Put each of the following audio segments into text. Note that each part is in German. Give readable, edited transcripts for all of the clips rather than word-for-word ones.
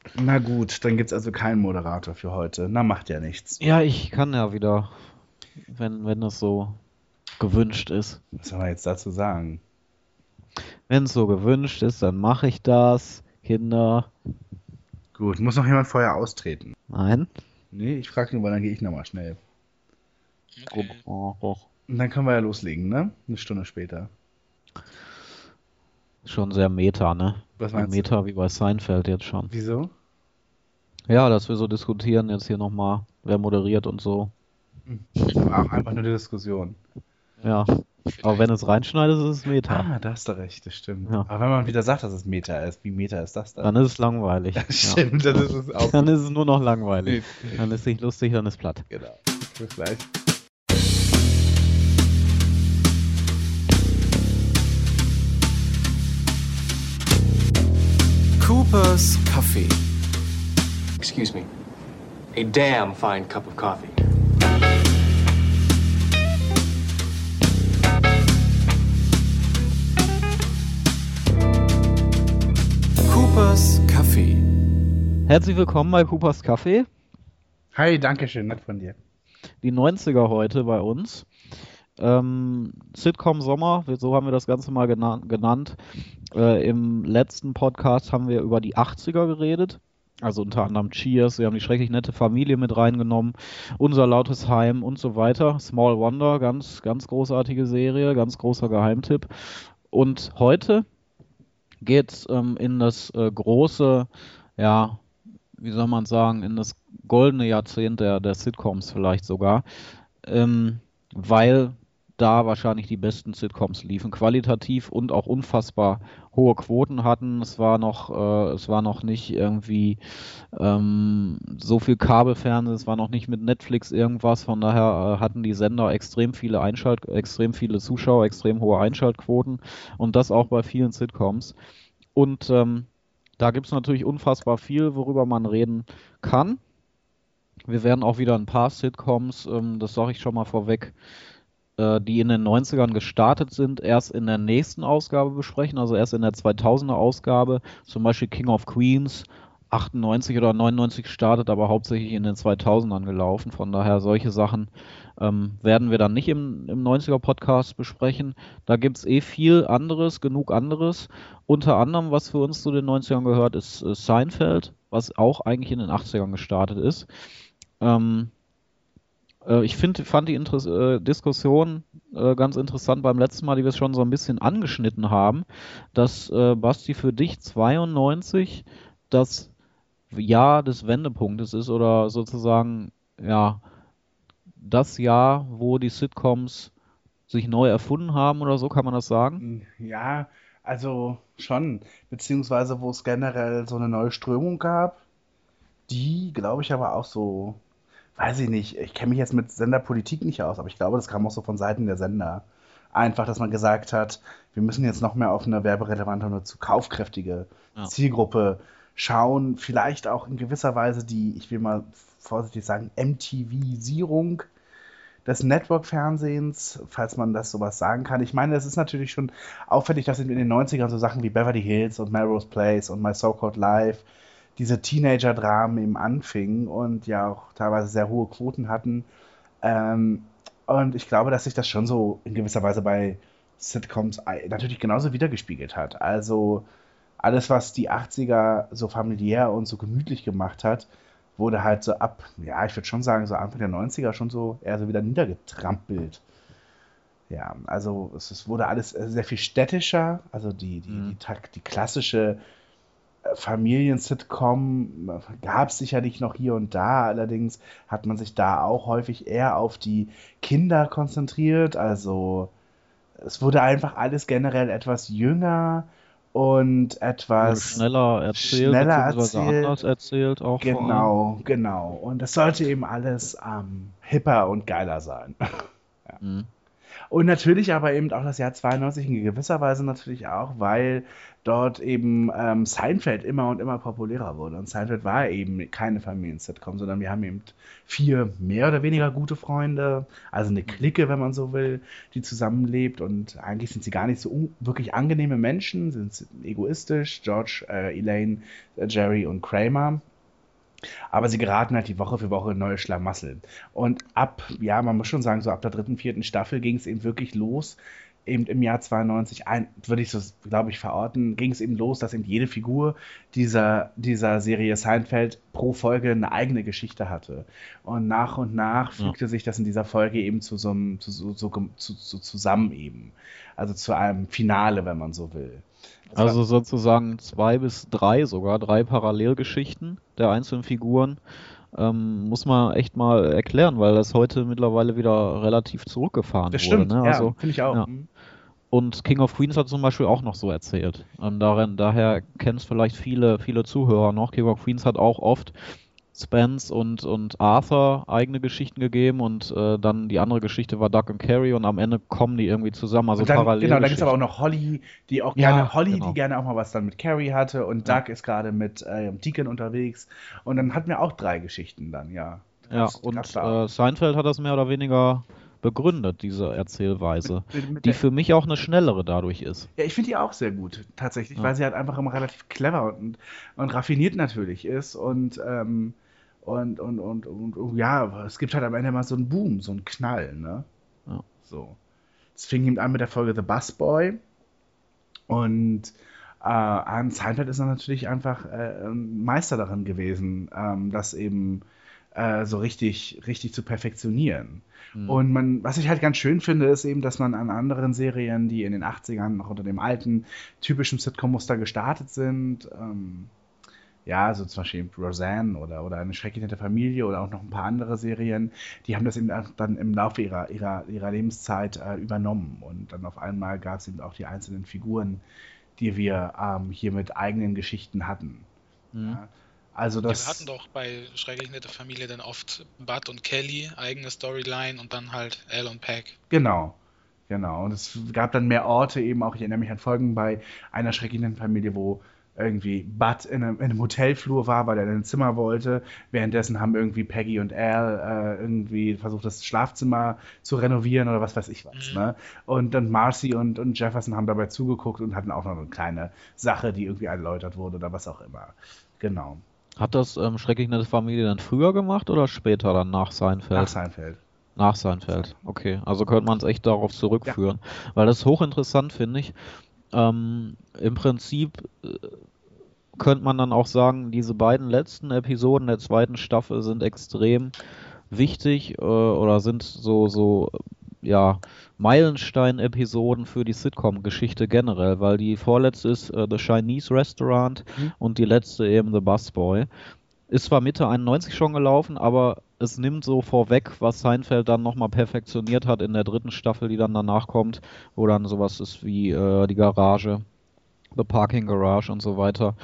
Na gut, dann gibt's also keinen Moderator für heute. Na, macht ja nichts. Ja, ich kann ja wieder, wenn es so gewünscht ist. Was soll man jetzt dazu sagen? Wenn es so gewünscht ist, dann mache ich das. Kinder, Gut, muss noch jemand vorher austreten? nein. Nee, ich frage nur, weil dann gehe ich nochmal schnell. Okay. Oh, Und dann können wir ja loslegen, ne? Eine Stunde später. schon sehr Meta, ne? Was So meinst du? Meta wie bei Seinfeld jetzt schon. Wieso? Ja, dass wir so diskutieren jetzt hier nochmal, wer moderiert und so. Aber auch einfach nur die Diskussion. Ja, aber wenn Vielleicht. es reinschneidet, ist es Meta. Ah, da hast du recht, das stimmt. Ja, Aber wenn man wieder sagt, dass es Meta ist, wie Meta ist das dann dann? ist es langweilig. Das Ja. stimmt, dann ist es auch. Dann ist es nur noch langweilig. Dann ist es nicht lustig, dann ist platt. Genau. Bis gleich. Cooper's Kaffee. Excuse me. A damn fine cup of coffee. Cooper's Kaffee. Herzlich willkommen bei Coopers Kaffee. Hi, danke schön, nett von dir. Die 90er heute bei uns. Sitcom Sommer, so haben wir das Ganze mal genannt. Im letzten Podcast haben wir über die 80er geredet. Also unter anderem Cheers, wir haben die schrecklich nette Familie mit reingenommen, Unser lautes Heim und so weiter. Small Wonder, ganz, ganz großartige Serie, ganz großer Geheimtipp. Und heute geht in das große, ja, wie soll man sagen, in das goldene Jahrzehnt der Sitcoms vielleicht sogar, weil da wahrscheinlich die besten Sitcoms liefen, qualitativ und auch unfassbar hohe Quoten hatten. Es war noch nicht irgendwie so viel Kabelfernsehen, es war noch nicht mit Netflix irgendwas, von daher hatten die Sender extrem viele Zuschauer, extrem hohe Einschaltquoten und das auch bei vielen Sitcoms. Und da gibt es natürlich unfassbar viel, worüber man reden kann. Wir werden auch wieder ein paar Sitcoms, das sage ich schon mal vorweg, die in den 90ern gestartet sind, erst in der nächsten Ausgabe besprechen, also erst in der 2000er Ausgabe, zum Beispiel King of Queens, 98 oder 99 startet, aber hauptsächlich in den 2000ern gelaufen. Von daher solche Sachen werden wir dann nicht im 90er Podcast besprechen. Da gibt es viel anderes, genug anderes. Unter anderem, was für uns zu den 90ern gehört, ist Seinfeld, was auch eigentlich in den 80ern gestartet ist. Fand die Diskussion ganz interessant beim letzten Mal, die wir schon so ein bisschen angeschnitten haben, dass Basti für dich 92 das Jahr des Wendepunktes ist oder sozusagen ja das Jahr, wo die Sitcoms sich neu erfunden haben oder so, kann man das sagen? Ja, also schon. Beziehungsweise, wo es generell so eine neue Strömung gab, die, glaube ich, aber auch so, weiß ich nicht, ich kenne mich jetzt mit Senderpolitik nicht aus, aber ich glaube, das kam auch so von Seiten der Sender. Einfach, dass man gesagt hat, wir müssen jetzt noch mehr auf eine werberelevante und eine zu kaufkräftige Ja. Zielgruppe schauen. Vielleicht auch in gewisser Weise die, ich will mal vorsichtig sagen, MTV-Sierung des Network-Fernsehens, falls man das sowas sagen kann. Ich meine, es ist natürlich schon auffällig, dass in den 90ern so Sachen wie Beverly Hills und Melrose Place und My So-Called Life diese Teenager-Dramen eben anfingen und ja auch teilweise sehr hohe Quoten hatten. Ähm, und ich glaube, dass sich das schon so in gewisser Weise bei Sitcoms natürlich genauso wiedergespiegelt hat. Also alles, was die 80er so familiär und so gemütlich gemacht hat, wurde halt so ab, ja, ich würde schon sagen, so Anfang der 90er schon so eher so wieder niedergetrampelt. Ja, also es wurde alles sehr viel städtischer, also die klassische Familien-Sitcom gab es sicherlich noch hier und da, allerdings hat man sich da auch häufig eher auf die Kinder konzentriert, also es wurde einfach alles generell etwas jünger und Wurde etwas schneller erzählt, schneller beziehungsweise erzählt. anders erzählt auch vor allem. Genau, genau. Und das sollte eben alles hipper und geiler sein. Mhm. Und natürlich aber eben auch das Jahr 92 in gewisser Weise natürlich auch, weil dort eben Seinfeld immer und immer populärer wurde. Und Seinfeld war eben keine Familien-Sitcom, sondern wir haben eben 4 mehr oder weniger gute Freunde, also eine Clique, wenn man so will, die zusammenlebt. Und eigentlich sind sie gar nicht so wirklich angenehme Menschen, sind egoistisch, George, Elaine, Jerry und Kramer. Aber sie geraten halt die Woche für Woche in neue Schlamassel. Und man muss schon sagen, so ab der 3., 4. Staffel ging es eben wirklich los. Eben im Jahr 92, würde ich so, glaube ich, verorten, ging es eben los, dass eben jede Figur dieser Serie Seinfeld pro Folge eine eigene Geschichte hatte. Und nach fügte sich das in dieser Folge eben zusammen eben. Also zu einem Finale, wenn man so will. Also sozusagen 2 bis 3 sogar, 3 Parallelgeschichten der einzelnen Figuren. Muss man echt mal erklären, weil das heute mittlerweile wieder relativ zurückgefahren Das wurde. stimmt, Ne? ja, Also, finde ich auch. ja. Und King of Queens hat zum Beispiel auch noch so erzählt. Und daher kennen es vielleicht viele Zuhörer noch. King of Queens hat auch oft Spence und Arthur eigene Geschichten gegeben und dann die andere Geschichte war Doug und Carrie und am Ende kommen die irgendwie zusammen, also Und dann, parallel. genau, da gibt es aber auch noch Holly, die gerne auch mal was dann mit Carrie hatte und Doug ist gerade mit Deacon unterwegs und dann hatten wir auch 3 Geschichten dann, ja. Ja, und Seinfeld hat das mehr oder weniger begründet, diese Erzählweise, die für mich auch eine schnellere dadurch ist. Ja, ich finde die auch sehr gut, tatsächlich, weil sie halt einfach immer relativ clever und raffiniert natürlich ist und ja, es gibt halt am Ende mal so einen Boom, so einen Knall, ne? Ja. So. Es fing eben an mit der Folge The Busboy und Seinfeld ist dann natürlich einfach ein Meister darin gewesen, das eben so richtig zu perfektionieren. Und was ich halt ganz schön finde, ist eben, dass man an anderen Serien, die in den 80ern noch unter dem alten, typischen Sitcom-Muster gestartet sind, so zum Beispiel Roseanne oder Eine schrecklich nette Familie oder auch noch ein paar andere Serien, die haben das eben dann im Laufe ihrer Lebenszeit übernommen. Und dann auf einmal gab es eben auch die einzelnen Figuren, die wir hier mit eigenen Geschichten hatten. Ja, also wir hatten doch bei Schrecklich nette Familie dann oft Bud und Kelly, eigene Storyline und dann halt Al und Peg. Genau. Und es gab dann mehr Orte eben auch, ich erinnere mich an Folgen bei Einer schrecklich netten Familie, wo irgendwie Bud in einem Hotelflur war, weil er in ein Zimmer wollte. Währenddessen haben irgendwie Peggy und Al irgendwie versucht, das Schlafzimmer zu renovieren oder was weiß ich was. Ne? Und dann Marcy und Jefferson haben dabei zugeguckt und hatten auch noch eine kleine Sache, die irgendwie erläutert wurde oder was auch immer. Genau. Hat das Schrecklich nette Familie dann früher gemacht oder später dann nach Seinfeld? Nach Seinfeld, okay. Also könnte man es echt darauf zurückführen. Ja. Weil das ist hochinteressant, finde ich. Im Prinzip könnte man dann auch sagen, diese beiden letzten Episoden der 2. Staffel sind extrem wichtig oder sind so Meilenstein-Episoden für die Sitcom-Geschichte generell, weil die vorletzte ist The Chinese Restaurant und die letzte eben The Busboy. Ist zwar Mitte 91 schon gelaufen, aber es nimmt so vorweg, was Seinfeld dann nochmal perfektioniert hat in der 3. Staffel, die dann danach kommt, wo dann sowas ist wie die Garage, The Parking Garage und so weiter,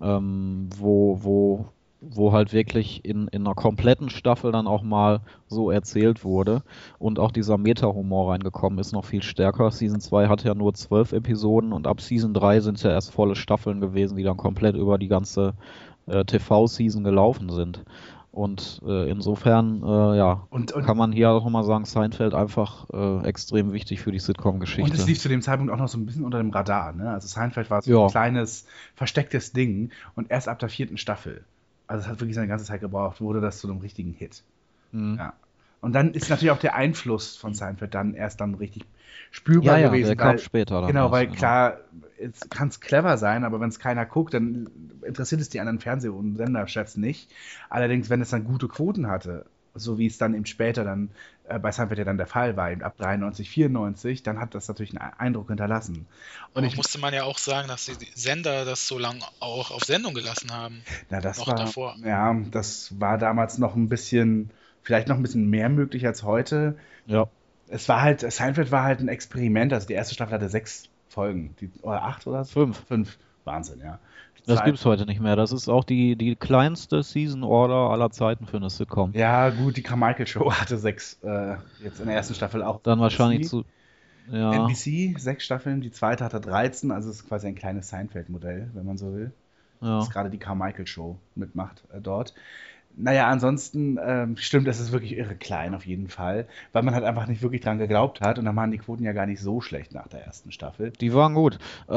wo halt wirklich in einer kompletten Staffel dann auch mal so erzählt wurde und auch dieser Meta-Humor reingekommen ist, noch viel stärker. Season 2 hat ja nur 12 Episoden und ab Season 3 sind es ja erst volle Staffeln gewesen, die dann komplett über die ganze TV-Season gelaufen sind. Und insofern kann man hier auch mal sagen, Seinfeld einfach extrem wichtig für die Sitcom-Geschichte. Und es lief zu dem Zeitpunkt auch noch so ein bisschen unter dem Radar. Ne? Also Seinfeld war so ein kleines, verstecktes Ding und erst ab der 4. Staffel, also es hat wirklich seine ganze Zeit gebraucht, wurde das zu einem richtigen Hit. Ja. Und dann ist natürlich auch der Einfluss von Seinfeld dann erst richtig spürbar gewesen. Der kam später. Genau, weil klar, es kann clever sein, aber wenn es keiner guckt, dann interessiert es die anderen Fernseh- und Senderchefs nicht. Allerdings, wenn es dann gute Quoten hatte, so wie es dann eben später dann bei Seinfeld ja dann der Fall war, eben ab 93, 94, dann hat das natürlich einen Eindruck hinterlassen. Und musste man ja auch sagen, dass die Sender das so lange auch auf Sendung gelassen haben. Na, das noch war davor. Ja, das war damals noch ein bisschen, vielleicht noch ein bisschen mehr möglich als heute. Ja. Seinfeld war halt ein Experiment, also die erste Staffel hatte 6 Folgen, oder 8 oder so? 5. Wahnsinn, ja. Das gibt's heute nicht mehr. Das ist auch die kleinste Season Order aller Zeiten für eine Sitcom. Ja, gut, die Carmichael Show hatte 6, jetzt in der ersten Staffel auch. Dann wahrscheinlich Ja, NBC 6 Staffeln, die zweite hatte 13, also es ist quasi ein kleines Seinfeld-Modell, wenn man so will. Das ja. ist gerade die Carmichael-Show mitmacht dort. Naja, ansonsten stimmt, es ist wirklich irre klein auf jeden Fall, weil man halt einfach nicht wirklich dran geglaubt hat und dann waren die Quoten ja gar nicht so schlecht nach der ersten Staffel. Die waren gut.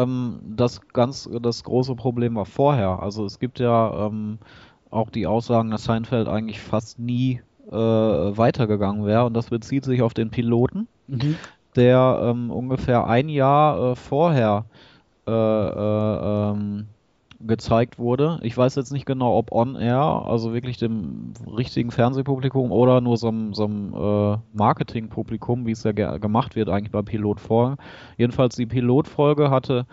Das große Problem war vorher. Also es gibt ja auch die Aussagen, dass Seinfeld eigentlich fast nie weitergegangen wäre. Und das bezieht sich auf den Piloten, der ungefähr ein Jahr vorher äh, gezeigt wurde. Ich weiß jetzt nicht genau, ob on air, also wirklich dem richtigen Fernsehpublikum oder nur so einem Marketingpublikum, wie es ja gemacht wird eigentlich bei Pilotfolgen. Jedenfalls die Pilotfolge hatte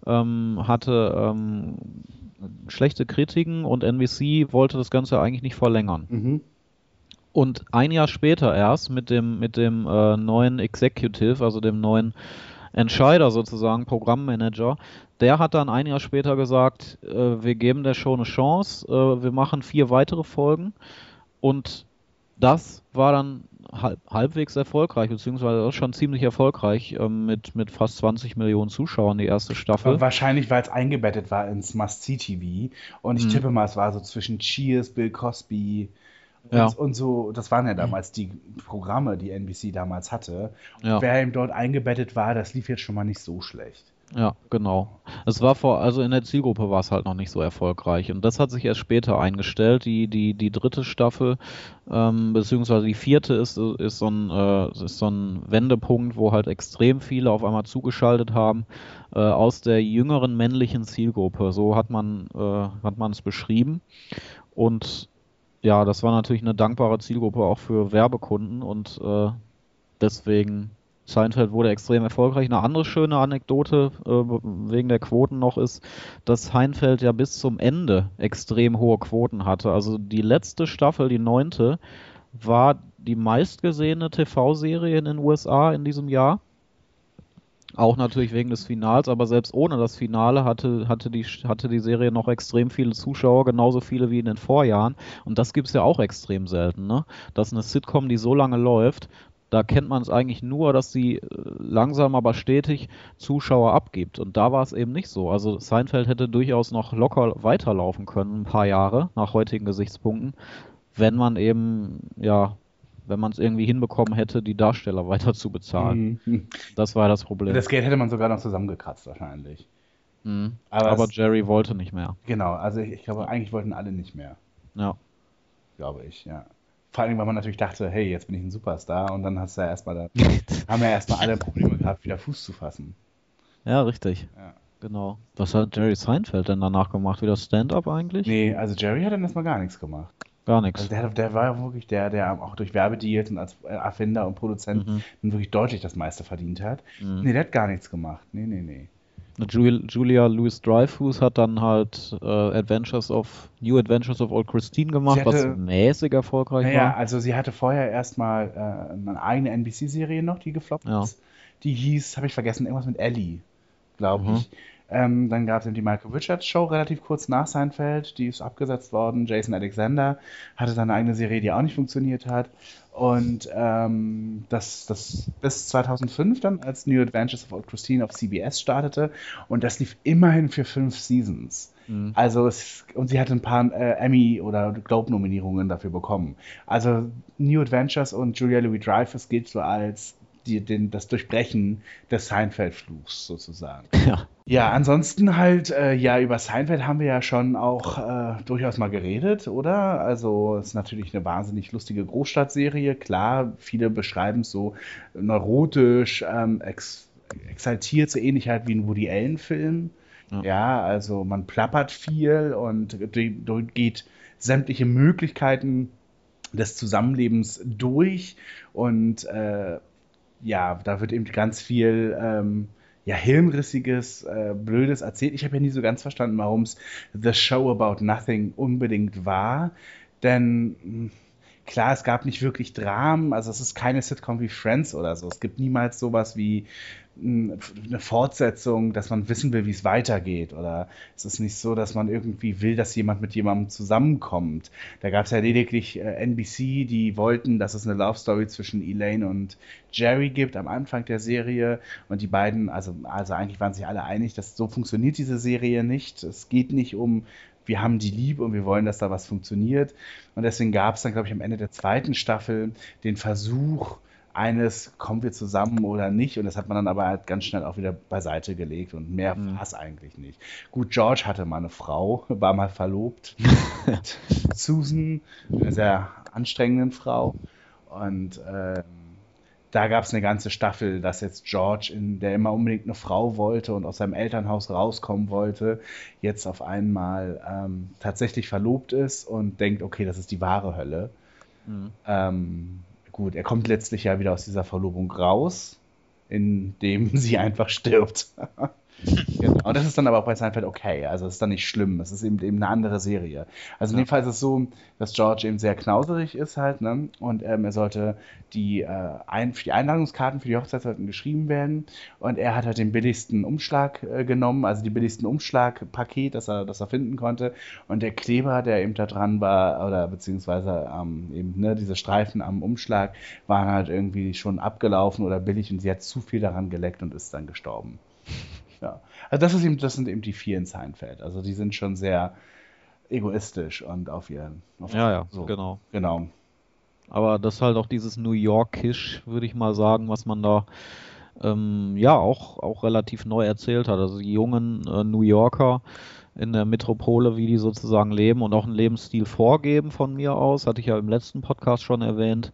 schlechte Kritiken und NBC wollte das Ganze eigentlich nicht verlängern. Und ein Jahr später erst mit dem neuen Executive, also dem neuen Entscheider sozusagen, Programmmanager, der hat dann ein Jahr später gesagt, wir geben der Show eine Chance, wir machen 4 weitere Folgen und das war dann halbwegs erfolgreich, beziehungsweise auch schon ziemlich erfolgreich mit fast 20 Millionen Zuschauern die erste Staffel. Wahrscheinlich, weil es eingebettet war ins Must-See-TV und ich tippe mal, es war so zwischen Cheers, Bill Cosby und so, das waren ja damals die Programme, die NBC damals hatte. Und wer eben dort eingebettet war, das lief jetzt schon mal nicht so schlecht. Ja, genau. Es war also in der Zielgruppe war es halt noch nicht so erfolgreich. Und das hat sich erst später eingestellt. Die dritte Staffel, beziehungsweise die vierte ist so ein Wendepunkt, wo halt extrem viele auf einmal zugeschaltet haben, aus der jüngeren männlichen Zielgruppe. So hat man es beschrieben. Und ja, das war natürlich eine dankbare Zielgruppe auch für Werbekunden und deswegen Seinfeld wurde extrem erfolgreich. Eine andere schöne Anekdote wegen der Quoten noch ist, dass Seinfeld ja bis zum Ende extrem hohe Quoten hatte. Also die letzte Staffel, die 9., war die meistgesehene TV-Serie in den USA in diesem Jahr. Auch natürlich wegen des Finals, aber selbst ohne das Finale hatte die Serie noch extrem viele Zuschauer, genauso viele wie in den Vorjahren. Und das gibt's ja auch extrem selten, ne? Dass eine Sitcom, die so lange läuft, da kennt man es eigentlich nur, dass sie langsam aber stetig Zuschauer abgibt. Und da war es eben nicht so. Also Seinfeld hätte durchaus noch locker weiterlaufen können, ein paar Jahre, nach heutigen Gesichtspunkten, wenn man es irgendwie hinbekommen hätte, die Darsteller weiter zu bezahlen. Das war das Problem. Das Geld hätte man sogar noch zusammengekratzt wahrscheinlich. Aber Jerry wollte nicht mehr. Genau, also ich glaube, eigentlich wollten alle nicht mehr. Ja. Glaube ich, ja. Vor allem, weil man natürlich dachte, hey, jetzt bin ich ein Superstar und dann haben ja erstmal alle Probleme gehabt, wieder Fuß zu fassen. Ja, richtig. Ja. Genau. Was hat Jerry Seinfeld denn danach gemacht? Wieder Stand-up eigentlich? Nee, also Jerry hat dann erstmal gar nichts gemacht. Gar nichts. Also der war ja wirklich der auch durch Werbedeals und als Erfinder und Produzent wirklich deutlich das meiste verdient hat. Nee, der hat gar nichts gemacht. Nee. Julia Louis-Dreyfus hat dann halt New Adventures of Old Christine gemacht, was mäßig erfolgreich war. Ja, also sie hatte vorher erstmal eine eigene NBC-Serie noch, die gefloppt ist. Die hieß, habe ich vergessen, irgendwas mit Ellie, glaube ich. Dann gab es die Michael Richards Show relativ kurz nach Seinfeld, die ist abgesetzt worden. Jason Alexander hatte seine eigene Serie, die auch nicht funktioniert hat. Und das bis 2005 dann, als New Adventures of Old Christine auf CBS startete. Und das lief immerhin für 5 Seasons. Also und sie hatte ein paar Emmy- oder Globe-Nominierungen dafür bekommen. Also New Adventures und Julia Louis-Dreyfus gilt so als das Durchbrechen des Seinfeld-Fluchs sozusagen. Ja, ansonsten halt, über Seinfeld haben wir ja schon auch durchaus mal geredet, oder? Also es ist natürlich eine wahnsinnig lustige Großstadtserie, klar, viele beschreiben es so neurotisch, exaltiert, so ähnlich halt wie ein Woody Allen-Film. Ja, also man plappert viel und geht sämtliche Möglichkeiten des Zusammenlebens durch und da wird eben ganz viel Hirnrissiges, Blödes erzählt. Ich habe ja nie so ganz verstanden, warum es The Show About Nothing unbedingt war. Denn klar, es gab nicht wirklich Dramen, also es ist keine Sitcom wie Friends oder so. Es gibt niemals sowas wie eine Fortsetzung, dass man wissen will, wie es weitergeht. Oder es ist nicht so, dass man irgendwie will, dass jemand mit jemandem zusammenkommt. Da gab es ja lediglich NBC, die wollten, dass es eine Love Story zwischen Elaine und Jerry gibt am Anfang der Serie. Und die beiden, also eigentlich waren sich alle einig, dass so funktioniert diese Serie nicht. Es geht nicht um, wir haben die lieb und wir wollen, dass da was funktioniert. Und deswegen gab es dann, glaube ich, am Ende der zweiten Staffel den Versuch eines, kommen wir zusammen oder nicht? Und das hat man dann aber halt ganz schnell auch wieder beiseite gelegt und mehr war es eigentlich nicht. Gut, George hatte mal eine Frau, war mal verlobt mit Susan, einer sehr anstrengenden Frau. Und da gab es eine ganze Staffel, dass jetzt George, der immer unbedingt eine Frau wollte und aus seinem Elternhaus rauskommen wollte, jetzt auf einmal tatsächlich verlobt ist und denkt, okay, das ist die wahre Hölle. Gut, er kommt letztlich ja wieder aus dieser Verlobung raus, indem sie einfach stirbt. Genau. Und das ist dann aber auch bei Seinfeld okay, also es ist dann nicht schlimm, es ist eben eine andere Serie. Also in dem Fall ist es so, dass George eben sehr knauserig ist halt, ne? Und er sollte die Einladungskarten für die Hochzeit sollten geschrieben werden und er hat halt den billigsten Umschlag genommen, also die billigsten Umschlagpaket, das er finden konnte und der Kleber, der eben da dran war, oder beziehungsweise eben diese Streifen am Umschlag, waren halt irgendwie schon abgelaufen oder billig und sie hat zu viel daran geleckt und ist dann gestorben. Ja, also das sind eben die vier in Seinfeld. Also die sind schon sehr egoistisch und so. Genau. Aber das ist halt auch dieses New Yorkisch, würde ich mal sagen, was man da auch relativ neu erzählt hat. Also die jungen New Yorker in der Metropole, wie die sozusagen leben und auch einen Lebensstil vorgeben von mir aus, hatte ich ja im letzten Podcast schon erwähnt.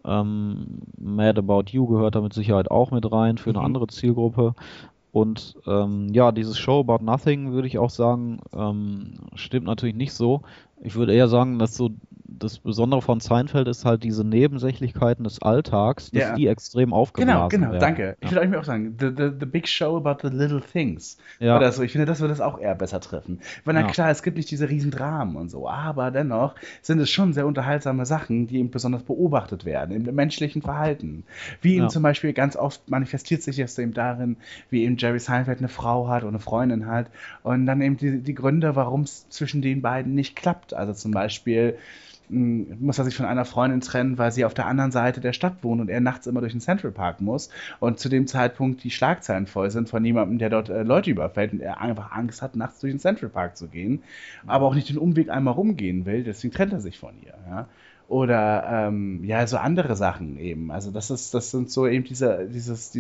Mad About You gehört da mit Sicherheit auch mit rein für eine andere Zielgruppe. Und dieses Show About Nothing, würde ich auch sagen, stimmt natürlich nicht so. Ich würde eher sagen, dass so das Besondere von Seinfeld ist halt diese Nebensächlichkeiten des Alltags, dass die extrem aufgeblasen Genau, werden. danke. Ich würde eigentlich auch sagen, the big show about the little things. Ja. Oder so. Ich finde, das würde es auch eher besser treffen. Weil na klar, es gibt nicht diese riesen Dramen und so, aber dennoch sind es schon sehr unterhaltsame Sachen, die eben besonders beobachtet werden, im menschlichen Verhalten. Wie eben zum Beispiel ganz oft manifestiert sich das eben darin, wie eben Jerry Seinfeld eine Frau hat oder eine Freundin hat und dann eben die Gründe, warum es zwischen den beiden nicht klappt. Also zum Beispiel muss er sich von einer Freundin trennen, weil sie auf der anderen Seite der Stadt wohnt und er nachts immer durch den Central Park muss und zu dem Zeitpunkt die Schlagzeilen voll sind von jemandem, der dort Leute überfällt und er einfach Angst hat, nachts durch den Central Park zu gehen, aber auch nicht den Umweg einmal rumgehen will, deswegen trennt er sich von ihr. Ja? Oder so andere Sachen eben. Also das sind so eben dieses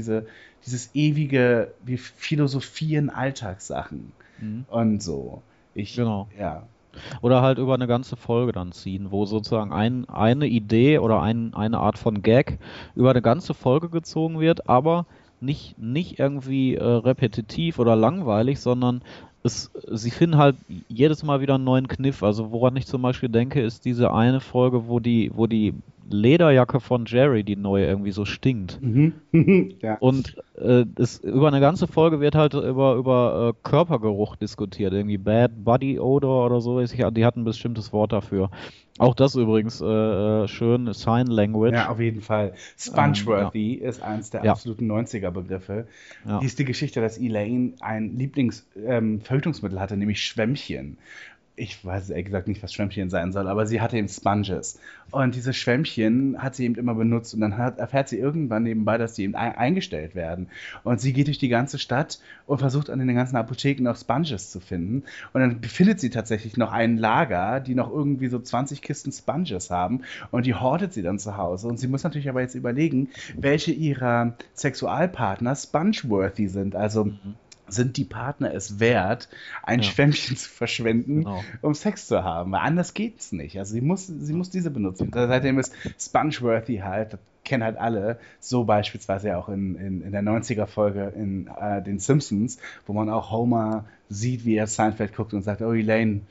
ewige, wir philosophieren Alltagssachen und so. Ja. Oder halt über eine ganze Folge dann ziehen, wo sozusagen eine Idee oder eine Art von Gag über eine ganze Folge gezogen wird, aber nicht irgendwie repetitiv oder langweilig, sondern sie finden halt jedes Mal wieder einen neuen Kniff. Also woran ich zum Beispiel denke, ist diese eine Folge, wo die Lederjacke von Jerry, die neue, irgendwie so stinkt. Ja. Und über eine ganze Folge wird halt über Körpergeruch diskutiert, irgendwie Bad Body Odor oder so. Die hatten ein bestimmtes Wort dafür. Auch das übrigens schön, Sign Language. Ja, auf jeden Fall. Spongeworthy ist eins der absoluten 90er-Begriffe. Die ist die Geschichte, dass Elaine ein Lieblingsverhütungsmittel hatte, nämlich Schwämmchen. Ich weiß ehrlich gesagt nicht, was Schwämmchen sein soll, aber sie hatte eben Sponges. Und diese Schwämmchen hat sie eben immer benutzt und dann erfährt sie irgendwann nebenbei, dass die eben eingestellt werden. Und sie geht durch die ganze Stadt und versucht an den ganzen Apotheken noch Sponges zu finden. Und dann befindet sie tatsächlich noch ein Lager, die noch irgendwie so 20 Kisten Sponges haben und die hortet sie dann zu Hause. Und sie muss natürlich aber jetzt überlegen, welche ihrer Sexualpartner Spongeworthy sind. Also sind die Partner es wert, ein Schwämmchen zu verschwenden, um Sex zu haben. Weil anders geht's nicht. Also sie muss diese benutzen. Seitdem ist Spongeworthy halt, das kennen halt alle, so beispielsweise ja auch in der 90er-Folge in den Simpsons, wo man auch Homer sieht, wie er Seinfeld guckt und sagt, oh Elaine,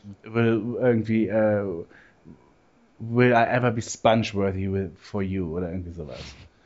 will I ever be spongeworthy for you oder irgendwie sowas.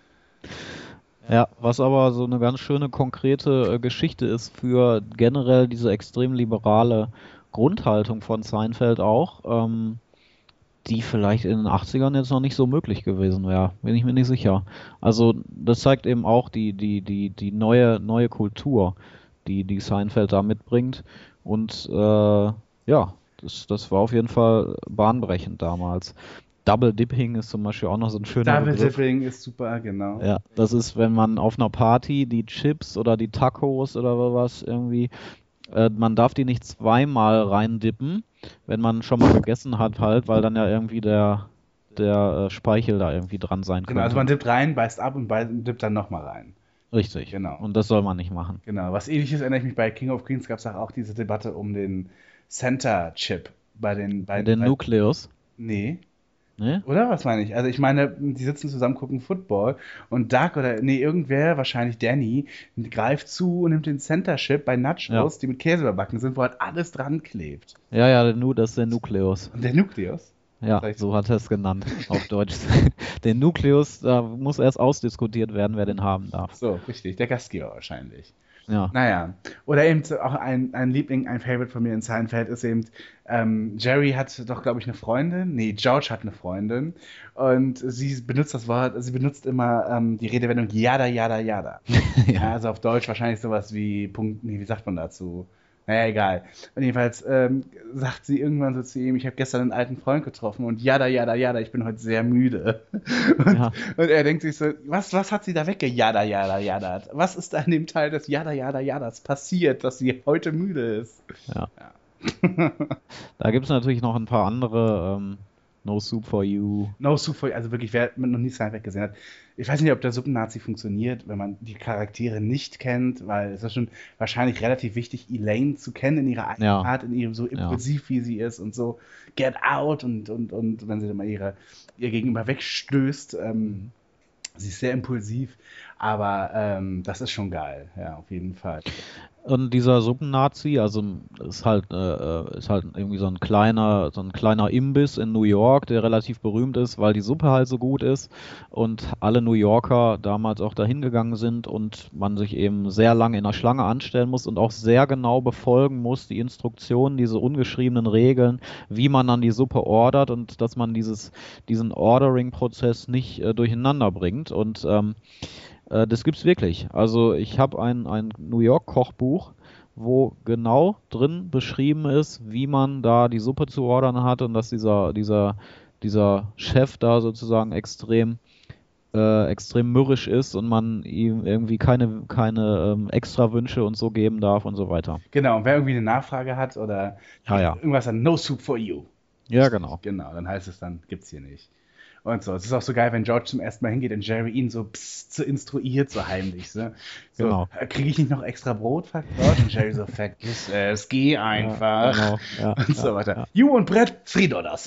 Ja, was aber so eine ganz schöne konkrete Geschichte ist für generell diese extrem liberale Grundhaltung von Seinfeld auch. die vielleicht in den 80ern jetzt noch nicht so möglich gewesen wäre. Bin ich mir nicht sicher. Also das zeigt eben auch die neue Kultur, die Seinfeld da mitbringt. Und ja, das war auf jeden Fall bahnbrechend damals. Double Dipping ist zum Beispiel auch noch so ein schöner Double Begriff. Dipping ist super, genau. Ja, das ist, wenn man auf einer Party die Chips oder die Tacos oder was irgendwie, man darf die nicht zweimal reindippen, wenn man schon mal gegessen hat halt, weil dann ja irgendwie der Speichel da irgendwie dran sein Genau, also könnte. man dippt rein, beißt ab und dippt dann nochmal rein. Richtig. Genau. Und das soll man nicht machen. Genau, was ähnliches erinnere ich mich, bei King of Queens gab es auch diese Debatte um den Center-Chip bei den Nucleus. Nee. Ne? Oder? Was meine ich? Also ich meine, die sitzen zusammen, gucken Football und Doug irgendwer, wahrscheinlich Danny, greift zu und nimmt den Center-Chip bei Nachos, die mit Käse überbacken sind, wo halt alles dran klebt. Ja, das ist der Nucleus. Und der Nucleus? Ja, so hat er es genannt, auf Deutsch. Den Nucleus, da muss erst ausdiskutiert werden, wer den haben darf. So, richtig, der Gastgeber wahrscheinlich. Ja. Naja, oder eben auch ein Liebling, ein Favorite von mir in Seinfeld ist eben, Jerry hat doch, glaube ich, eine Freundin. Nee, George hat eine Freundin. Und sie benutzt immer die Redewendung yada, yada, yada. Ja, also auf Deutsch wahrscheinlich sowas wie, wie sagt man dazu? Naja, egal. Und jedenfalls sagt sie irgendwann so zu ihm, ich habe gestern einen alten Freund getroffen und yada, yada, yada, ich bin heute sehr müde. Und er denkt sich so, was hat sie da weggejada, yada, yada? Was ist da in dem Teil des yada, yada, yadas passiert, dass sie heute müde ist? Ja. Da gibt es natürlich noch ein paar andere, No Soup for You. No Soup for You, also wirklich, wer noch nie Seinfeld gesehen hat. Ich weiß nicht, ob der Suppennazi funktioniert, wenn man die Charaktere nicht kennt, weil es ist schon wahrscheinlich relativ wichtig, Elaine zu kennen in ihrer eigenen Art, in ihrem so impulsiv, wie sie ist und so get out und wenn sie dann mal ihr Gegenüber wegstößt, sie ist sehr impulsiv, aber das ist schon geil, ja, auf jeden Fall. Und dieser Suppennazi, also ist halt irgendwie so ein kleiner Imbiss in New York, der relativ berühmt ist, weil die Suppe halt so gut ist und alle New Yorker damals auch dahin gegangen sind und man sich eben sehr lange in der Schlange anstellen muss und auch sehr genau befolgen muss, die Instruktionen, diese ungeschriebenen Regeln, wie man dann die Suppe ordert und dass man diesen Ordering-Prozess nicht durcheinander bringt. Und das gibt's wirklich. Also ich habe ein New York Kochbuch, wo genau drin beschrieben ist, wie man da die Suppe zu ordern hat und dass dieser Chef da sozusagen extrem mürrisch ist und man ihm irgendwie keine Extrawünsche und so geben darf und so weiter. Genau, und wer irgendwie eine Nachfrage hat oder irgendwas an No Soup for You. Ja, genau. Genau, dann heißt es dann, gibt's hier nicht. Und so. Es ist auch so geil, wenn George zum ersten Mal hingeht und Jerry ihn so instruiert, so heimlich. So, genau. Kriege ich nicht noch extra Brot, fragt George. Und Jerry so, vergiss es, geh einfach. Ja, genau. Und so weiter. Ja. You und Brett, fried das.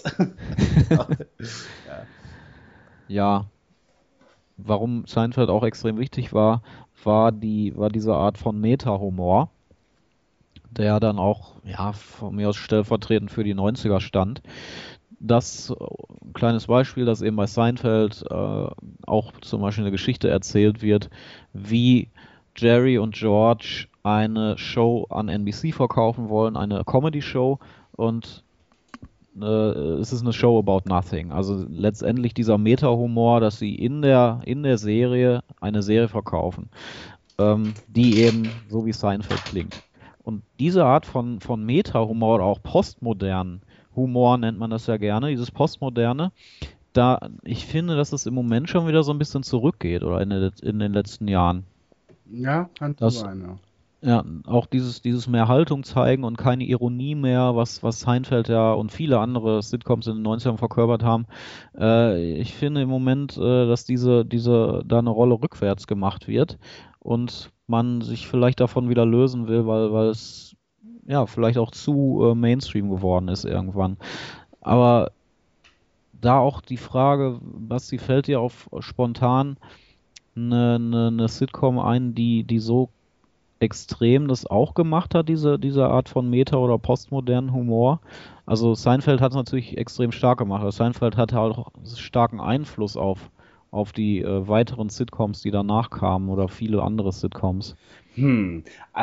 Ja. Warum Seinfeld auch extrem wichtig war diese Art von Meta-Humor, der dann auch, von mir aus stellvertretend für die 90er stand. Das kleines Beispiel, dass eben bei Seinfeld auch zum Beispiel eine Geschichte erzählt wird, wie Jerry und George eine Show an NBC verkaufen wollen, eine Comedy-Show, und es ist eine Show about nothing. Also letztendlich dieser Meta-Humor, dass sie in der Serie eine Serie verkaufen, die eben so wie Seinfeld klingt. Und diese Art von Meta-Humor oder auch postmodernen Humor nennt man das ja gerne, dieses Postmoderne, ich finde, dass es im Moment schon wieder so ein bisschen zurückgeht, oder in den letzten Jahren. Ja, kann sein, ja. Ja, auch dieses mehr Haltung zeigen und keine Ironie mehr, was Seinfeld ja und viele andere Sitcoms in den 90ern verkörpert haben. Ich finde im Moment, dass da eine Rolle rückwärts gemacht wird und man sich vielleicht davon wieder lösen will, weil es vielleicht auch zu Mainstream geworden ist irgendwann. Aber da auch die Frage, Basti, fällt dir auf spontan eine Sitcom ein, die so extrem das auch gemacht hat, diese Art von Meta- oder postmodernen Humor? Also Seinfeld hat es natürlich extrem stark gemacht. Also Seinfeld hatte auch starken Einfluss auf die weiteren Sitcoms, die danach kamen, oder viele andere Sitcoms.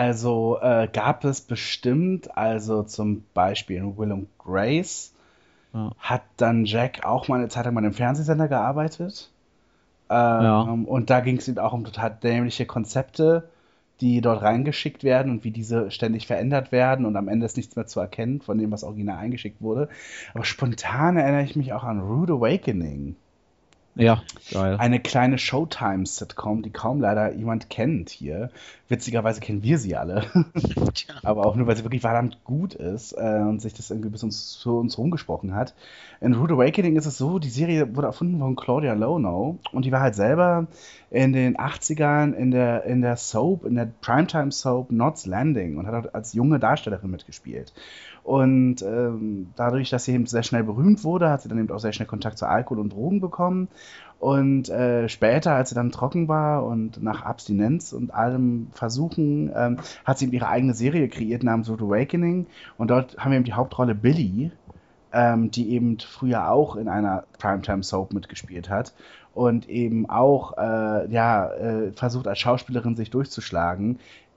Also gab es bestimmt, also zum Beispiel in Will and Grace, Ja. hat dann Jack auch mal eine Zeit lang bei einem Fernsehsender gearbeitet. Ja. Und da ging es eben auch um total dämliche Konzepte, die dort reingeschickt werden und wie diese ständig verändert werden und am Ende ist nichts mehr zu erkennen von dem, was original eingeschickt wurde. Aber spontan erinnere ich mich auch an Rude Awakening. Ja, geil. Eine kleine Showtime-Sitcom, die kaum leider jemand kennt hier. Witzigerweise kennen wir sie alle. Tja. Aber auch nur, weil sie wirklich verdammt gut ist und sich das irgendwie bis zu uns rumgesprochen hat. In Rude Awakening ist es so, die Serie wurde erfunden von Claudia Lono und die war halt selber in den 80ern in der Soap, in der Primetime-Soap Knots Landing und hat dort als junge Darstellerin mitgespielt. Und dadurch, dass sie eben sehr schnell berühmt wurde, hat sie dann eben auch sehr schnell Kontakt zu Alkohol und Drogen bekommen. Und später, als sie dann trocken war und nach Abstinenz und allem Versuchen, hat sie eben ihre eigene Serie kreiert namens Rude Awakening. Und dort haben wir eben die Hauptrolle Billy, die eben früher auch in einer Primetime-Soap mitgespielt hat und eben auch versucht als Schauspielerin sich durchzuschlagen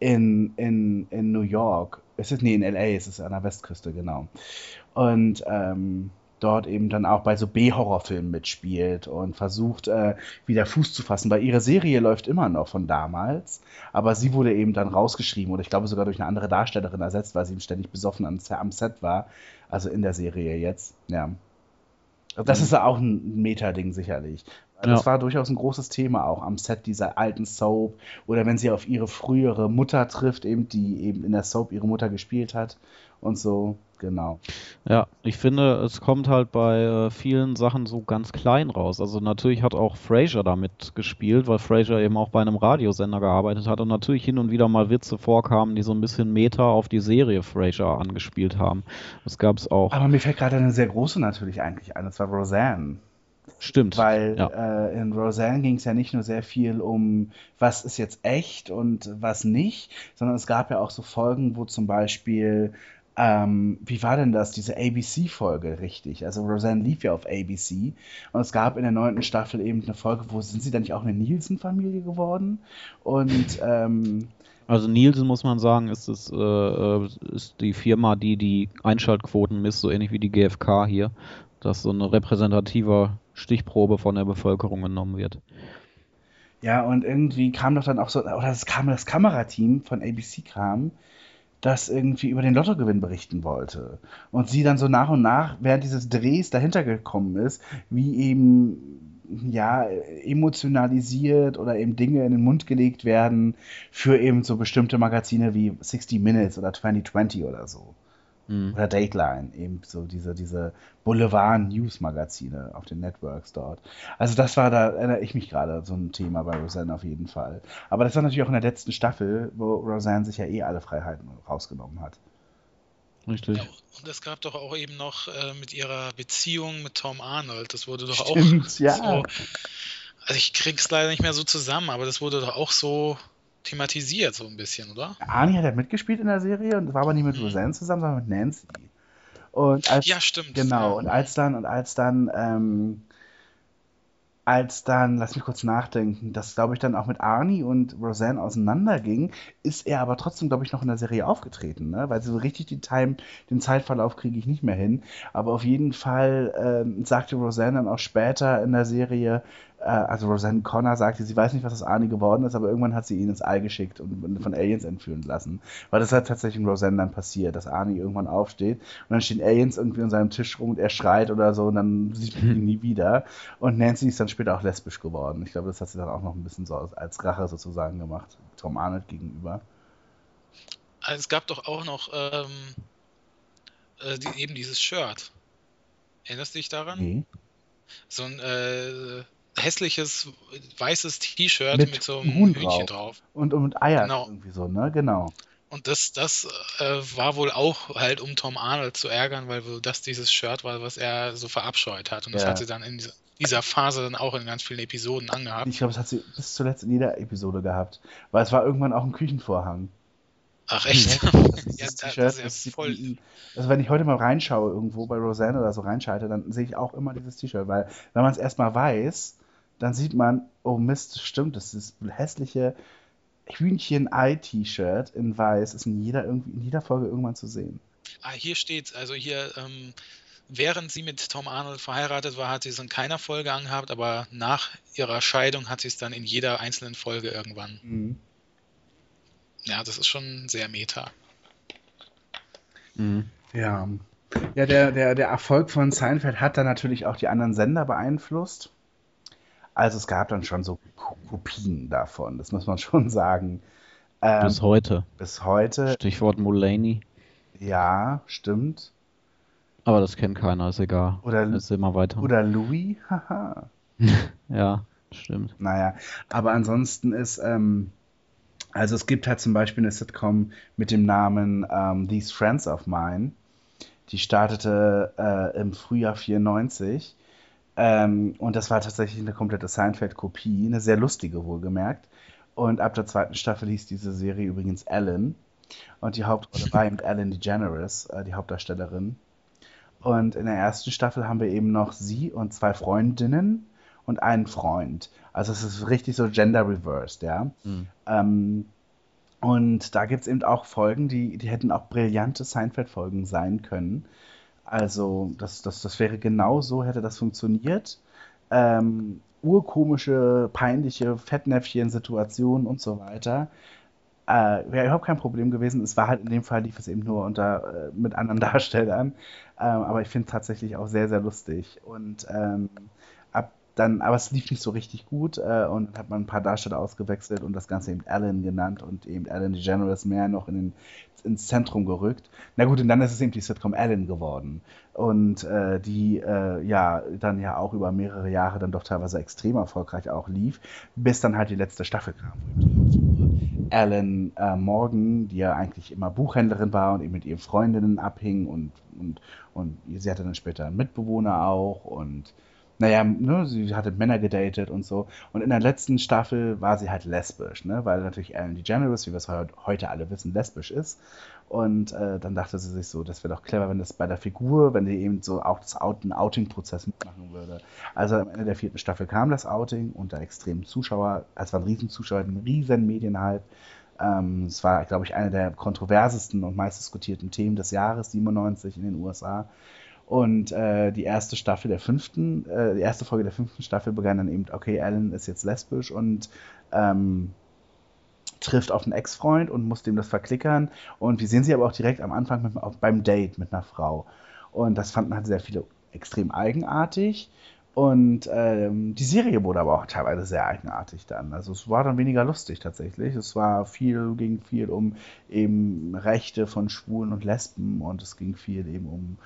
in New York. In L.A., es ist an der Westküste, genau. Und dort eben dann auch bei so B-Horrorfilmen mitspielt und versucht, wieder Fuß zu fassen, weil ihre Serie läuft immer noch von damals, aber sie wurde eben dann rausgeschrieben oder ich glaube sogar durch eine andere Darstellerin ersetzt, weil sie eben ständig besoffen am Set war, also in der Serie jetzt, ja. Das ist ja auch ein Meta-Ding sicherlich. Das war durchaus ein großes Thema auch am Set dieser alten Soap oder wenn sie auf ihre frühere Mutter trifft, eben die eben in der Soap ihre Mutter gespielt hat und so, genau. Ja, ich finde, es kommt halt bei vielen Sachen so ganz klein raus. Also natürlich hat auch Frasier damit gespielt, weil Frasier eben auch bei einem Radiosender gearbeitet hat und natürlich hin und wieder mal Witze vorkamen, die so ein bisschen Meta auf die Serie Frasier angespielt haben. Das gab es auch. Aber mir fällt gerade eine sehr große natürlich eigentlich ein, das war Roseanne. Stimmt. Weil Ja. in Roseanne ging es ja nicht nur sehr viel um, was ist jetzt echt und was nicht, sondern es gab ja auch so Folgen, wo zum Beispiel, wie war denn das, diese ABC-Folge richtig? Also Roseanne lief ja auf ABC und es gab in der 9. Staffel eben eine Folge, wo sind sie dann nicht auch eine Nielsen-Familie geworden? Und Also Nielsen, muss man sagen, ist die Firma, die Einschaltquoten misst, so ähnlich wie die GfK hier, dass so eine repräsentative Stichprobe von der Bevölkerung genommen wird. ja, und irgendwie kam doch dann auch so, oder es kam das Kamerateam von ABC das irgendwie über den Lottogewinn berichten wollte. Und sie dann so nach und nach während dieses Drehs dahinter gekommen ist, wie eben ja emotionalisiert oder eben Dinge in den Mund gelegt werden für eben so bestimmte Magazine wie 60 Minutes oder 2020 oder so. Oder Dateline, eben so diese Boulevard-News-Magazine auf den Networks dort. Also das war, da erinnere ich mich gerade, so ein Thema bei Roseanne auf jeden Fall. Aber das war natürlich auch in der letzten Staffel, wo Roseanne sich ja alle Freiheiten rausgenommen hat. Richtig. Ja, und es gab doch auch eben noch mit ihrer Beziehung mit Tom Arnold, das wurde doch Stimmt, auch ja. so, also ich krieg's leider nicht mehr so zusammen, aber das wurde doch auch so thematisiert, so ein bisschen, oder? Arnie hat ja mitgespielt in der Serie und war aber nicht mit Roseanne zusammen, sondern mit Nancy. Und Ja, stimmt. Genau, Ja. und als dann, lass mich kurz nachdenken, das glaube ich dann auch mit Arnie und Roseanne auseinanderging, ist er aber trotzdem, glaube ich, noch in der Serie aufgetreten, ne? Weil so richtig den Zeitverlauf kriege ich nicht mehr hin. Aber auf jeden Fall sagte Roseanne dann auch später in der Serie, also Roseanne Connor sagte, sie weiß nicht, was aus Arnie geworden ist, aber irgendwann hat sie ihn ins All geschickt und von Aliens entführen lassen. Weil das hat tatsächlich in Roseanne dann passiert, dass Arnie irgendwann aufsteht und dann stehen Aliens irgendwie an seinem Tisch rum und er schreit oder so und dann sieht man ihn nie wieder. Und Nancy ist dann später auch lesbisch geworden. Ich glaube, das hat sie dann auch noch ein bisschen so als Rache sozusagen gemacht, Tom Arnold gegenüber. Also es gab doch auch noch eben dieses Shirt. Erinnerst du dich daran? Nee. So ein hässliches weißes T-Shirt Mit mit so einem einem Huhn Hühnchen drauf. drauf. Und mit Eiern Genau. irgendwie so, ne? Genau. Und das war wohl auch halt, um Tom Arnold zu ärgern, weil wohl das dieses Shirt war, was er so verabscheut hat. Und das Ja. hat sie dann in dieser Phase dann auch in ganz vielen Episoden angehabt. Ich glaube, das hat sie bis zuletzt in jeder Episode gehabt. Weil es war irgendwann auch ein Küchenvorhang. Ach echt? Das ist Ja, das das T-Shirt. ist ja voll. Also wenn ich heute mal reinschaue irgendwo bei Roseanne oder so reinschalte, dann sehe ich auch immer dieses T-Shirt. Weil wenn man es erstmal weiß, dann sieht man, oh Mist, stimmt, das ist das hässliche Hühnchen-Ei-T-Shirt in weiß, ist in jeder Folge irgendwann zu sehen. Hier steht's, also hier während sie mit Tom Arnold verheiratet war, hat sie es in keiner Folge angehabt, aber nach ihrer Scheidung hat sie es dann in jeder einzelnen Folge irgendwann. Mhm. Ja, das ist schon sehr meta. Mhm. Ja. Ja, der Erfolg von Seinfeld hat dann natürlich auch die anderen Sender beeinflusst. Also es gab dann schon so Kopien davon, das muss man schon sagen. Bis heute. Bis heute, Stichwort Mulaney. ja, stimmt. Aber das kennt keiner, ist egal. Oder, Jetzt immer weiter. oder Louis, haha. Ja, stimmt. Naja, aber ansonsten ist, also es gibt halt zum Beispiel eine Sitcom mit dem Namen These Friends of Mine. Die startete im Frühjahr 94. Und das war tatsächlich eine komplette Seinfeld-Kopie, eine sehr lustige wohlgemerkt. Und ab der zweiten Staffel hieß diese Serie übrigens Ellen. Und die Hauptrolle war eben Ellen DeGeneres, die Hauptdarstellerin. Und in der ersten Staffel haben wir eben noch sie und 2 Freundinnen und einen Freund. Also es ist richtig so gender-reversed, ja. Und da gibt es eben auch Folgen, die hätten auch brillante Seinfeld-Folgen sein können. Also das wäre genau so, hätte das funktioniert. Urkomische, peinliche Fettnäpfchen-Situationen und so weiter. Wäre überhaupt kein Problem gewesen. Es war halt in dem Fall, lief es eben nur mit anderen Darstellern. Aber ich finde es tatsächlich auch sehr, sehr lustig. Und aber es lief nicht so richtig gut und dann hat man ein paar Darsteller ausgewechselt und das Ganze eben Ellen genannt und eben Ellen DeGeneres mehr noch ins Zentrum gerückt. Na gut, und dann ist es eben die Sitcom Ellen geworden und die ja dann ja auch über mehrere Jahre dann doch teilweise extrem erfolgreich auch lief, bis dann halt die letzte Staffel kam. Ellen Morgan, die ja eigentlich immer Buchhändlerin war und eben mit ihren Freundinnen abhing und sie hatte dann später einen Mitbewohner auch und naja, ne, sie hatte Männer gedatet und so. Und in der letzten Staffel war sie halt lesbisch, ne, weil natürlich Ellen DeGeneres, wie wir es heute alle wissen, lesbisch ist. Und dann dachte sie sich so, das wäre doch clever, wenn das bei der Figur, wenn die eben so auch einen Outing-Prozess mitmachen würde. Also am Ende der 4. Staffel kam das Outing unter extremen Zuschauer, es waren riesen Zuschauer, ein riesen Medienhype. Es war, glaube ich, eine der kontroversesten und meistdiskutierten Themen des Jahres 97 in den USA. Und die erste Folge der 5. Staffel begann dann eben, okay, Ellen ist jetzt lesbisch und trifft auf einen Ex-Freund und muss dem das verklickern. Und wir sehen sie aber auch direkt am Anfang beim Date mit einer Frau. Und das fanden halt sehr viele extrem eigenartig. Und die Serie wurde aber auch teilweise sehr eigenartig dann. Also es war dann weniger lustig tatsächlich. Es ging viel um eben Rechte von Schwulen und Lesben und es ging viel eben um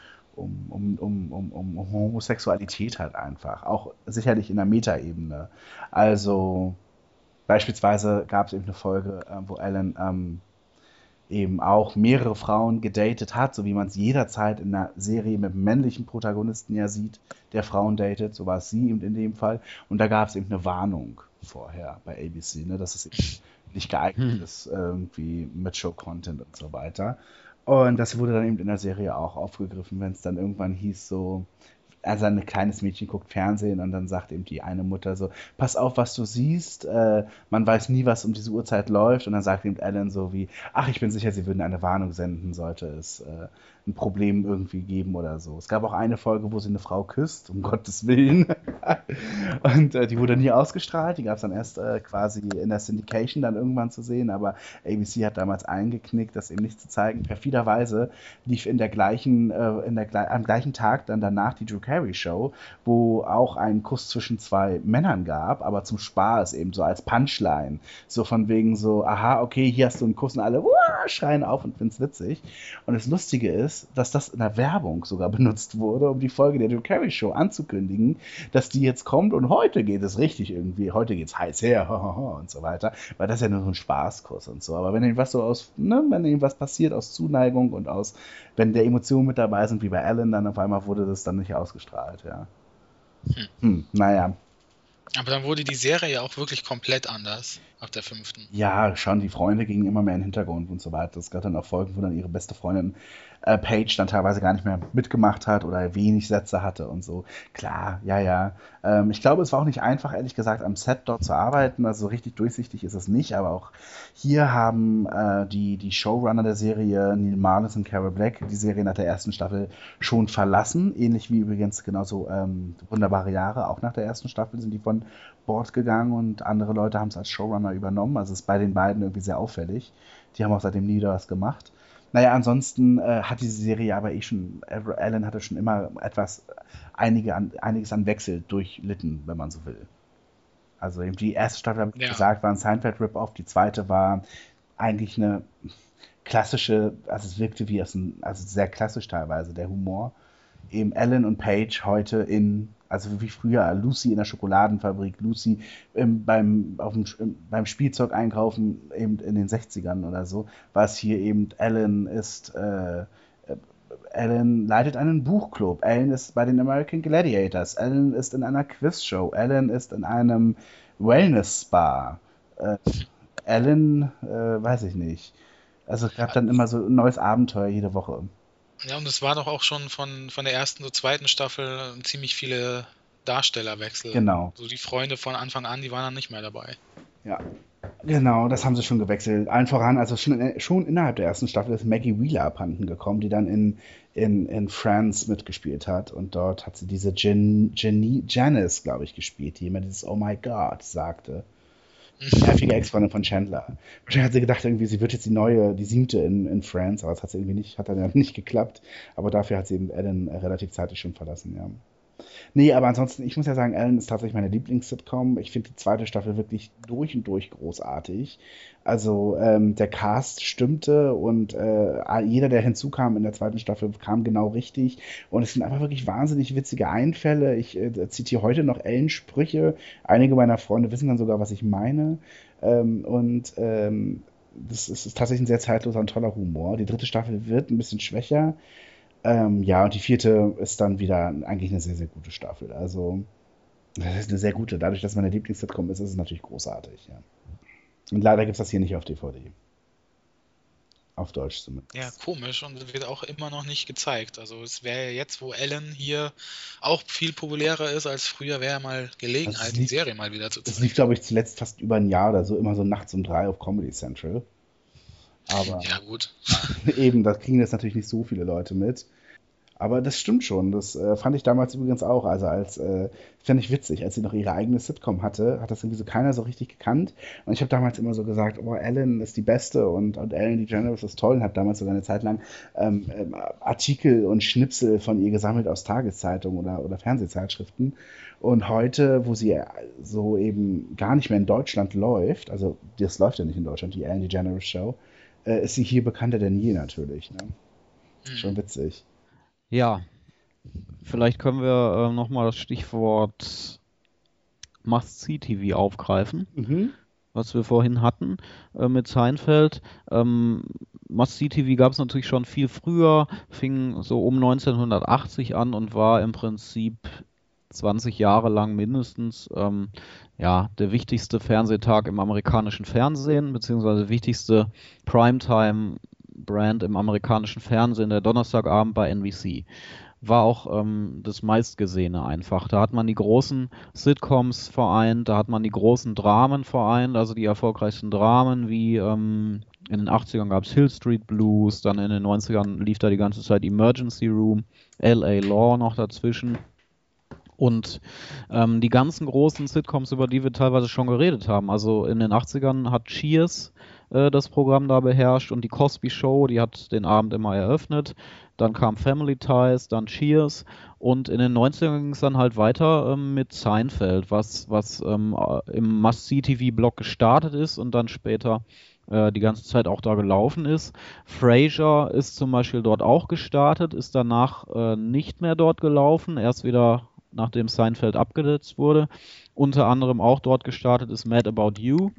Homosexualität halt einfach. Auch sicherlich in der Metaebene. Also beispielsweise gab es eben eine Folge, wo Ellen eben auch mehrere Frauen gedatet hat, so wie man es jederzeit in einer Serie mit einem männlichen Protagonisten ja sieht, der Frauen datet. So war es sie eben in dem Fall. Und da gab es eben eine Warnung vorher bei ABC, ne, dass es eben nicht geeignet ist, irgendwie mit Show-Content und so weiter. Und das wurde dann eben in der Serie auch aufgegriffen, wenn es dann irgendwann hieß so, also ein kleines Mädchen guckt Fernsehen und dann sagt eben die eine Mutter so, pass auf, was du siehst, man weiß nie, was um diese Uhrzeit läuft. Und dann sagt eben Ellen so wie, ach, ich bin sicher, sie würden eine Warnung senden, sollte es ein Problem irgendwie geben oder so. Es gab auch eine Folge, wo sie eine Frau küsst, um Gottes Willen. Und die wurde nie ausgestrahlt, die gab es dann erst quasi in der Syndication dann irgendwann zu sehen, aber ABC hat damals eingeknickt, das eben nicht zu zeigen. Perfiderweise lief am gleichen Tag dann danach die Drew Carey Show, wo auch einen Kuss zwischen 2 Männern gab, aber zum Spaß eben so als Punchline. So von wegen so, aha, okay, hier hast du einen Kuss und alle schreien auf und finden es witzig. Und das Lustige ist, dass das in der Werbung sogar benutzt wurde, um die Folge der Drew Carey Show anzukündigen, dass die jetzt kommt und heute geht es richtig irgendwie, heute geht's heiß her und so weiter, weil das ist ja nur so ein Spaßkuss und so. Aber wenn irgendwas wenn irgendwas passiert aus Zuneigung und wenn der Emotionen mit dabei sind, wie bei Ellen, dann auf einmal wurde das dann nicht ausgestrahlt, ja. Naja. Aber dann wurde die Serie ja auch wirklich komplett anders. ab der 5. Ja, schon, die Freunde gingen immer mehr in den Hintergrund und so weiter. Es gab dann auch Folgen, wo dann ihre beste Freundin Paige dann teilweise gar nicht mehr mitgemacht hat oder wenig Sätze hatte und so. Klar, ja, ja. Ich glaube, es war auch nicht einfach, ehrlich gesagt, am Set dort zu arbeiten. Also so richtig durchsichtig ist es nicht, aber auch hier haben die Showrunner der Serie, Neil Marlis und Carol Black, die Serie nach der ersten Staffel schon verlassen. Ähnlich wie übrigens genauso Wunderbare Jahre. Auch nach der ersten Staffel sind die von Bord gegangen und andere Leute haben es als Showrunner übernommen. Also es ist bei den beiden irgendwie sehr auffällig. Die haben auch seitdem nie wieder was gemacht. Naja, ansonsten hat diese Serie aber Ellen hatte schon immer einiges an Wechsel durchlitten, wenn man so will. Also eben die erste Staffel, habe ich gesagt, war ein Seinfeld-Rip-Off, die zweite war eigentlich eine klassische, also es wirkte wie also sehr klassisch teilweise, der Humor. Eben Ellen und Paige heute also wie früher, Lucy in der Schokoladenfabrik, Lucy beim Spielzeug einkaufen, eben in den 60ern oder so, war es hier eben, Ellen leitet einen Buchclub, Ellen ist bei den American Gladiators, Ellen ist in einer Quizshow, Ellen ist in einem Wellness-Spa, Ellen, weiß ich nicht. Also es gab dann immer so ein neues Abenteuer jede Woche. Ja, und es war doch auch schon von der ersten zur zweiten Staffel ziemlich viele Darstellerwechsel. Genau. So die Freunde von Anfang an, die waren dann nicht mehr dabei. Ja, genau, das haben sie schon gewechselt. Allen voran, also schon innerhalb der ersten Staffel ist Maggie Wheeler abhanden gekommen, die dann in Friends mitgespielt hat. Und dort hat sie diese Janice, glaube ich, gespielt, die immer dieses Oh my God sagte. Nervige Ex-Freundin von Chandler. Wahrscheinlich hat sie gedacht, irgendwie, sie wird jetzt die 7. in Friends, aber das hat sie irgendwie nicht, hat dann ja nicht geklappt. Aber dafür hat sie eben Ellen relativ zeitig schon verlassen, ja. Nee, aber ansonsten, ich muss ja sagen, Ellen ist tatsächlich meine Lieblings-Sitcom. Ich finde die zweite Staffel wirklich durch und durch großartig. Also der Cast stimmte und jeder, der hinzukam in der zweiten Staffel, kam genau richtig. Und es sind einfach wirklich wahnsinnig witzige Einfälle. Ich zitiere heute noch Ellen-Sprüche. Einige meiner Freunde wissen dann sogar, was ich meine. Das ist tatsächlich ein sehr zeitloser und toller Humor. Die dritte Staffel wird ein bisschen schwächer. Ja, und die 4. ist dann wieder eigentlich eine sehr, sehr gute Staffel. Also, das ist eine sehr gute. Dadurch, dass meine Lieblings-Sitcom ist es natürlich großartig, ja. Und leider gibt es das hier nicht auf DVD. Auf Deutsch zumindest. Ja, komisch und wird auch immer noch nicht gezeigt. Also es wäre ja jetzt, wo Ellen hier auch viel populärer ist als früher, wäre mal Gelegenheit, die Serie mal wieder zu zeigen. Das lief, glaube ich, zuletzt fast über ein Jahr oder so, immer so nachts um 3 auf Comedy Central. Aber ja, gut. eben, da kriegen jetzt natürlich nicht so viele Leute mit. Aber das stimmt schon. Das fand ich damals übrigens auch. Also fand ich witzig, als sie noch ihre eigene Sitcom hatte, hat das irgendwie so keiner so richtig gekannt. Und ich habe damals immer so gesagt, oh, Ellen ist die Beste und Ellen DeGeneres ist toll. Und habe damals sogar eine Zeit lang Artikel und Schnipsel von ihr gesammelt aus Tageszeitungen oder Fernsehzeitschriften. Und heute, wo sie so eben gar nicht mehr in Deutschland läuft, also das läuft ja nicht in Deutschland, die Ellen DeGeneres Show, ist sie hier bekannter denn je natürlich. Ne? Schon witzig. Ja, vielleicht können wir nochmal das Stichwort Must-See-TV aufgreifen, was wir vorhin hatten mit Seinfeld. Must-See-TV gab es natürlich schon viel früher, fing so um 1980 an und war im Prinzip 20 Jahre lang mindestens der wichtigste Fernsehtag im amerikanischen Fernsehen, beziehungsweise wichtigste Primetime-Brand im amerikanischen Fernsehen, der Donnerstagabend bei NBC. War auch das meistgesehene einfach. Da hat man die großen Sitcoms vereint, da hat man die großen Dramen vereint, also die erfolgreichsten Dramen, wie in den 80ern gab es Hill Street Blues, dann in den 90ern lief da die ganze Zeit Emergency Room, LA Law noch dazwischen. Und die ganzen großen Sitcoms, über die wir teilweise schon geredet haben, also in den 80ern hat Cheers das Programm da beherrscht und die Cosby Show, die hat den Abend immer eröffnet. Dann kam Family Ties, dann Cheers und in den 90ern ging es dann halt weiter mit Seinfeld, was im Must-See-TV-Blog gestartet ist und dann später die ganze Zeit auch da gelaufen ist. Frasier ist zum Beispiel dort auch gestartet, ist danach nicht mehr dort gelaufen, erst wieder nachdem Seinfeld abgesetzt wurde. Unter anderem auch dort gestartet ist Mad About You,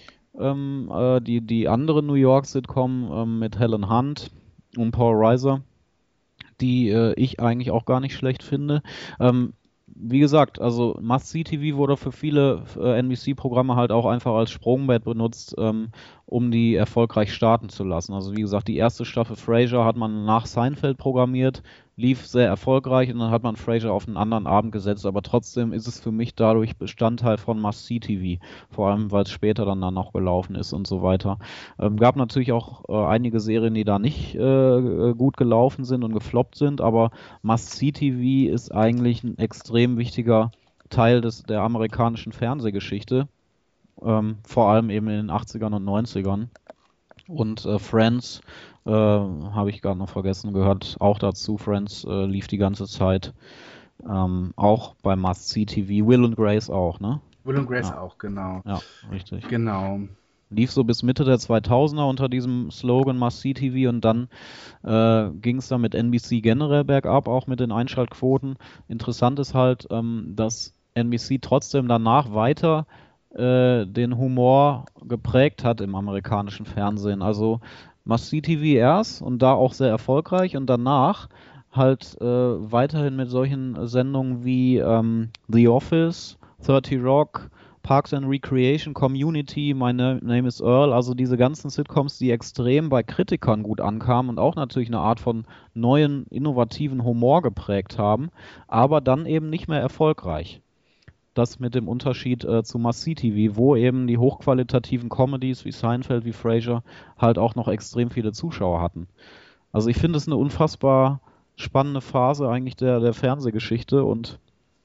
die andere New York-Sitcom mit Helen Hunt und Paul Reiser, die ich eigentlich auch gar nicht schlecht finde. wie gesagt, also Must-See-TV wurde für viele NBC-Programme halt auch einfach als Sprungbrett benutzt, um die erfolgreich starten zu lassen. Also wie gesagt, die erste Staffel Frasier hat man nach Seinfeld programmiert, lief sehr erfolgreich und dann hat man Frasier auf einen anderen Abend gesetzt, aber trotzdem ist es für mich dadurch Bestandteil von Must-See-TV, vor allem weil es später dann noch gelaufen ist und so weiter. Gab natürlich auch einige Serien, die da nicht gut gelaufen sind und gefloppt sind, aber Must-See-TV ist eigentlich ein extrem wichtiger Teil der amerikanischen Fernsehgeschichte, vor allem eben in den 80ern und 90ern. Und Friends, habe ich gerade noch vergessen, gehört auch dazu. Friends lief die ganze Zeit, auch bei Must-See-TV. Will und Grace auch, ne? Will und Grace Ja. auch, genau. Ja, richtig. Genau. Lief so bis Mitte der 2000er unter diesem Slogan Must-See-TV und dann ging es dann mit NBC generell bergab, auch mit den Einschaltquoten. Interessant ist halt, dass NBC trotzdem danach weiter den Humor geprägt hat im amerikanischen Fernsehen. Also Must-See-TV erst und da auch sehr erfolgreich und danach halt weiterhin mit solchen Sendungen wie The Office, 30 Rock, Parks and Recreation, Community, My Name is Earl, also diese ganzen Sitcoms, die extrem bei Kritikern gut ankamen und auch natürlich eine Art von neuen, innovativen Humor geprägt haben, aber dann eben nicht mehr erfolgreich. Das mit dem Unterschied zu Must-See-TV, wo eben die hochqualitativen Comedies wie Seinfeld, wie Frasier halt auch noch extrem viele Zuschauer hatten. Also ich finde es eine unfassbar spannende Phase eigentlich der Fernsehgeschichte und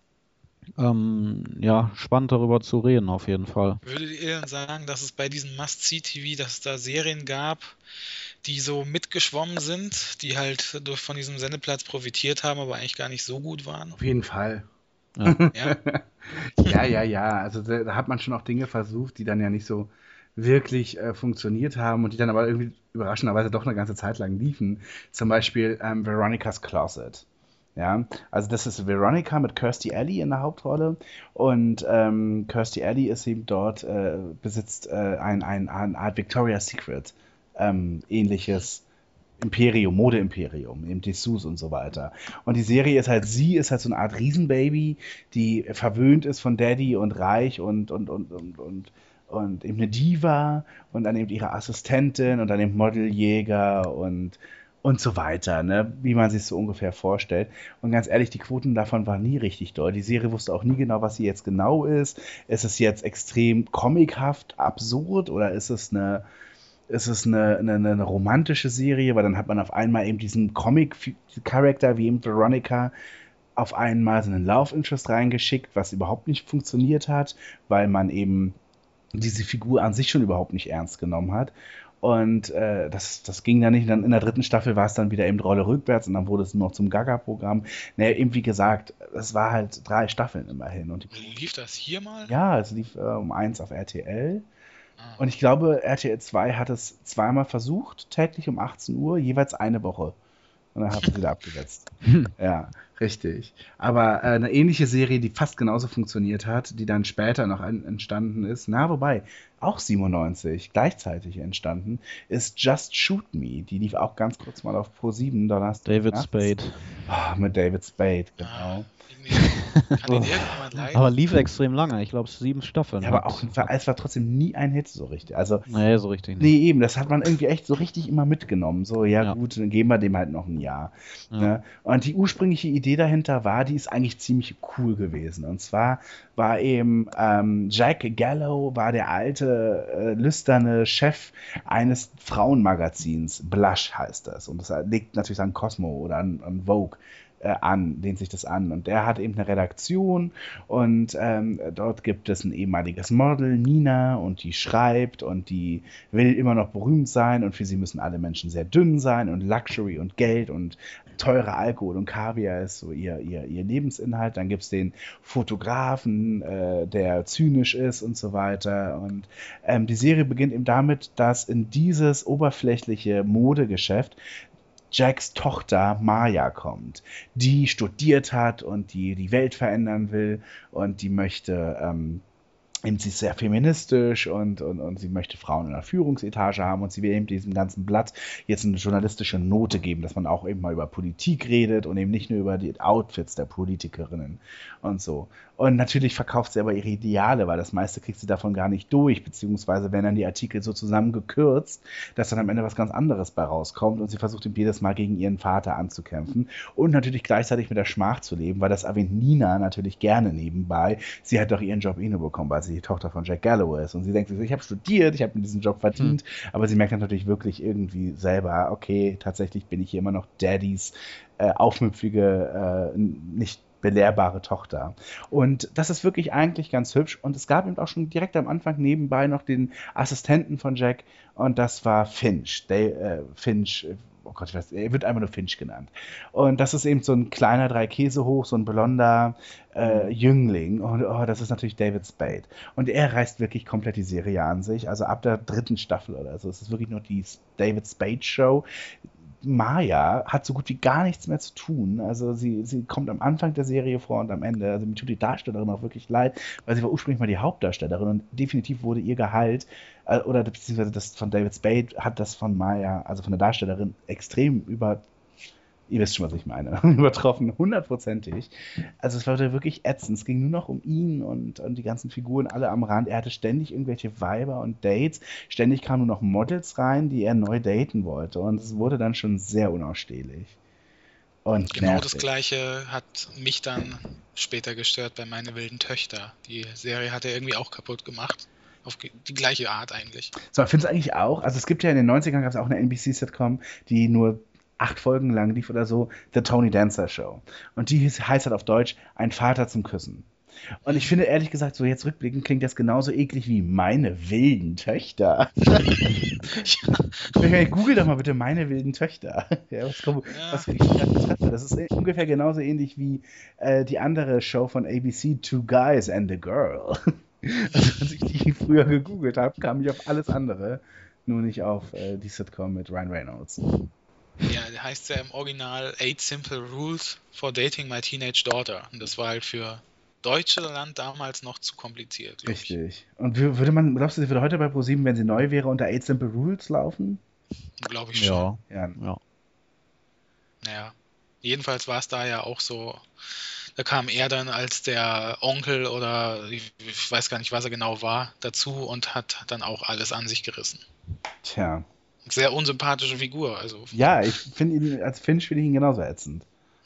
ja, spannend darüber zu reden auf jeden Fall. Würdet ihr denn sagen, dass es bei diesem Must-See-TV, dass es da Serien gab, die so mitgeschwommen sind, die halt von diesem Sendeplatz profitiert haben, aber eigentlich gar nicht so gut waren? Auf jeden Fall. Ja? Ja. Also da hat man schon auch Dinge versucht, die dann ja nicht so wirklich funktioniert haben und die dann aber irgendwie überraschenderweise doch eine ganze Zeit lang liefen. Zum Beispiel Veronica's Closet. Ja, also das ist Veronica mit Kirstie Alley in der Hauptrolle und Kirstie Alley ist eben dort, besitzt eine Art Victoria's Secret ähnliches Imperium, Modeimperium, eben Dessous und so weiter. Und die Serie ist halt, sie ist halt so eine Art Riesenbaby, die verwöhnt ist von Daddy und reich und eben eine Diva und dann eben ihre Assistentin und dann eben Modeljäger und so weiter, ne? Wie man sich so ungefähr vorstellt. Und ganz ehrlich, die Quoten davon waren nie richtig doll. Die Serie wusste auch nie genau, was sie jetzt genau ist. Ist es jetzt extrem comichaft, absurd oder ist es eine romantische Serie? Weil dann hat man auf einmal eben diesen Comic-Charakter wie eben Veronica auf einmal so einen Love Interest reingeschickt, was überhaupt nicht funktioniert hat, weil man eben diese Figur an sich schon überhaupt nicht ernst genommen hat. Und das ging dann nicht. Dann in der 3. Staffel war es dann wieder eben Rolle rückwärts und dann wurde es nur noch zum Gaga-Programm. Naja, eben wie gesagt, es war halt 3 Staffeln immerhin. Und Lief das hier mal? ja, es lief um 1 auf RTL. Ah. Und ich glaube, RTL 2 hat es zweimal versucht, täglich um 18 Uhr, jeweils eine Woche. Und dann haben sie wieder abgesetzt. Ja, richtig. Aber eine ähnliche Serie, die fast genauso funktioniert hat, die dann später noch entstanden ist, wobei, auch 97, gleichzeitig entstanden, ist Just Shoot Me. Die lief auch ganz kurz mal auf Pro7 Donnerstag. David Spade. Mit David Spade, genau. Kann ihn irgendjemand leiden? Aber lief extrem lange, ich glaube 7 Staffeln. Ja, aber auch, es war trotzdem nie ein Hit so richtig. Also, Nee, so richtig nicht. nee, eben, das hat man irgendwie echt so richtig immer mitgenommen. So, ja. Gut, dann geben wir dem halt noch ein Jahr. Ja. Ne? Und die ursprüngliche Idee dahinter die ist eigentlich ziemlich cool gewesen. Und zwar war eben Jack Gallo war der alte, lüsterne Chef eines Frauenmagazins. Blush heißt das. Und das liegt natürlich an Cosmo oder an Vogue. Lehnt sich das an. Und der hat eben eine Redaktion und dort gibt es ein ehemaliges Model, Nina, und die schreibt und die will immer noch berühmt sein und für sie müssen alle Menschen sehr dünn sein und Luxury und Geld und teurer Alkohol und Kaviar ist so ihr Lebensinhalt. Dann gibt es den Fotografen, der zynisch ist und so weiter. Und die Serie beginnt eben damit, dass in dieses oberflächliche Modegeschäft Jacks Tochter Maya kommt, die studiert hat und die Welt verändern will und die möchte eben sie ist sehr feministisch und sie möchte Frauen in der Führungsetage haben und sie will eben diesem ganzen Blatt jetzt eine journalistische Note geben, dass man auch eben mal über Politik redet und eben nicht nur über die Outfits der Politikerinnen und so. Und natürlich verkauft sie aber ihre Ideale, weil das meiste kriegt sie davon gar nicht durch, beziehungsweise werden dann die Artikel so zusammengekürzt, dass dann am Ende was ganz anderes bei rauskommt und sie versucht eben jedes Mal gegen ihren Vater anzukämpfen und natürlich gleichzeitig mit der Schmach zu leben, weil das erwähnt Nina natürlich gerne nebenbei. Sie hat doch ihren Job nur bekommen, weil sie die Tochter von Jack Galloway ist und sie denkt sich so, ich habe studiert, ich habe mir diesen Job verdient, aber sie merkt dann natürlich wirklich irgendwie selber, okay, tatsächlich bin ich hier immer noch Daddys aufmüpfige, nicht belehrbare Tochter. Und das ist wirklich eigentlich ganz hübsch. Und es gab eben auch schon direkt am Anfang nebenbei noch den Assistenten von Jack und das war Finch. Finch, oh Gott, ich weiß, er wird einfach nur Finch genannt. Und das ist eben so ein kleiner 3 Käse hoch, so ein blonder Jüngling. Und das ist natürlich David Spade. Und er reißt wirklich komplett die Serie an sich. Also ab der 3. Staffel oder so. Es ist wirklich nur die David Spade Show. Maya hat so gut wie gar nichts mehr zu tun. Also sie kommt am Anfang der Serie vor und am Ende. Also mir tut die Darstellerin auch wirklich leid, weil sie war ursprünglich mal die Hauptdarstellerin und definitiv wurde ihr Gehalt, oder beziehungsweise das von David Spade hat das von Maya, also von der Darstellerin, extrem ihr wisst schon, was ich meine, übertroffen, 100%ig. Also es war wirklich ätzend. Es ging nur noch um ihn und die ganzen Figuren alle am Rand. Er hatte ständig irgendwelche Weiber und Dates. Ständig kamen nur noch Models rein, die er neu daten wollte. Und es wurde dann schon sehr unausstehlich. Und genau nervig. das Gleiche hat mich dann später gestört bei Meine wilden Töchter. Die Serie hat er irgendwie auch kaputt gemacht. Auf die gleiche Art eigentlich. So, findest du eigentlich auch? Also es gibt ja in den 90ern gab es auch eine NBC-Sitcom, die nur 8 Folgen lang lief oder so, The Tony Dancer Show. Und die heißt halt auf Deutsch Ein Vater zum Küssen. Und ich finde ehrlich gesagt, so jetzt rückblickend klingt das genauso eklig wie Meine wilden Töchter. Google doch mal bitte Meine wilden Töchter. Ja, was krieg ich da? Das ist ungefähr genauso ähnlich wie die andere Show von ABC, Two Guys and a Girl. Also, als ich die früher gegoogelt habe, kam ich auf alles andere, nur nicht auf die Sitcom mit Ryan Reynolds. Ja, der heißt ja im Original 8 Simple Rules for Dating My Teenage Daughter. Und das war halt für Deutschland damals noch zu kompliziert. Richtig. Und glaubst du, sie würde heute bei ProSieben, wenn sie neu wäre, unter 8 Simple Rules laufen? Glaube ich schon. Ja. Naja, jedenfalls war es da ja auch so, da kam er dann als der Onkel oder ich weiß gar nicht, was er genau war, dazu und hat dann auch alles an sich gerissen. Tja. Sehr unsympathische Figur. Also. Ja, ich finde ihn, als Finch finde ich ihn genauso ätzend.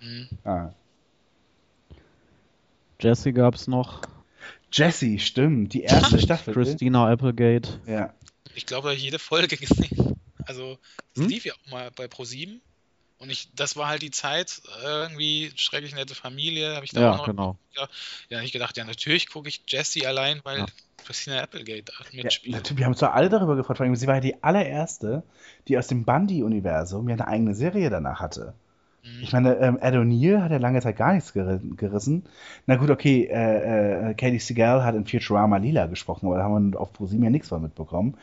Jessie gab's noch. Jessie, stimmt, die erste Staffel. Christina Applegate. Ja. Ich glaube, da habe ich jede Folge gesehen. Also, es lief ja auch mal bei ProSieben. Und das war halt die Zeit, irgendwie schrecklich nette Familie, habe ich da auch noch. Genau. Ja, ich gedacht, ja, natürlich gucke ich Jessie allein, weil Christina Applegate mitspielt. Ja, wir haben uns doch alle darüber gefreut, vor allem sie war ja die allererste, die aus dem Bundy-Universum ja eine eigene Serie danach hatte. Ich meine, Ed O'Neill hat ja lange Zeit gar nichts gerissen. Na gut, okay, Katie Seagal hat in Futurama Lila gesprochen, aber da haben wir auf ProSieben ja nichts von mitbekommen.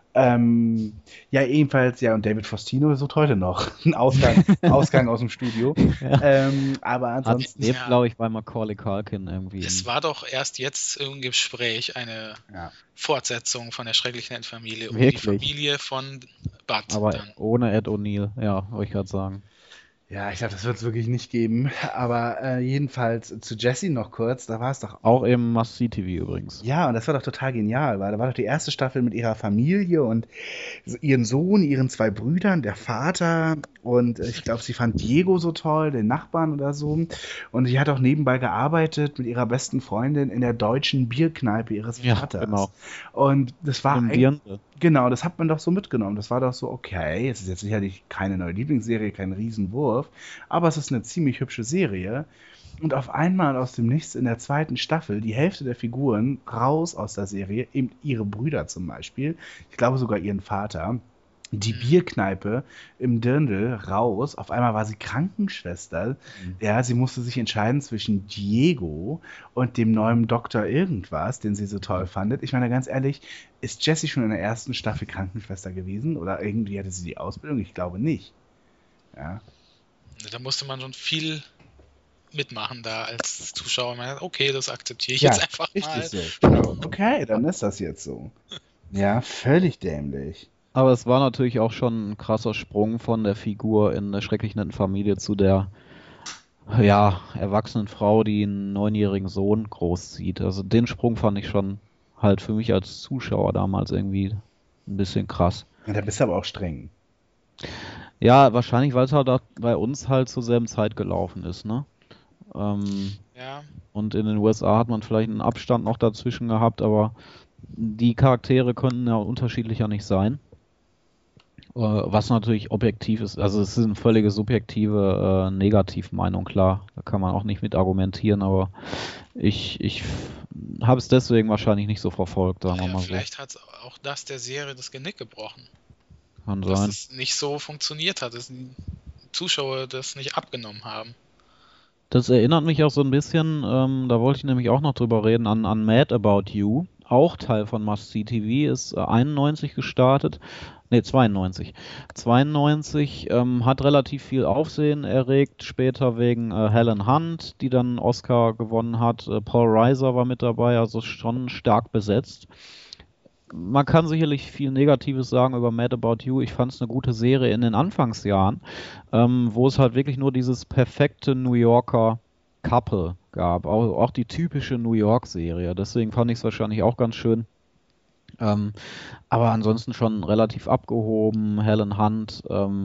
Ja, ebenfalls, ja, und David Faustino sucht heute noch einen Ausgang aus dem Studio. Ja. Aber ansonsten. Lebt, glaube ich, bei Macaulay Culkin irgendwie. Es war doch erst jetzt im Gespräch eine Fortsetzung von der schrecklichen Endfamilie Wirklich? Die Familie von Bud. Aber dann. ohne Ed O'Neill, ja, wollte ich gerade sagen. Ja, ich glaube, das wird es wirklich nicht geben. Aber jedenfalls zu Jessie noch kurz, da war es doch auch im Must-See-TV übrigens. Ja, und das war doch total genial, weil da war doch die erste Staffel mit ihrer Familie und ihren Sohn, ihren 2 Brüdern, der Vater und ich glaube, sie fand Diego so toll, den Nachbarn oder so. Und sie hat auch nebenbei gearbeitet mit ihrer besten Freundin in der deutschen Bierkneipe ihres Vaters. Genau. Und das war Dirndl. Genau, das hat man doch so mitgenommen. Das war doch so, okay, es ist jetzt sicherlich keine neue Lieblingsserie, kein Riesenwurf, aber es ist eine ziemlich hübsche Serie. Und auf einmal aus dem Nichts in der 2. Staffel die Hälfte der Figuren raus aus der Serie, eben ihre Brüder zum Beispiel, ich glaube sogar ihren Vater, die Bierkneipe im Dirndl raus. Auf einmal war sie Krankenschwester. Ja, sie musste sich entscheiden zwischen Diego und dem neuen Doktor irgendwas, den sie so toll fandet. Ich meine, ganz ehrlich, ist Jessie schon in der 1. Staffel Krankenschwester gewesen? Oder irgendwie hatte sie die Ausbildung? Ich glaube nicht. Ja. Da musste man schon viel mitmachen da als Zuschauer. Man sagt, okay, das akzeptiere ich Ja, jetzt einfach richtig mal. so. Genau. Okay, dann ist das jetzt so. Ja, völlig dämlich. Aber es war natürlich auch schon ein krasser Sprung von der Figur in der schrecklich netten Familie zu der, ja, erwachsenen Frau, die einen 9-jährigen Sohn großzieht. Also den Sprung fand ich schon halt für mich als Zuschauer damals irgendwie ein bisschen krass. Ja, da bist du aber auch streng. Ja, wahrscheinlich, weil es halt auch bei uns halt zur selben Zeit gelaufen ist, ne? Ähm, Ja, und in den USA hat man vielleicht einen Abstand noch dazwischen gehabt, aber die Charaktere könnten ja unterschiedlicher nicht sein. Was natürlich objektiv ist, also es ist eine völlige subjektive Negativmeinung, klar. Da kann man auch nicht mit argumentieren, aber ich habe es deswegen wahrscheinlich nicht so verfolgt, sagen wir ja, mal so. vielleicht hat auch das der Serie das Genick gebrochen, Kann dass sein. es nicht so funktioniert hat, dass die Zuschauer das nicht abgenommen haben. Das erinnert mich auch so ein bisschen, da wollte ich nämlich auch noch drüber reden, an Mad About You. Auch Teil von Must See TV, ist 91 gestartet. Ne, 92. 92 hat relativ viel Aufsehen erregt, später wegen Helen Hunt, die dann einen Oscar gewonnen hat. Paul Reiser war mit dabei, also schon stark besetzt. Man kann sicherlich viel Negatives sagen über Mad About You. Ich fand es eine gute Serie in den Anfangsjahren, wo es halt wirklich nur dieses perfekte New Yorker Couple gab. Auch die typische New York-Serie. Deswegen fand ich es wahrscheinlich auch ganz schön. Aber ansonsten schon relativ abgehoben. Helen Hunt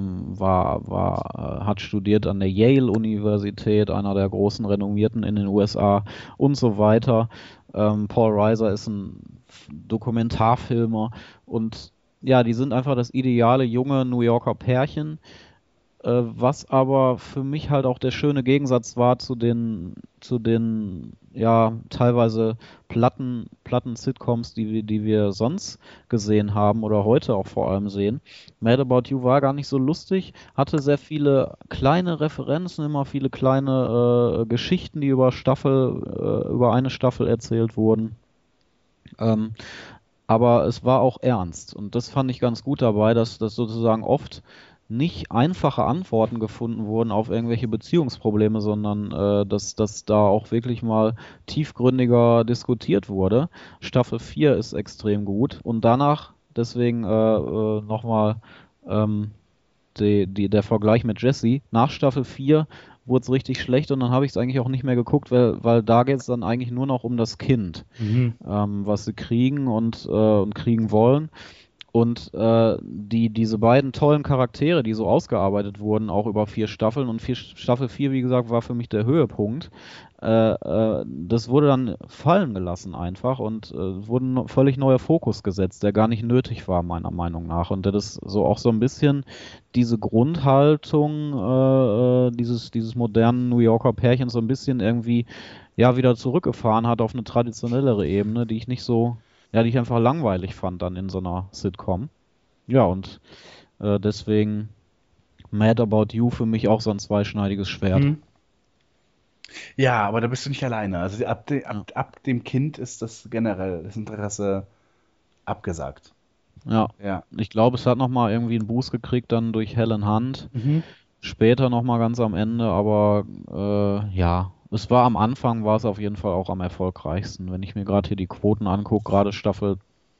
hat studiert an der Yale-Universität, einer der großen Renommierten in den USA und so weiter. Paul Reiser ist ein Dokumentarfilmer und ja, die sind einfach das ideale junge New Yorker Pärchen, was aber für mich halt auch der schöne Gegensatz war zu den ja, teilweise platten Sitcoms, die wir sonst gesehen haben oder heute auch vor allem sehen. Mad About You war gar nicht so lustig, hatte sehr viele kleine Referenzen, immer viele kleine Geschichten, die über eine Staffel erzählt wurden. Aber es war auch ernst und das fand ich ganz gut dabei, dass sozusagen oft nicht einfache Antworten gefunden wurden auf irgendwelche Beziehungsprobleme, sondern dass da auch wirklich mal tiefgründiger diskutiert wurde. Staffel 4 ist extrem gut und danach, deswegen nochmal der Vergleich mit Jesse, nach Staffel 4 wurde es richtig schlecht und dann habe ich es eigentlich auch nicht mehr geguckt, weil da geht es dann eigentlich nur noch um das Kind, was sie kriegen und kriegen wollen. Und diese beiden tollen Charaktere, die so ausgearbeitet wurden, auch über 4 Staffeln, und Staffel 4, wie gesagt, war für mich der Höhepunkt. Das wurde dann fallen gelassen einfach und wurde ein völlig neuer Fokus gesetzt, der gar nicht nötig war, meiner Meinung nach. Und der das so auch so ein bisschen diese Grundhaltung dieses modernen New Yorker Pärchens so ein bisschen irgendwie ja wieder zurückgefahren hat auf eine traditionellere Ebene, die ich einfach langweilig fand dann in so einer Sitcom. Ja, und deswegen Mad About You für mich auch so ein zweischneidiges Schwert. Mhm. Ja, aber da bist du nicht alleine. Also ab dem Kind ist das generell das Interesse abgesagt. Ja, Ja. ich glaube, es hat nochmal irgendwie einen Boost gekriegt dann durch Helen Hunt. Später nochmal ganz am Ende, aber ja, am Anfang war es auf jeden Fall auch am erfolgreichsten. Wenn ich mir gerade hier die Quoten angucke, gerade Staffel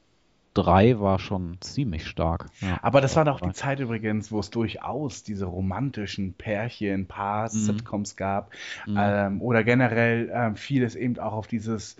3 war schon ziemlich stark. Ja. Aber das war doch die Zeit übrigens, wo es durchaus diese romantischen Pärchen, Paars, Sitcoms gab. Oder generell vieles eben auch auf dieses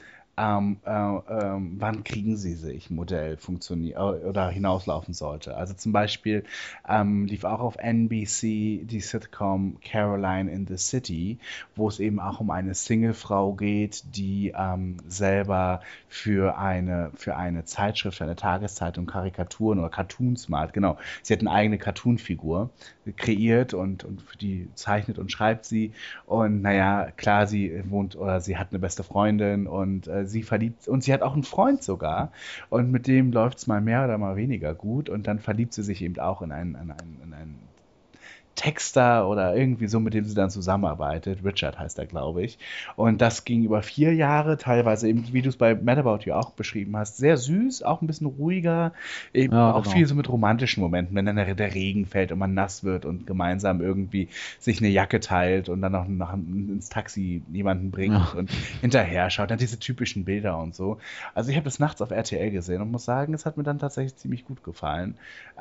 wann kriegen sie sich Modell funktioniert oder hinauslaufen sollte. Also zum Beispiel lief auch auf NBC die Sitcom Caroline in the City, wo es eben auch um eine Singlefrau geht, die selber für eine Zeitschrift, für eine Tageszeitung Karikaturen oder Cartoons malt. Genau, sie hat eine eigene Cartoonfigur kreiert und für die zeichnet und schreibt sie. Und naja, klar, sie hat eine beste Freundin und sie verliebt, und sie hat auch einen Freund sogar, und mit dem läuft es mal mehr oder mal weniger gut, und dann verliebt sie sich eben auch in einen Texter oder irgendwie so, mit dem sie dann zusammenarbeitet. Richard heißt er, glaube ich. Und das ging über 4 Jahre, teilweise eben, wie du es bei Mad About You auch beschrieben hast, sehr süß, auch ein bisschen ruhiger, eben auch genau. viel so mit romantischen Momenten, wenn dann der Regen fällt und man nass wird und gemeinsam irgendwie sich eine Jacke teilt und dann noch ins Taxi jemanden bringt und hinterher schaut, dann diese typischen Bilder und so. Also ich habe das nachts auf RTL gesehen und muss sagen, es hat mir dann tatsächlich ziemlich gut gefallen.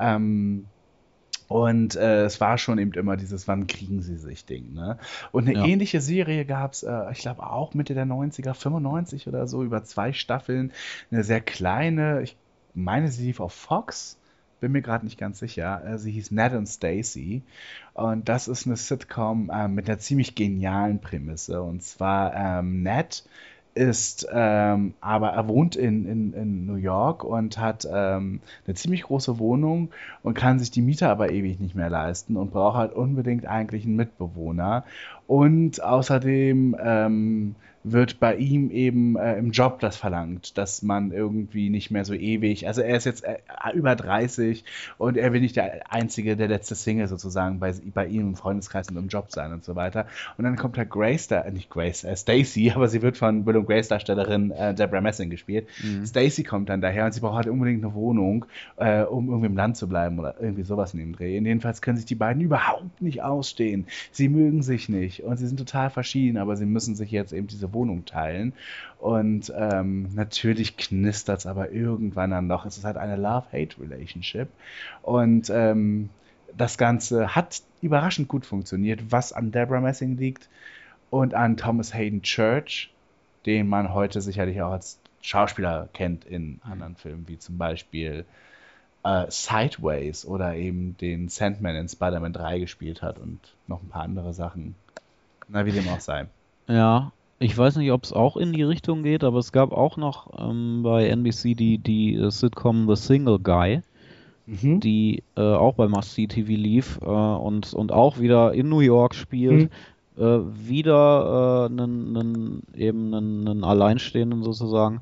Und es war schon eben immer dieses wann kriegen sie sich Ding, ne? Und eine ähnliche Serie gab es, ich glaube auch Mitte der 90er, 95 oder so, über 2 Staffeln. Eine sehr kleine, ich meine, sie lief auf Fox, bin mir gerade nicht ganz sicher. Sie hieß Ned und Stacey. Und das ist eine Sitcom mit einer ziemlich genialen Prämisse. Und zwar Ned ist, aber er wohnt in New York und hat eine ziemlich große Wohnung und kann sich die Miete aber ewig nicht mehr leisten und braucht halt unbedingt eigentlich einen Mitbewohner. Und außerdem wird bei ihm eben im Job das verlangt, dass man irgendwie nicht mehr so ewig, also er ist jetzt über 30 und er will nicht der einzige, der letzte Single sozusagen bei ihm im Freundeskreis und im Job sein und so weiter. Und dann kommt halt Stacey, aber sie wird von Will & Grace Darstellerin Deborah Messing gespielt. Stacey kommt dann daher und sie braucht halt unbedingt eine Wohnung, um irgendwie im Land zu bleiben oder irgendwie sowas in dem Dreh. Und jedenfalls können sich die beiden überhaupt nicht ausstehen. Sie mögen sich nicht und sie sind total verschieden, aber sie müssen sich jetzt eben diese Wohnung teilen. Und natürlich knistert es aber irgendwann dann noch. Es ist halt eine Love-Hate-Relationship. Und das Ganze hat überraschend gut funktioniert, was an Deborah Messing liegt und an Thomas Hayden Church, den man heute sicherlich auch als Schauspieler kennt in anderen Filmen, wie zum Beispiel Sideways oder eben den Sandman in Spider-Man 3 gespielt hat und noch ein paar andere Sachen. Na, wie dem auch sei. Ja, ich weiß nicht, ob es auch in die Richtung geht, aber es gab auch noch bei NBC die Sitcom The Single Guy, die auch bei Must See TV lief und auch wieder in New York spielt. Wieder einen Alleinstehenden sozusagen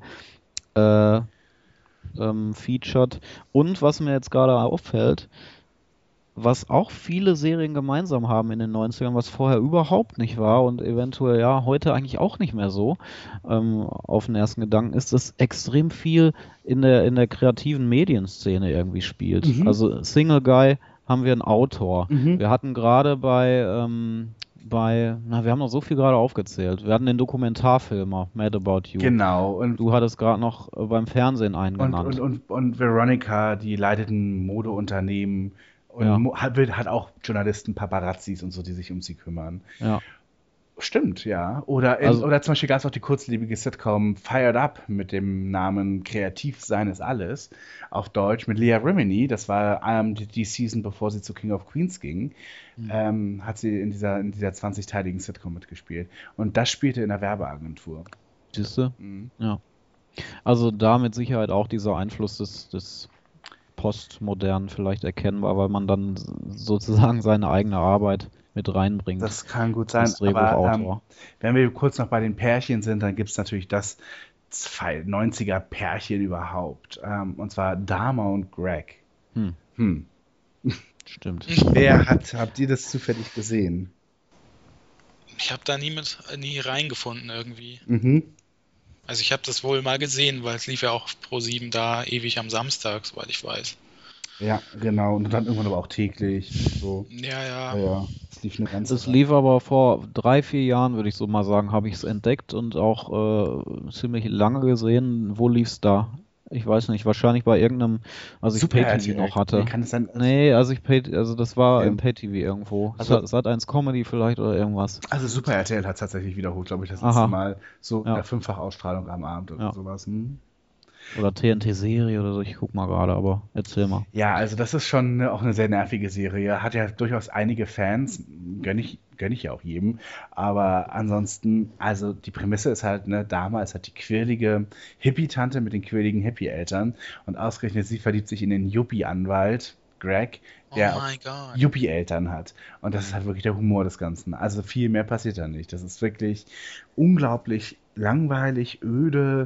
featured. Und was mir jetzt gerade auffällt, was auch viele Serien gemeinsam haben in den 90ern, was vorher überhaupt nicht war und eventuell ja heute eigentlich auch nicht mehr so auf den ersten Gedanken, ist, dass extrem viel in der kreativen Medienszene irgendwie spielt. Also Single Guy haben wir einen Autor. Wir hatten gerade wir haben noch so viel gerade aufgezählt. Wir hatten den Dokumentarfilmer Mad About You. Genau. Und du hattest gerade noch beim Fernsehen einen genannt. Und Veronica, die leitet ein Modeunternehmen und hat auch Journalisten, Paparazzis und so, die sich um sie kümmern. Ja. Stimmt, ja. Oder zum Beispiel gab es auch die kurzlebige Sitcom Fired Up mit dem Namen Kreativ sein ist alles auf Deutsch mit Leah Remini. Das war die Season, bevor sie zu King of Queens ging. Hat sie in dieser 20-teiligen Sitcom mitgespielt. Und das spielte in der Werbeagentur. Siehst du? Ja. Also da mit Sicherheit auch dieser Einfluss des Postmodernen vielleicht erkennbar, weil man dann sozusagen seine eigene Arbeit mit reinbringt. Das kann gut sein, aber wenn wir kurz noch bei den Pärchen sind, dann gibt es natürlich das 90er Pärchen überhaupt. Und zwar Dahmer und Greg. Stimmt. Habt ihr das zufällig gesehen? Ich habe da nie reingefunden irgendwie. Also ich habe das wohl mal gesehen, weil es lief ja auch auf Pro7 da ewig am Samstag, soweit ich weiß. Ja, genau. Und dann irgendwann aber auch täglich. So. Ja. Das lief aber vor 3-4 Jahren, würde ich so mal sagen, habe ich es entdeckt und auch ziemlich lange gesehen. Wo lief es da? Ich weiß nicht, wahrscheinlich bei irgendeinem, als ich Pay-TV noch hatte. Nee, kann es sein? Nee, das war im Pay-TV irgendwo. Also, Sat.1 Comedy vielleicht oder irgendwas. Also Super RTL hat es tatsächlich wiederholt, glaube ich, das letzte Mal. So 5-fach Ausstrahlung am Abend oder sowas. Oder TNT-Serie oder so, ich guck mal gerade, aber erzähl mal. Ja, also das ist schon auch eine sehr nervige Serie. Hat ja durchaus einige Fans, gönn ich ja auch jedem. Aber ansonsten, also die Prämisse ist halt, Dahmer ist halt die quirlige Hippie-Tante mit den quirligen Hippie-Eltern. Und ausgerechnet sie verliebt sich in den Yuppie-Anwalt Greg, Oh der mein Gott. Yuppie-Eltern hat. Und das ist halt wirklich der Humor des Ganzen. Also viel mehr passiert da nicht. Das ist wirklich unglaublich langweilig, öde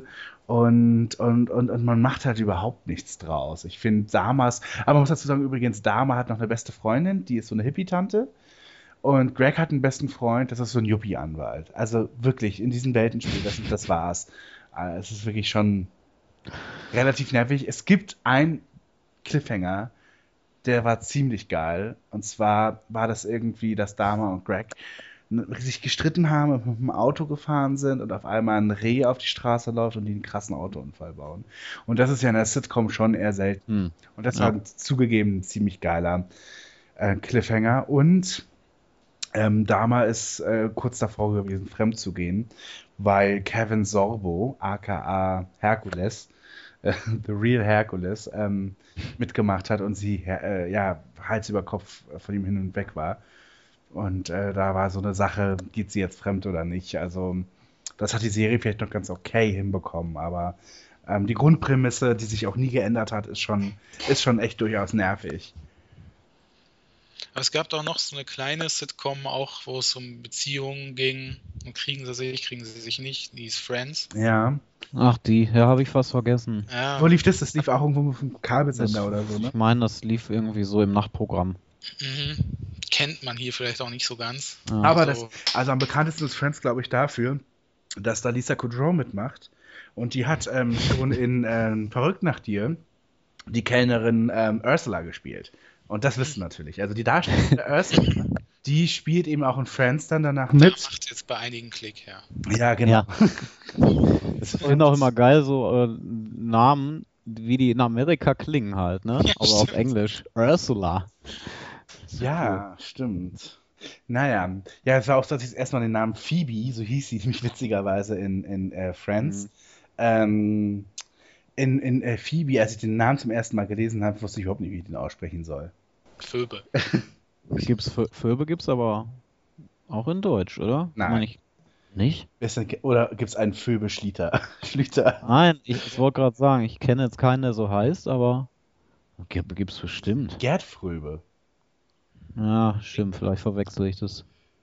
und man macht halt überhaupt nichts draus. Ich finde Damas, aber man muss dazu sagen, übrigens, Dama hat noch eine beste Freundin, die ist so eine Hippie-Tante. Und Greg hat einen besten Freund, das ist so ein Yuppie-Anwalt. Also wirklich, in diesem Weltenspiel, das war's. Es ist wirklich schon relativ nervig. Es gibt einen Cliffhanger, der war ziemlich geil. Und zwar war das irgendwie, dass Dama und Greg sich gestritten haben und mit dem Auto gefahren sind und auf einmal ein Reh auf die Straße läuft und die einen krassen Autounfall bauen. Und das ist ja in der Sitcom schon eher selten. Und das war zugegeben ein ziemlich geiler Cliffhanger. Und Dama ist kurz davor gewesen, fremd zu gehen, weil Kevin Sorbo, aka Hercules, The Real Hercules, mitgemacht hat und sie Hals über Kopf von ihm hin und weg war. Und da war so eine Sache, geht sie jetzt fremd oder nicht? Also das hat die Serie vielleicht noch ganz okay hinbekommen, aber die Grundprämisse, die sich auch nie geändert hat, ist schon echt durchaus nervig. Aber es gab doch noch so eine kleine Sitcom auch, wo es um Beziehungen ging. Und kriegen sie sich nicht. Die ist Friends. Ja. Ach, habe ich fast vergessen. Ja. Wo lief das? Das lief auch irgendwo auf dem Kabelsender oder so, ne? Ich meine, das lief irgendwie so im Nachtprogramm. Mhm. Kennt man hier vielleicht auch nicht so ganz. Ja. Aber Also- also am bekanntesten ist Friends, glaube ich, dafür, dass da Lisa Kudrow mitmacht. Und die hat schon in Verrückt nach dir die Kellnerin Ursula gespielt. Und das wissen natürlich. Also die Darstellerin Ursula, die spielt eben auch in Friends dann danach Da mit. macht jetzt bei einigen Klick, ja. Ja, genau. Ja. Ich finde auch immer geil, so Namen, wie die in Amerika klingen halt, ne? Ja, Aber auf stimmt. Englisch. Ursula. Ja, stimmt. Naja, ja, es war auch so, dass ich erstmal den Namen Phoebe, so hieß sie nämlich witzigerweise in Friends. In Phoebe, als ich den Namen zum ersten Mal gelesen habe, wusste ich überhaupt nicht, wie ich den aussprechen soll. Phoebe. Phoebe gibt's aber auch in Deutsch, oder? Nein. Meine ich nicht? Oder gibt es einen Phoebe Schlieter? Schlüter? Nein, ich wollte gerade sagen, ich kenne jetzt keinen, der so heißt, aber gibt's bestimmt. Gerd Fröbe. Ja, stimmt, vielleicht verwechsel ich das.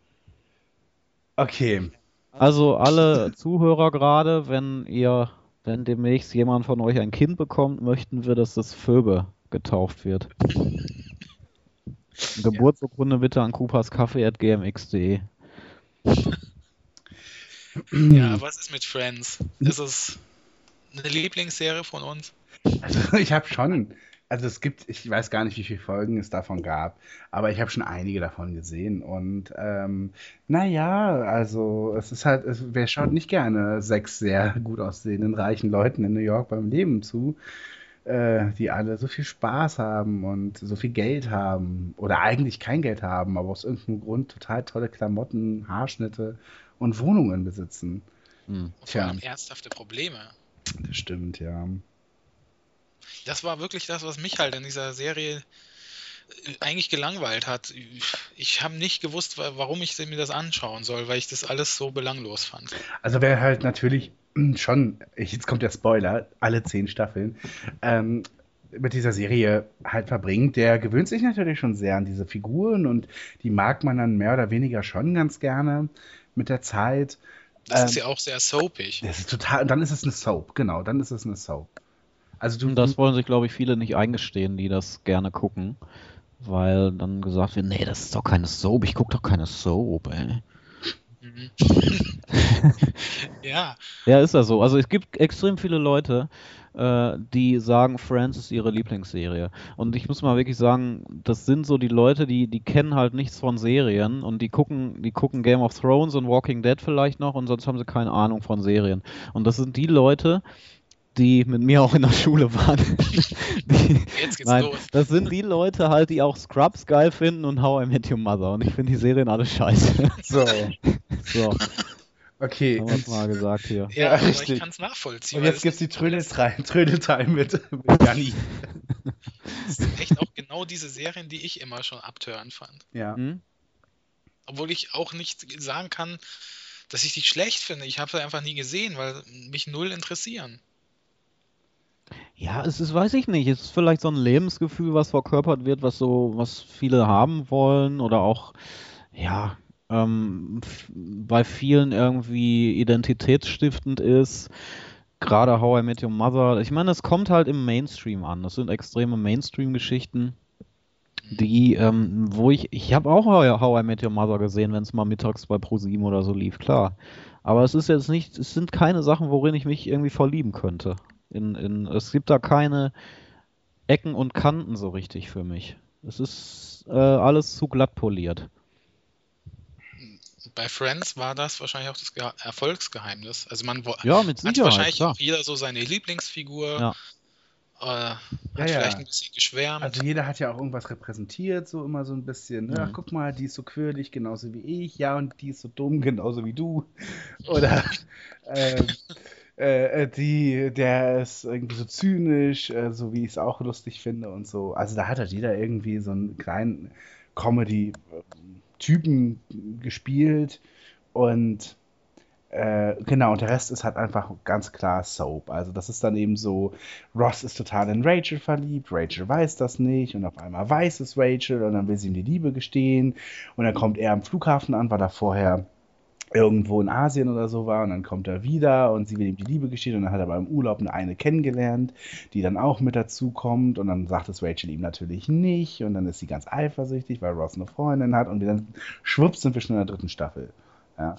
Okay. Also alle Zuhörer gerade, wenn demnächst jemand von euch ein Kind bekommt, möchten wir, dass das Phoebe getauft wird. Geburtsurkunde bitte an cooperskaffee@gmx.de. Ja, was ist mit Friends? Ist es eine Lieblingsserie von uns? Also ich habe schon, also ich weiß gar nicht, wie viele Folgen es davon gab, aber ich habe schon einige davon gesehen und naja, also es ist halt, wer schaut nicht gerne 6 sehr gut aussehenden, reichen Leuten in New York beim Leben zu, die alle so viel Spaß haben und so viel Geld haben oder eigentlich kein Geld haben, aber aus irgendeinem Grund total tolle Klamotten, Haarschnitte und Wohnungen besitzen. Hm. Und vor allem ernsthafte Probleme. Das stimmt, ja. Das war wirklich das, was mich halt in dieser Serie eigentlich gelangweilt hat. Ich habe nicht gewusst, warum ich mir das anschauen soll, weil ich das alles so belanglos fand. Also wer halt natürlich schon, jetzt kommt der Spoiler, alle 10 Staffeln, mit dieser Serie halt verbringt, der gewöhnt sich natürlich schon sehr an diese Figuren und die mag man dann mehr oder weniger schon ganz gerne mit der Zeit. Das ist ja auch sehr soapig. Das ist total, und dann ist es eine Soap, genau, dann ist es eine Soap. Also Und das wollen sich, glaube ich, viele nicht eingestehen, die das gerne gucken, weil dann gesagt wird, nee, das ist doch keine Soap, ich gucke doch keine Soap, ey. Mhm. Ja, Ja, ist das so. Also es gibt extrem viele Leute, die sagen, Friends ist ihre Lieblingsserie. Und ich muss mal wirklich sagen, das sind so die Leute, die kennen halt nichts von Serien und die gucken Game of Thrones und Walking Dead vielleicht noch und sonst haben sie keine Ahnung von Serien. Und das sind die Leute, die mit mir auch in der Schule waren. jetzt geht's Nein, los. das sind die Leute halt, die auch Scrubs geil finden und How I Met Your Mother. Und ich finde die Serien alle scheiße. so, So, okay. haben wir es mal gesagt hier. Ja, Ja, aber richtig. ich kann es nachvollziehen. Und weil jetzt gibt's die Trödeltime mit Janni. das sind echt auch genau diese Serien, die ich immer schon abtören fand. Ja. Hm? Obwohl ich auch nicht sagen kann, dass ich die schlecht finde. Ich habe sie einfach nie gesehen, weil mich null interessieren. Ja, es ist, weiß ich nicht, es ist vielleicht so ein Lebensgefühl, was verkörpert wird, was viele haben wollen oder auch, ja, bei vielen irgendwie identitätsstiftend ist. Gerade How I Met Your Mother. Ich meine, es kommt halt im Mainstream an. Das sind extreme Mainstream-Geschichten, wo ich habe auch How I Met Your Mother gesehen, wenn es mal mittags bei ProSieben oder so lief, klar. Aber es ist jetzt nicht, es sind keine Sachen, worin ich mich irgendwie verlieben könnte. Es gibt da keine Ecken und Kanten so richtig für mich. Es ist alles zu glatt poliert. Bei Friends war das wahrscheinlich auch das Erfolgsgeheimnis. Also man Ja, mit hat Sicherheit, wahrscheinlich klar. auch jeder so seine Lieblingsfigur, Ja. hat Ja, vielleicht ja. ein bisschen geschwärmt. Also jeder hat ja auch irgendwas repräsentiert, so immer so ein bisschen. Ne? Ach, Mhm. guck mal, die ist so quirlig, genauso wie ich. Ja, und die ist so dumm, genauso wie du. Oder der ist irgendwie so zynisch, so wie ich es auch lustig finde und so. Also da hat halt jeder irgendwie so einen kleinen Comedy-Typen gespielt und genau, und der Rest ist halt einfach ganz klar Soap. Also das ist dann eben so, Ross ist total in Rachel verliebt, Rachel weiß das nicht und auf einmal weiß es Rachel und dann will sie ihm die Liebe gestehen und dann kommt er am Flughafen an, weil er vorher irgendwo in Asien oder so war und dann kommt er wieder und sie will ihm die Liebe gestehen und dann hat er beim Urlaub eine kennengelernt, die dann auch mit dazu kommt und dann sagt es Rachel ihm natürlich nicht und dann ist sie ganz eifersüchtig, weil Ross eine Freundin hat und dann schwupps sind wir schon in der 3. Staffel. Ja.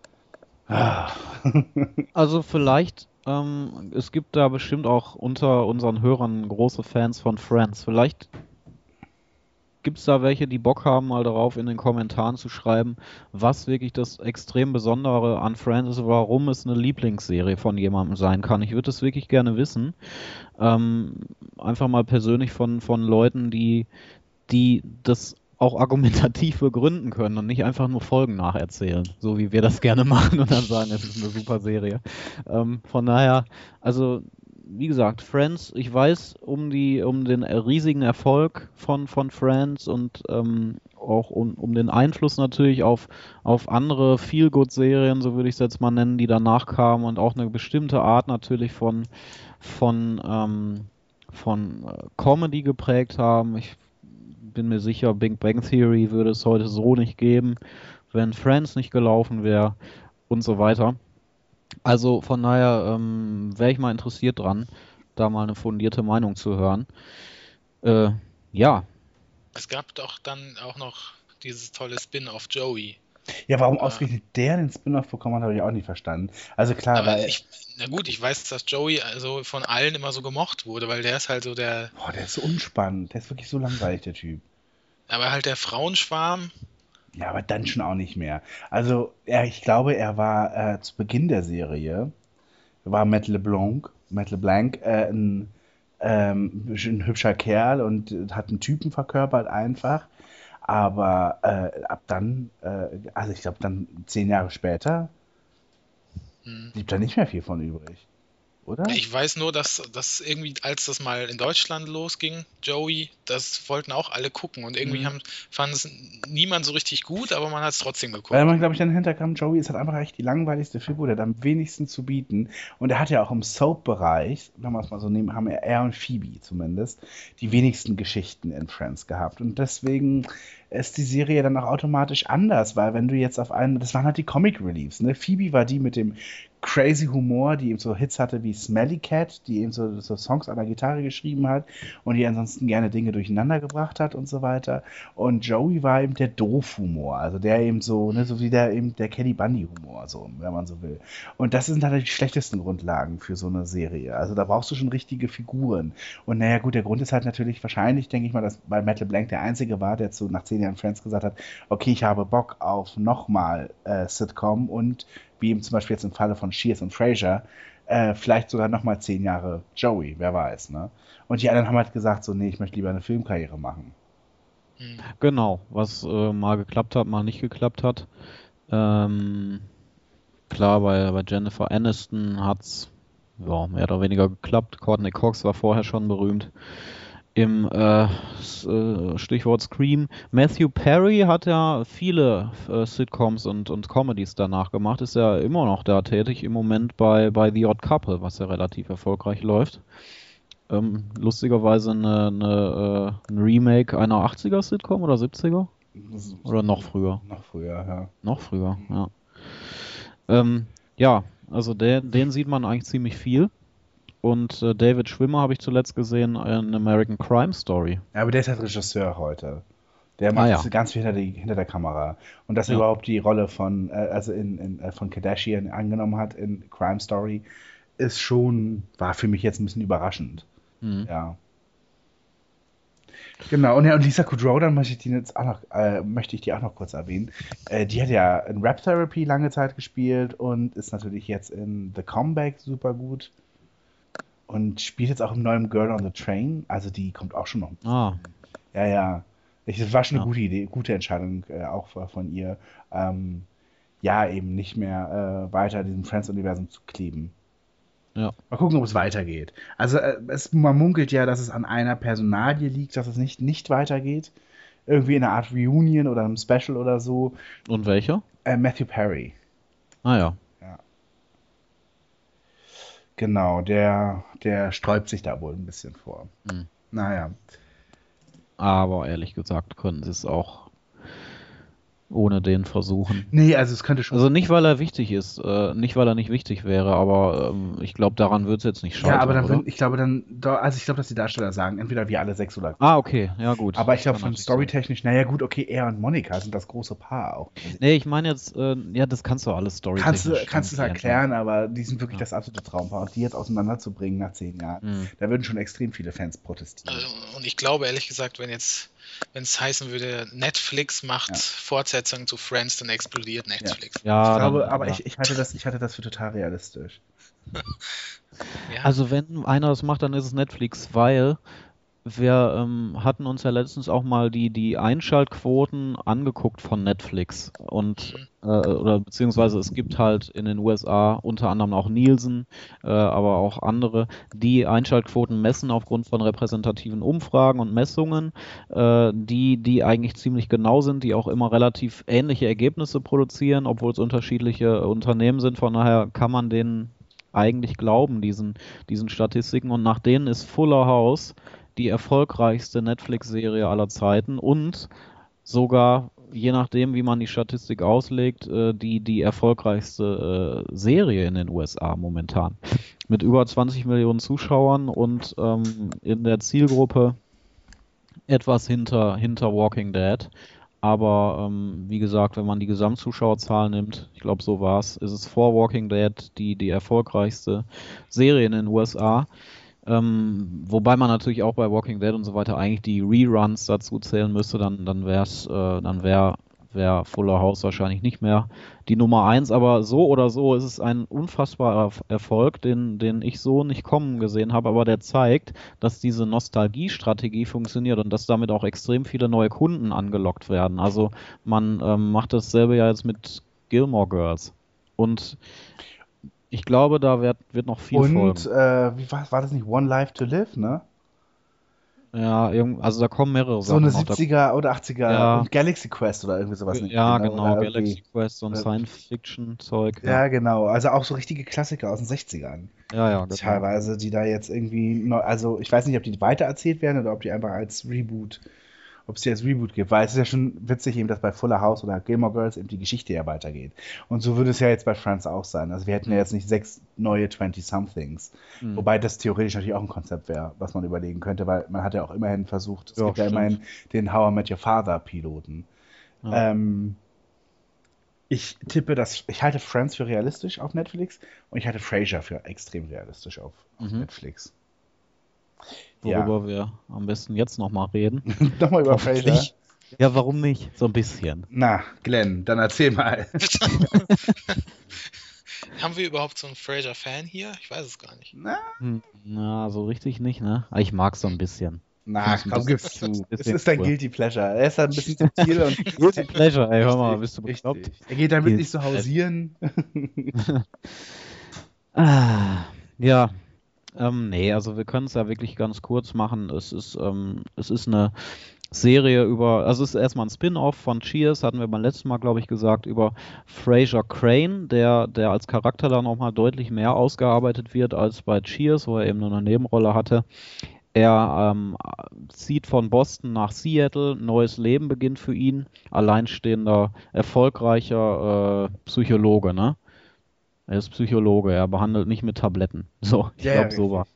Also vielleicht, es gibt da bestimmt auch unter unseren Hörern große Fans von Friends. Vielleicht gibt es da welche, die Bock haben, mal darauf in den Kommentaren zu schreiben, was wirklich das extrem Besondere an Friends ist, warum es eine Lieblingsserie von jemandem sein kann. Ich würde es wirklich gerne wissen. Einfach mal persönlich von Leuten, die das auch argumentativ begründen können und nicht einfach nur Folgen nacherzählen, so wie wir das gerne machen und dann sagen, es ist eine super Serie. Von daher, also wie gesagt, Friends, ich weiß um den riesigen Erfolg von Friends und auch um den Einfluss natürlich auf andere Feel-Good-Serien, so würde ich es jetzt mal nennen, die danach kamen und auch eine bestimmte Art natürlich von Comedy geprägt haben. Ich bin mir sicher, Big Bang Theory würde es heute so nicht geben, wenn Friends nicht gelaufen wäre und so weiter. Also von daher wäre ich mal interessiert dran, da mal eine fundierte Meinung zu hören. Ja. Es gab doch dann auch noch dieses tolle Spin-off Joey. Ja, warum ausgerechnet der den Spin-off bekommen hat, habe ich auch nicht verstanden. Also klar, Aber weil. na gut, ich weiß, dass Joey also von allen immer so gemocht wurde, weil der ist halt so der, Boah, der ist so unspannend. Der ist wirklich so langweilig, der Typ. aber halt der Frauenschwarm. Ja, aber dann schon auch nicht mehr. Also, ich glaube, er war zu Beginn der Serie, war Matt LeBlanc ein hübscher Kerl und hat einen Typen verkörpert einfach. Aber ab dann, also ich glaube dann 10 Jahre später, blieb da nicht mehr viel von übrig. Oder? Ich weiß nur, dass irgendwie, als das mal in Deutschland losging, Joey, das wollten auch alle gucken und irgendwie fand es niemand so richtig gut, aber man hat es trotzdem geguckt. Weil man, glaube ich, dann hinterkam, Joey ist halt einfach echt die langweiligste Figur, der hat am wenigsten zu bieten. Und er hat ja auch im Soap-Bereich, wenn wir es mal so nehmen, haben er und Phoebe zumindest die wenigsten Geschichten in Friends gehabt. Und deswegen ist die Serie dann auch automatisch anders, weil wenn du jetzt auf einen, das waren halt die Comic Reliefs, ne? Phoebe war die mit dem crazy Humor, die eben so Hits hatte wie Smelly Cat, die eben so Songs an der Gitarre geschrieben hat und die ansonsten gerne Dinge durcheinander gebracht hat und so weiter. Und Joey war eben der Doof-Humor, also der eben so, ne, so wie der Kelly Bundy-Humor, so, wenn man so will. Und das sind halt die schlechtesten Grundlagen für so eine Serie. Also da brauchst du schon richtige Figuren. Und naja, gut, der Grund ist halt natürlich wahrscheinlich, denke ich mal, dass weil Matt LeBlanc der Einzige war, der nach 10 Jahren Friends gesagt hat, okay, ich habe Bock auf nochmal Sitcom und wie eben zum Beispiel jetzt im Falle von Shears und Frasier, vielleicht sogar nochmal 10 Jahre Joey, wer weiß, ne? Und die anderen haben halt gesagt, so, nee, ich möchte lieber eine Filmkarriere machen. Genau, was mal geklappt hat, mal nicht geklappt hat. Klar, bei Jennifer Aniston hat es mehr oder weniger geklappt. Courtney Cox war vorher schon berühmt. Im Stichwort Scream. Matthew Perry hat ja viele Sitcoms und Comedies danach gemacht. Ist ja immer noch da tätig im Moment bei The Odd Couple, was ja relativ erfolgreich läuft. Lustigerweise ein Remake einer 80er-Sitcom oder 70er? Oder noch früher? Noch früher, ja. Noch früher, ja. Ja, also den sieht man eigentlich ziemlich viel. Und David Schwimmer habe ich zuletzt gesehen in American Crime Story. Ja, aber der ist halt Regisseur heute. Der macht ja. das ganz viel hinter der Kamera. Und dass er überhaupt die Rolle von Kardashian angenommen hat in Crime Story, war für mich jetzt ein bisschen überraschend. Ja. Genau, und Lisa Kudrow, dann möchte ich die auch noch kurz erwähnen. Die hat ja in Rap Therapy lange Zeit gespielt und ist natürlich jetzt in The Comeback super gut. Und spielt jetzt auch im neuen Girl on the Train. Also die kommt auch schon noch. Ja. Das war schon eine gute Idee, gute Entscheidung auch von ihr. Eben nicht mehr weiter diesem Friends-Universum zu kleben. Ja. Mal gucken, ob es weitergeht. Also man munkelt ja, dass es an einer Personalie liegt, dass es nicht weitergeht. Irgendwie in einer Art Reunion oder einem Special oder so. Und welcher? Matthew Perry. Ja. Genau, der sträubt sich da wohl ein bisschen vor. Naja. Aber ehrlich gesagt können sie es auch ohne den versuchen. Nee, also es könnte schon... Also nicht, weil er wichtig ist, nicht, weil er nicht wichtig wäre, aber ich glaube, daran wird es jetzt nicht scheitern, Ja, aber dann oder? ich glaube, dass die Darsteller sagen, entweder wir alle 6 oder... okay, ja gut. Aber ich glaube, von storytechnisch, naja gut, okay, er und Monika sind das große Paar auch. Nee, ich meine jetzt, das kannst du alles storytechnisch... Kannst du es erklären, aber die sind wirklich das absolute Traumpaar. Und die jetzt auseinanderzubringen nach 10 Jahren, da würden schon extrem viele Fans protestieren. Und ich glaube, ehrlich gesagt, wenn es heißen würde, Netflix macht Fortsetzungen zu Friends, dann explodiert Netflix. Ja, ich glaube, aber ich halte das für total realistisch. Ja. Also wenn einer das macht, dann ist es Netflix, weil wir hatten uns ja letztens auch mal die Einschaltquoten angeguckt von Netflix und oder beziehungsweise es gibt halt in den USA unter anderem auch Nielsen, aber auch andere, die Einschaltquoten messen aufgrund von repräsentativen Umfragen und Messungen, die eigentlich ziemlich genau sind, die auch immer relativ ähnliche Ergebnisse produzieren, obwohl es unterschiedliche Unternehmen sind. Von daher kann man denen eigentlich glauben, diesen Statistiken, und nach denen ist Fuller House die erfolgreichste Netflix-Serie aller Zeiten und sogar, je nachdem, wie man die Statistik auslegt, die erfolgreichste Serie in den USA momentan. Mit über 20 Millionen Zuschauern und in der Zielgruppe etwas hinter Walking Dead. Aber wie gesagt, wenn man die Gesamtzuschauerzahl nimmt, ich glaube, so war es, ist es vor Walking Dead die erfolgreichste Serie in den USA. Wobei man natürlich auch bei Walking Dead und so weiter eigentlich die Reruns dazu zählen müsste, dann wäre Fuller House wahrscheinlich nicht mehr die Nummer 1, aber so oder so ist es ein unfassbarer Erfolg, den ich so nicht kommen gesehen habe, aber der zeigt, dass diese Nostalgie-Strategie funktioniert und dass damit auch extrem viele neue Kunden angelockt werden. Also man macht dasselbe ja jetzt mit Gilmore Girls und ich glaube, da wird noch viel folgen. Und war das nicht One Life to Live, ne? Ja, also da kommen mehrere So Sachen. eine 70er oder 80er und Galaxy Quest oder irgendwie sowas. Ja, genau, Galaxy Quest und Science-Fiction-Zeug. Ja, genau, also auch so richtige Klassiker aus den 60ern. Ja, genau. Teilweise, die da jetzt irgendwie, also ich weiß nicht, ob die weitererzählt werden oder ob die einfach als Reboot gibt, weil es ist ja schon witzig eben, dass bei Fuller House oder Gilmore Girls eben die Geschichte ja weitergeht. Und so würde es ja jetzt bei Friends auch sein. Also wir hätten ja jetzt nicht 6 neue 20-somethings. Wobei das theoretisch natürlich auch ein Konzept wäre, was man überlegen könnte, weil man hat ja auch immerhin versucht, es gibt ja immerhin den How I Met Your Father Piloten. Ja. Ich halte Friends für realistisch auf Netflix und ich halte Frasier für extrem realistisch auf Netflix. Worüber wir am besten jetzt nochmal reden. Nochmal über Frasier? Ja, warum nicht? So ein bisschen. Na, Glenn, dann erzähl mal. Haben wir überhaupt so einen Frasier-Fan hier? Ich weiß es gar nicht. Na, so richtig nicht, ne? Aber ich mag so ein bisschen. Na, komm, gib's zu. Es ist dein Guilty Pleasure. Er ist halt ein bisschen subtil und... Guilty Pleasure, ey, hör mal, bist du bekloppt? Er geht damit nicht so hausieren. Ja. Nee, also wir können es ja wirklich ganz kurz machen. Es ist eine Serie also es ist erstmal ein Spin-off von Cheers, hatten wir beim letzten Mal, glaube ich, gesagt, über Frasier Crane, der als Charakter dann nochmal deutlich mehr ausgearbeitet wird als bei Cheers, wo er eben nur eine Nebenrolle hatte. Er zieht von Boston nach Seattle, neues Leben beginnt für ihn, alleinstehender, erfolgreicher Psychologe, ne? Er ist Psychologe, er behandelt nicht mit Tabletten. So, ich glaube, so war.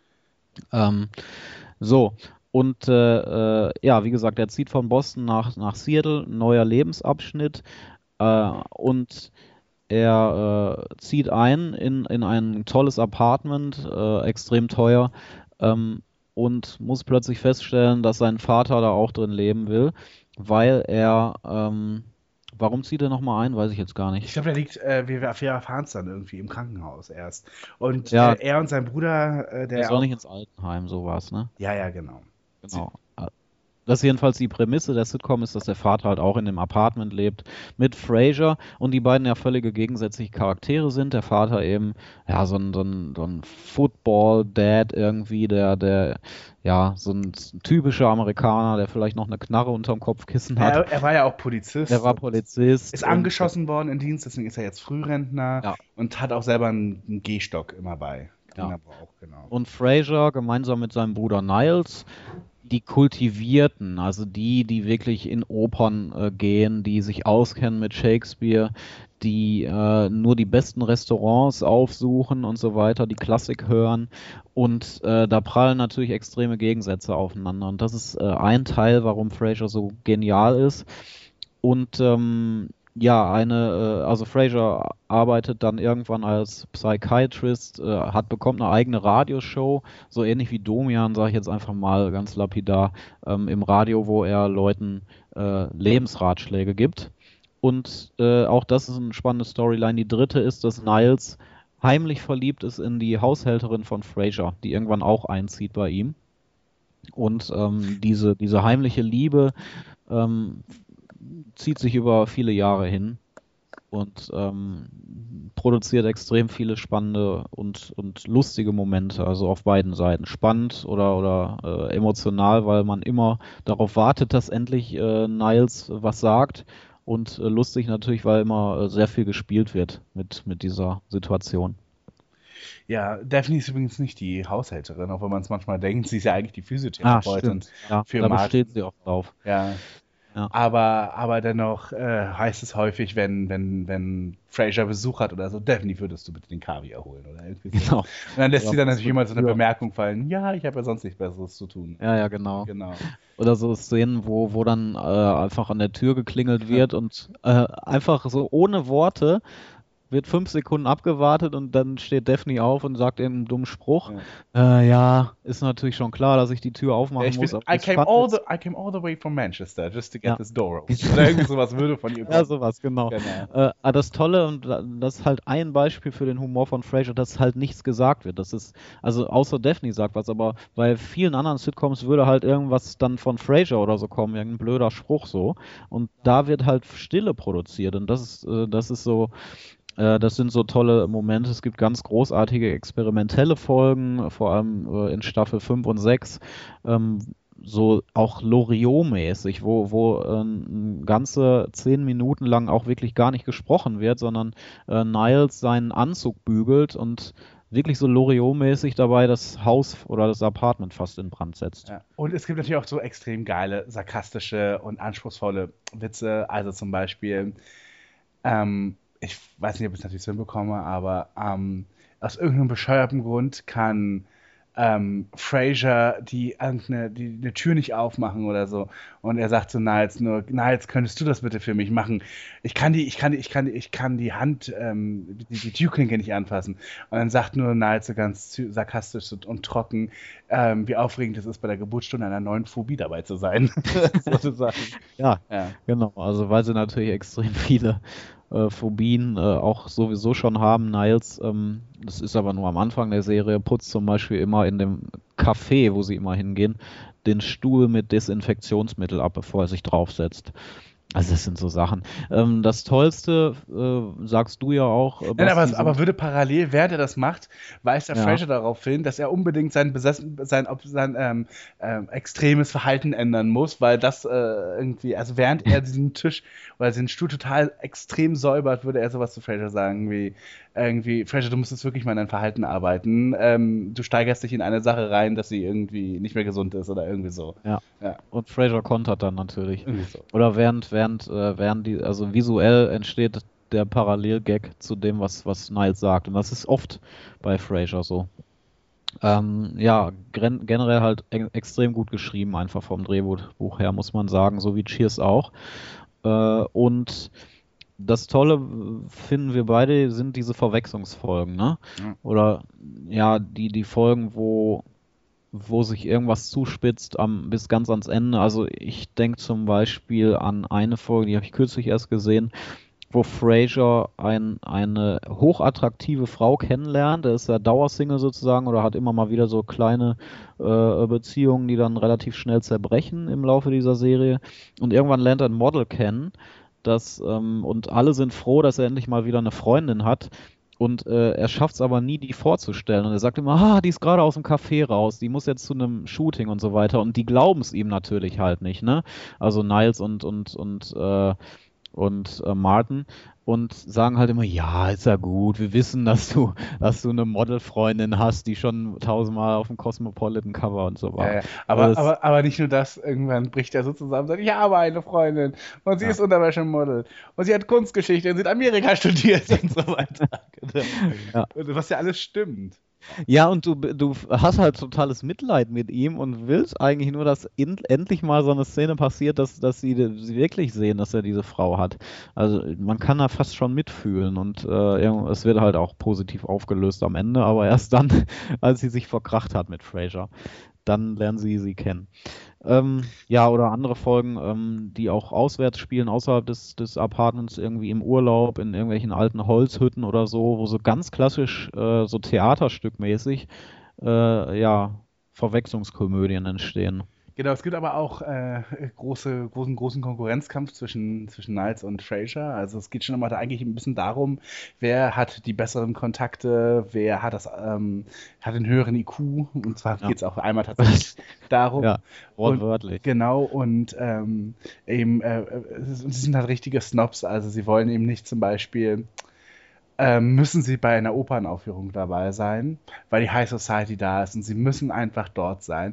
So, und ja, wie gesagt, er zieht von Boston nach Seattle, neuer Lebensabschnitt, und er zieht ein in ein tolles Apartment, extrem teuer, und muss plötzlich feststellen, dass sein Vater da auch drin leben will, weil er, warum zieht er nochmal ein, weiß ich jetzt gar nicht. Ich glaube, wir erfahren es dann irgendwie im Krankenhaus erst. Und Ja. er und sein Bruder, Er soll nicht ins Altenheim, sowas, ne? Ja, genau. Genau. Das ist jedenfalls die Prämisse der Sitcom, ist, dass der Vater halt auch in dem Apartment lebt mit Frasier und die beiden ja völlige gegensätzliche Charaktere sind. Der Vater eben, ja, so ein Football-Dad irgendwie, der ja, so ein typischer Amerikaner, der vielleicht noch eine Knarre unterm Kopfkissen hat. Er war ja auch Polizist. Er war Polizist. Ist angeschossen worden im Dienst, deswegen ist er jetzt Frührentner und hat auch selber einen Gehstock immer bei. Ja. Genau. Und Frasier gemeinsam mit seinem Bruder Niles, die Kultivierten, also die wirklich in Opern gehen, die sich auskennen mit Shakespeare, die nur die besten Restaurants aufsuchen und so weiter, die Klassik hören. Und da prallen natürlich extreme Gegensätze aufeinander. Und das ist ein Teil, warum Frasier so genial ist. Und ja, also Frasier arbeitet dann irgendwann als Psychiatrist, bekommt eine eigene Radioshow, so ähnlich wie Domian, sage ich jetzt einfach mal ganz lapidar, im Radio, wo er Leuten Lebensratschläge gibt. Und auch das ist eine spannende Storyline. Die dritte ist, dass Niles heimlich verliebt ist in die Haushälterin von Frasier, die irgendwann auch einzieht bei ihm. Und diese heimliche Liebe zieht sich über viele Jahre hin und produziert extrem viele spannende und lustige Momente, also auf beiden Seiten. Spannend oder emotional, weil man immer darauf wartet, dass endlich Niles was sagt, und lustig natürlich, weil immer sehr viel gespielt wird mit dieser Situation. Ja, Daphne ist übrigens nicht die Haushälterin, auch wenn man es manchmal denkt, sie ist ja eigentlich die Physiotherapeutin. Ja, für da Martin. besteht sie auch drauf. Ja. Ja. Aber dennoch heißt es häufig, wenn Frasier Besuch hat oder so, Daphne, würdest du bitte den Kaviar holen oder irgendwie so. Genau. Und dann lässt sie dann natürlich immer so eine Ja. Bemerkung fallen, ja, ich habe ja sonst nichts Besseres zu tun. Ja, genau. Genau. Oder so Szenen, wo dann einfach an der Tür geklingelt wird und einfach so ohne Worte wird 5 Sekunden abgewartet und dann steht Daphne auf und sagt irgendeinen dummen Spruch. Ja, ist natürlich schon klar, dass ich die Tür aufmachen muss. Aber I came all the way from Manchester just to get this door open. Oder irgendwie sowas würde von ihr kommen. Ja, sowas, genau. Das Tolle, und das ist halt ein Beispiel für den Humor von Frasier, dass halt nichts gesagt wird. Das ist, also außer Daphne sagt was, aber bei vielen anderen Sitcoms würde halt irgendwas dann von Frasier oder so kommen, irgendein blöder Spruch so. Und da wird halt Stille produziert und das ist so. Das sind so tolle Momente. Es gibt ganz großartige experimentelle Folgen, vor allem in Staffel 5 und 6, so auch Loriot-mäßig, wo ganze 10 Minuten lang auch wirklich gar nicht gesprochen wird, sondern Niles seinen Anzug bügelt und wirklich so Loriot-mäßig dabei das Haus oder das Apartment fast in Brand setzt. Ja. Und es gibt natürlich auch so extrem geile, sarkastische und anspruchsvolle Witze. Also zum Beispiel, ich weiß nicht, ob ich es natürlich so hinbekomme, aber aus irgendeinem bescheuerten Grund kann Frasier eine Tür nicht aufmachen oder so. Und er sagt zu Niles nur, Niles, könntest du das bitte für mich machen? Ich kann die Hand, die Türklinke nicht anfassen. Und dann sagt nur Niles so ganz sarkastisch und trocken, wie aufregend es ist, bei der Geburtsstunde einer neuen Phobie dabei zu sein. Sozusagen. Ja, genau. Also weil sie natürlich extrem viele Phobien auch sowieso schon haben. Niles, das ist aber nur am Anfang der Serie, putzt zum Beispiel immer in dem Café, wo sie immer hingehen, den Stuhl mit Desinfektionsmittel ab, bevor er sich draufsetzt. Also das sind so Sachen. Das Tollste, sagst du ja auch, Nein, Basti, aber würde parallel, während er das macht, weist der Ja. Frasier darauf hin, dass er unbedingt sein extremes Verhalten ändern muss, weil das irgendwie, also während er diesen Tisch oder den Stuhl total extrem säubert, würde er sowas zu Frasier sagen, wie irgendwie, Frasier, du musst jetzt wirklich mal an dein Verhalten arbeiten. Du steigerst dich in eine Sache rein, dass sie irgendwie nicht mehr gesund ist oder irgendwie so. Ja. Ja. Und Frasier kontert dann natürlich. Irgendwie so. Oder während die, also visuell entsteht der Parallelgag zu dem, was Niles sagt. Und das ist oft bei Frasier so. Ja, generell halt extrem gut geschrieben, einfach vom Drehbuch her, muss man sagen, so wie Cheers auch. Und das Tolle, finden wir beide, sind diese Verwechslungsfolgen, ne? Ja. Oder ja, die Folgen, wo sich irgendwas zuspitzt bis ganz ans Ende. Also ich denke zum Beispiel an eine Folge, die habe ich kürzlich erst gesehen, wo Frasier eine hochattraktive Frau kennenlernt. Der ist ja Dauersingle sozusagen oder hat immer mal wieder so kleine Beziehungen, die dann relativ schnell zerbrechen im Laufe dieser Serie. Und irgendwann lernt er ein Model kennen, und alle sind froh, dass er endlich mal wieder eine Freundin hat. Und er schafft es aber nie, die vorzustellen. Und er sagt immer, die ist gerade aus dem Café raus, die muss jetzt zu einem Shooting und so weiter. Und die glauben es ihm natürlich halt nicht, ne? Also Niles und Martin. Und sagen halt immer, ja, ist ja gut, wir wissen, dass du eine Modelfreundin hast, die schon 1000-mal auf dem Cosmopolitan-Cover und so war. Ja. Aber nicht nur das, irgendwann bricht er so zusammen und sagt, ich habe eine Freundin und sie ist Unterwäschemodel und sie hat Kunstgeschichte in Südamerika studiert und so weiter. Ja. Was ja alles stimmt. Ja, und du hast halt totales Mitleid mit ihm und willst eigentlich nur, dass endlich mal so eine Szene passiert, dass sie wirklich sehen, dass er diese Frau hat. Also man kann da fast schon mitfühlen und es wird halt auch positiv aufgelöst am Ende, aber erst dann, als sie sich verkracht hat mit Frasier. Dann lernen sie kennen. Ja, oder andere Folgen, die auch auswärts spielen, außerhalb des Apartments, irgendwie im Urlaub, in irgendwelchen alten Holzhütten oder so, wo so ganz klassisch, so theaterstückmäßig, Verwechslungskomödien entstehen. Genau, es gibt aber auch großen Konkurrenzkampf zwischen Niles und Frasier. Also es geht schon immer da eigentlich ein bisschen darum, wer hat die besseren Kontakte, wer hat hat den höheren IQ. Und zwar geht es auch einmal tatsächlich darum. Ja, wortwörtlich. Genau, und sie sind halt richtige Snobs, also sie wollen eben nicht zum Beispiel müssen sie bei einer Opernaufführung dabei sein, weil die High Society da ist und sie müssen einfach dort sein.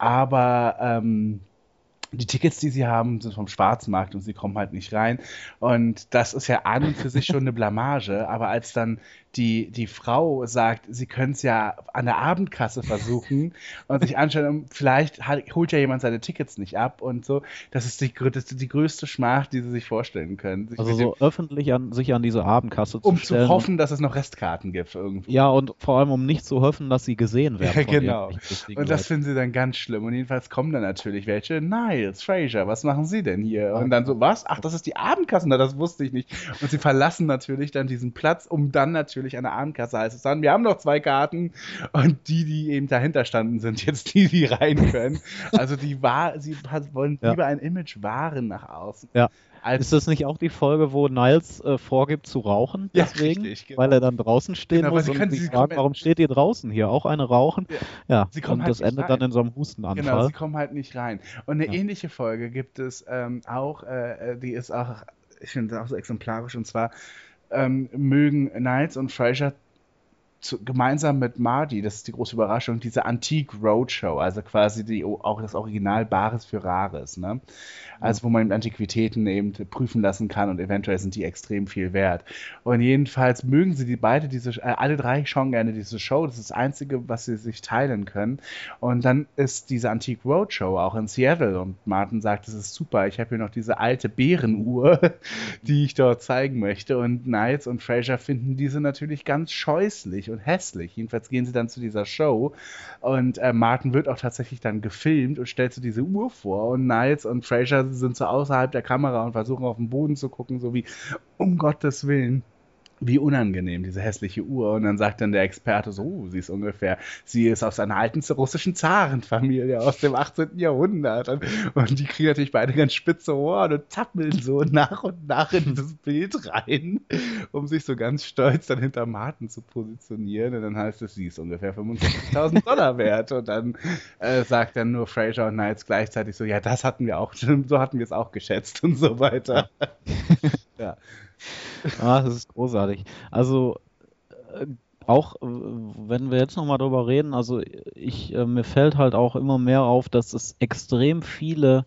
Aber die Tickets, die sie haben, sind vom Schwarzmarkt und sie kommen halt nicht rein. Und das ist ja an und für sich schon eine Blamage. Aber als dann die Frau sagt, sie können es ja an der Abendkasse versuchen und sich anschauen, vielleicht holt ja jemand seine Tickets nicht ab und so, das ist die größte Schmach, die sie sich vorstellen können. Also so öffentlich sich an diese Abendkasse zu stellen. Um zu hoffen, dass es noch Restkarten gibt irgendwie. Ja, und vor allem um nicht zu hoffen, dass sie gesehen werden. Ja, genau. Und das finden sie dann ganz schlimm. Und jedenfalls kommen dann natürlich welche, Niles, Frasier, was machen sie denn hier? Und dann so, was? Ach, das ist die Abendkasse? Na, das wusste ich nicht. Und sie verlassen natürlich dann diesen Platz, um dann natürlich an der Abendkasse heißt es dann, wir haben noch 2 Karten und die eben dahinter standen, sind jetzt die rein können. Also sie wollen lieber ein Image wahren nach außen. Ja. Ist das nicht auch die Folge, wo Niles vorgibt zu rauchen? Deswegen? Richtig, genau. Weil er dann draußen stehen muss und sie fragen, warum steht ihr draußen hier? Auch eine rauchen? Ja, und das endet dann in so einem Hustenanfall. Genau, sie kommen halt nicht rein. Und eine ähnliche Folge gibt es auch, die ist auch, ich finde das auch so exemplarisch, und zwar mögen Niles und Frasier gemeinsam mit Marty, das ist die große Überraschung, diese Antique Roadshow, also quasi auch das Original Bares für Rares, ne? Also wo man eben Antiquitäten eben prüfen lassen kann und eventuell sind die extrem viel wert. Und jedenfalls mögen sie alle 3 schon gerne diese Show, das ist das Einzige, was sie sich teilen können. Und dann ist diese Antique Roadshow auch in Seattle und Martin sagt, das ist super, ich habe hier noch diese alte Bärenuhr, die ich dort zeigen möchte. Und Niles und Frasier finden diese natürlich ganz scheußlich und hässlich. Jedenfalls gehen sie dann zu dieser Show und Martin wird auch tatsächlich dann gefilmt und stellt so diese Uhr vor und Niles und Frasier sind so außerhalb der Kamera und versuchen auf den Boden zu gucken, so wie, um Gottes Willen, wie unangenehm, diese hässliche Uhr. Und dann sagt dann der Experte so, sie ist aus einer alten russischen Zarenfamilie aus dem 18. Jahrhundert. Und die kriegen natürlich beide ganz spitze Ohren und zappeln so nach und nach in dieses Bild rein, um sich so ganz stolz dann hinter Martin zu positionieren. Und dann heißt es, sie ist ungefähr $25.000 wert. Und dann sagt dann nur Fraser und Niles gleichzeitig so, ja, das hatten wir auch, so hatten wir es auch geschätzt und so weiter. Ja. Das ist großartig. Also auch wenn wir jetzt nochmal drüber reden, also mir fällt halt auch immer mehr auf, dass es extrem viele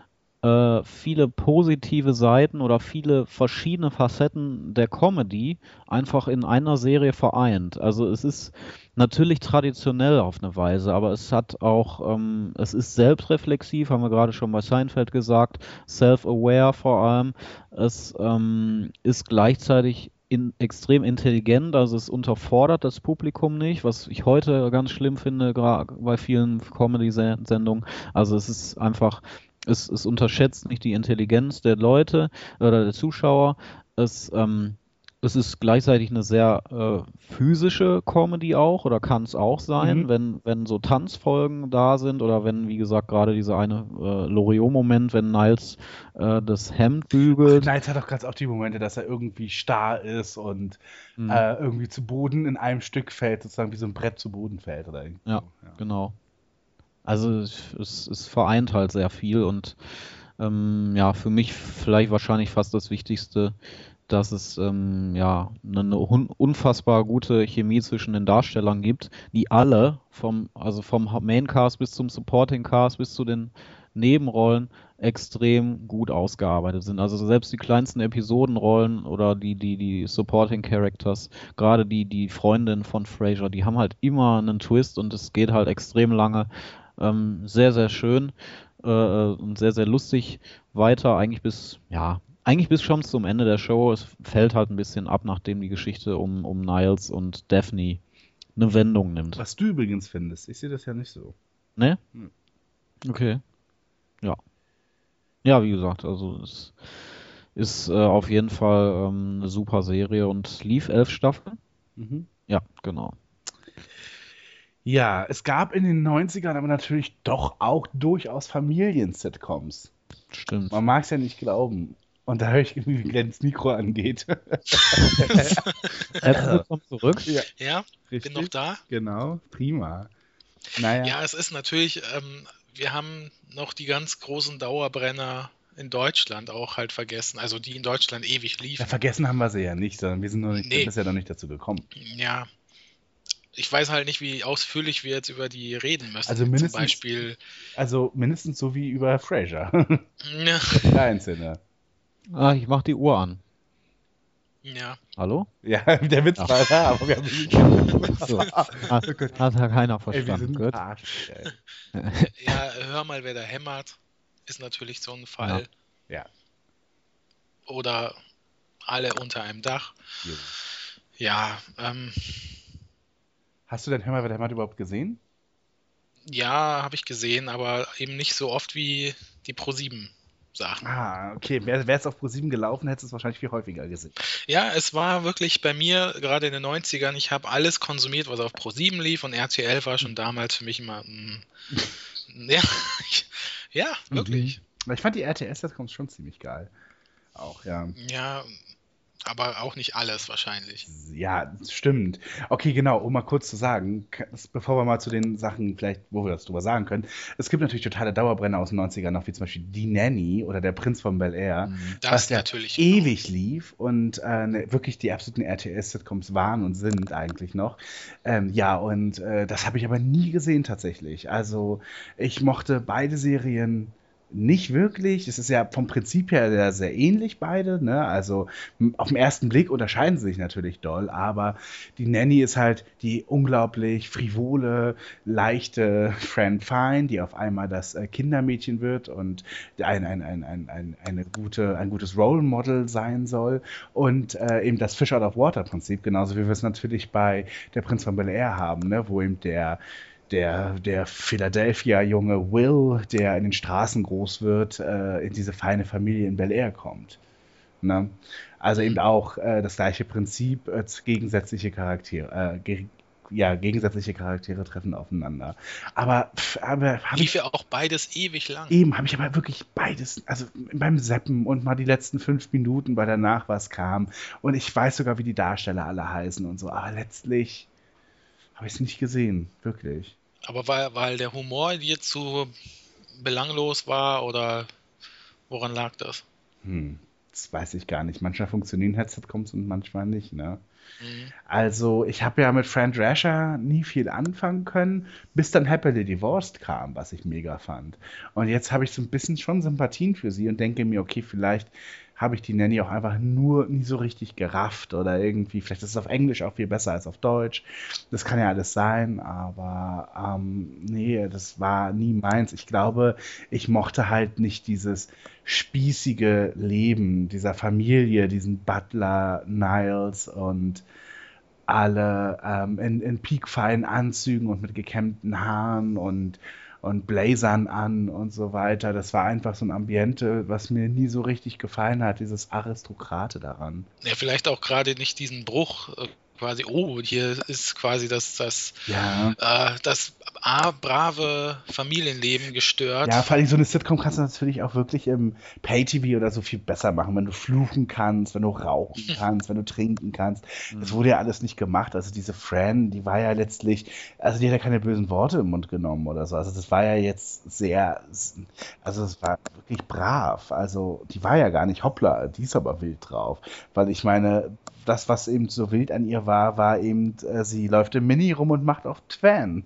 positive Seiten oder viele verschiedene Facetten der Comedy einfach in einer Serie vereint. Also es ist natürlich traditionell auf eine Weise, aber es hat auch, es ist selbstreflexiv, haben wir gerade schon bei Seinfeld gesagt, self-aware vor allem. Es ist gleichzeitig extrem intelligent, also es unterfordert das Publikum nicht, was ich heute ganz schlimm finde, gerade bei vielen Comedy-Sendungen. Also es ist einfach, es unterschätzt nicht die Intelligenz der Leute oder der Zuschauer. Es ist gleichzeitig eine sehr physische Comedy auch, oder kann es auch sein, wenn so Tanzfolgen da sind oder wenn, wie gesagt, gerade dieser eine Loriot-Moment, wenn Niles das Hemd bügelt. Niles hat doch ganz auch die Momente, dass er irgendwie starr ist und irgendwie zu Boden in einem Stück fällt, sozusagen wie so ein Brett zu Boden fällt. Oder irgendwie. Ja, genau. Also es vereint halt sehr viel und für mich vielleicht wahrscheinlich fast das Wichtigste, dass es eine unfassbar gute Chemie zwischen den Darstellern gibt, die alle vom Maincast bis zum Supporting Cast bis zu den Nebenrollen extrem gut ausgearbeitet sind. Also selbst die kleinsten Episodenrollen oder die Supporting Characters, gerade die Freundin von Frasier, die haben halt immer einen Twist und es geht halt extrem lange. Sehr, sehr schön und sehr, sehr lustig weiter, eigentlich bis schon zum Ende der Show. Es fällt halt ein bisschen ab, nachdem die Geschichte um Niles und Daphne eine Wendung nimmt. Was du übrigens findest, ich sehe das ja nicht so. Ne? Okay. Ja. Ja, wie gesagt, also es ist auf jeden Fall eine super Serie und lief 11 Staffeln. Ja, genau. Ja, es gab in den 90ern aber natürlich doch auch durchaus Familien-Sitcoms. Stimmt. Man mag es ja nicht glauben. Und da höre ich irgendwie, wie Glenns Mikro angeht. Komm zurück. Ja, richtig. Bin noch da. Genau, prima. Naja. Ja, es ist natürlich, wir haben noch die ganz großen Dauerbrenner in Deutschland auch halt vergessen, also die in Deutschland ewig liefen. Ja, vergessen haben wir sie ja nicht, sondern wir sind bisher noch nicht dazu gekommen. Ja, ich weiß halt nicht, wie ausführlich wir jetzt über die reden müssen. Also mindestens so wie über Frasier. Ja. Der Einzelne. Ich mach die Uhr an. Ja. Hallo? Ja, der Witz war da, aber wir haben ihn nicht. So. Hat ja keiner verstanden. Wir sind Ja, hör mal, wer da hämmert, ist natürlich so ein Fall. Ja. Oder alle unter einem Dach. Ja, Hast du denn Hör mal, wer da hämmert überhaupt gesehen? Ja, habe ich gesehen, aber eben nicht so oft wie die ProSieben Sachen. Ah, okay. Wäre es auf ProSieben gelaufen, hättest du es wahrscheinlich viel häufiger gesehen. Ja, es war wirklich bei mir, gerade in den 90ern, ich habe alles konsumiert, was auf ProSieben lief und RTL war schon damals für mich immer ja, wirklich. Ich fand die RTS-Sitcoms schon ziemlich geil. Auch, ja. Ja, aber auch nicht alles wahrscheinlich. Ja, stimmt. Okay, genau, um mal kurz zu sagen, bevor wir mal zu den Sachen vielleicht, wo wir das drüber sagen können, es gibt natürlich totale Dauerbrenner aus den 90ern noch, wie zum Beispiel Die Nanny oder Der Prinz von Bel-Air, was ja natürlich ewig lief und wirklich die absoluten RTS-Sitcoms waren und sind eigentlich noch. Das habe ich aber nie gesehen tatsächlich. Also ich mochte beide Serien nicht wirklich. Es ist ja vom Prinzip her sehr ähnlich beide, ne? Also auf den ersten Blick unterscheiden sie sich natürlich doll, aber die Nanny ist halt die unglaublich frivole, leichte Fran Fine, die auf einmal das Kindermädchen wird und ein gutes Role Model sein soll und eben das Fish out of Water Prinzip, genauso wie wir es natürlich bei Der Prinz von Bel-Air haben, ne? Wo eben der Philadelphia-Junge Will, der in den Straßen groß wird, in diese feine Familie in Bel-Air kommt. Ne? Also eben auch das gleiche Prinzip, gegensätzliche Charaktere, gegensätzliche Charaktere treffen aufeinander. Aber habe Lief ich ja auch beides ewig lang. eben, habe ich aber wirklich beides, also beim Zappen und mal die letzten 5 Minuten, weil danach was kam. Und ich weiß sogar, wie die Darsteller alle heißen und so. Aber letztlich habe ich es nicht gesehen, wirklich. Aber weil der Humor dir zu belanglos war oder woran lag das? Das weiß ich gar nicht. Manchmal funktionieren Headset-Coms und manchmal nicht, ne? Mhm. Also, ich habe ja mit Fran Drescher nie viel anfangen können, bis dann Happily Divorced kam, was ich mega fand. Und jetzt habe ich so ein bisschen schon Sympathien für sie und denke mir, okay, vielleicht habe ich die Nanny auch einfach nur nie so richtig gerafft oder irgendwie, vielleicht ist es auf Englisch auch viel besser als auf Deutsch. Das kann ja alles sein, aber nee, das war nie meins. Ich glaube, ich mochte halt nicht dieses spießige Leben dieser Familie, diesen Butler Niles und alle in piekfeinen Anzügen und mit gekämmten Haaren und Blazern an und so weiter. Das war einfach so ein Ambiente, was mir nie so richtig gefallen hat, dieses Aristokrate daran. Ja, vielleicht auch gerade nicht diesen Bruch, quasi, oh, hier ist quasi das Ja. brave Familienleben gestört. Ja, vor allem so eine Sitcom kannst du natürlich auch wirklich im Pay-TV oder so viel besser machen, wenn du fluchen kannst, wenn du rauchen kannst, wenn du trinken kannst. Das wurde ja alles nicht gemacht. Also diese Fran, die war ja letztlich, also die hat ja keine bösen Worte im Mund genommen oder so. Also das war ja jetzt also es war wirklich brav. Also die war ja gar nicht hoppla, die ist aber wild drauf. Weil ich meine, das, was eben so wild an ihr war, war eben, sie läuft im Mini rum und macht auch Twan.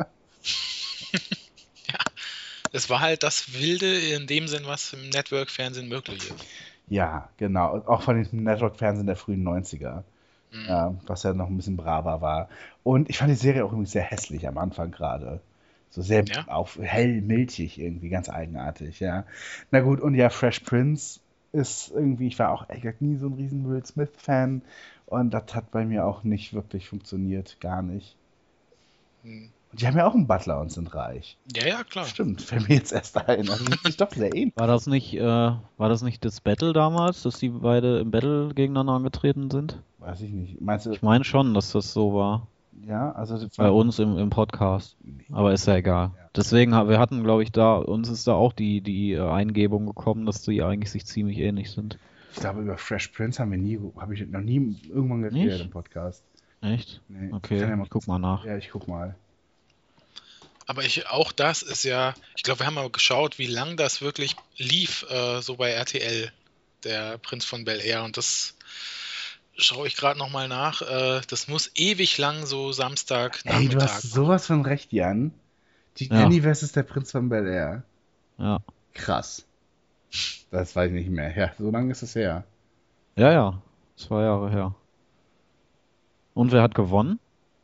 Es war halt das Wilde in dem Sinn, was im Network-Fernsehen möglich ist. Ja, genau. Auch von dem Network-Fernsehen der frühen 90er. Ja, was ja noch ein bisschen braver war. Und ich fand die Serie auch irgendwie sehr hässlich am Anfang gerade. So sehr Ja? hell milchig irgendwie, ganz eigenartig, ja. Na gut, und ja, Fresh Prince ist irgendwie, ich war auch ehrlich gesagt nie so ein riesen Will Smith-Fan und das hat bei mir auch nicht wirklich funktioniert, gar nicht. Hm. Und die haben ja auch einen Butler und sind reich. Ja, klar. Stimmt, fällt mir jetzt erst ein. Also sind sich doch sehr ähnlich. War das nicht das Battle damals, dass die beide im Battle gegeneinander angetreten sind? Weiß ich nicht. Meinst du, Ich meine schon, dass das so war. ja, also Bei uns im Podcast. Aber ist ja egal. Deswegen, wir hatten, glaube ich, uns ist da auch die Eingebung gekommen, dass die eigentlich sich ziemlich ähnlich sind. Ich glaube, über Fresh Prince habe ich noch nie irgendwann geredet Nicht? im Podcast. Echt? Nee, Okay, kann ja ich guck mal nach. Ja, ich guck mal. Aber auch das ist ja, ich glaube, wir haben mal geschaut, wie lang das wirklich lief, so bei RTL, der Prinz von Bel-Air. Und das schaue ich gerade nochmal nach. Das muss ewig lang so Samstag Ey, du Nachmittag. hast sowas von recht, Jan. Die Ja. Nanny vs. der Prinz von Bel-Air. Ja. Krass. Das weiß ich nicht mehr. Ja, so lange ist es her. Ja. 2 Jahre her. Und wer hat gewonnen?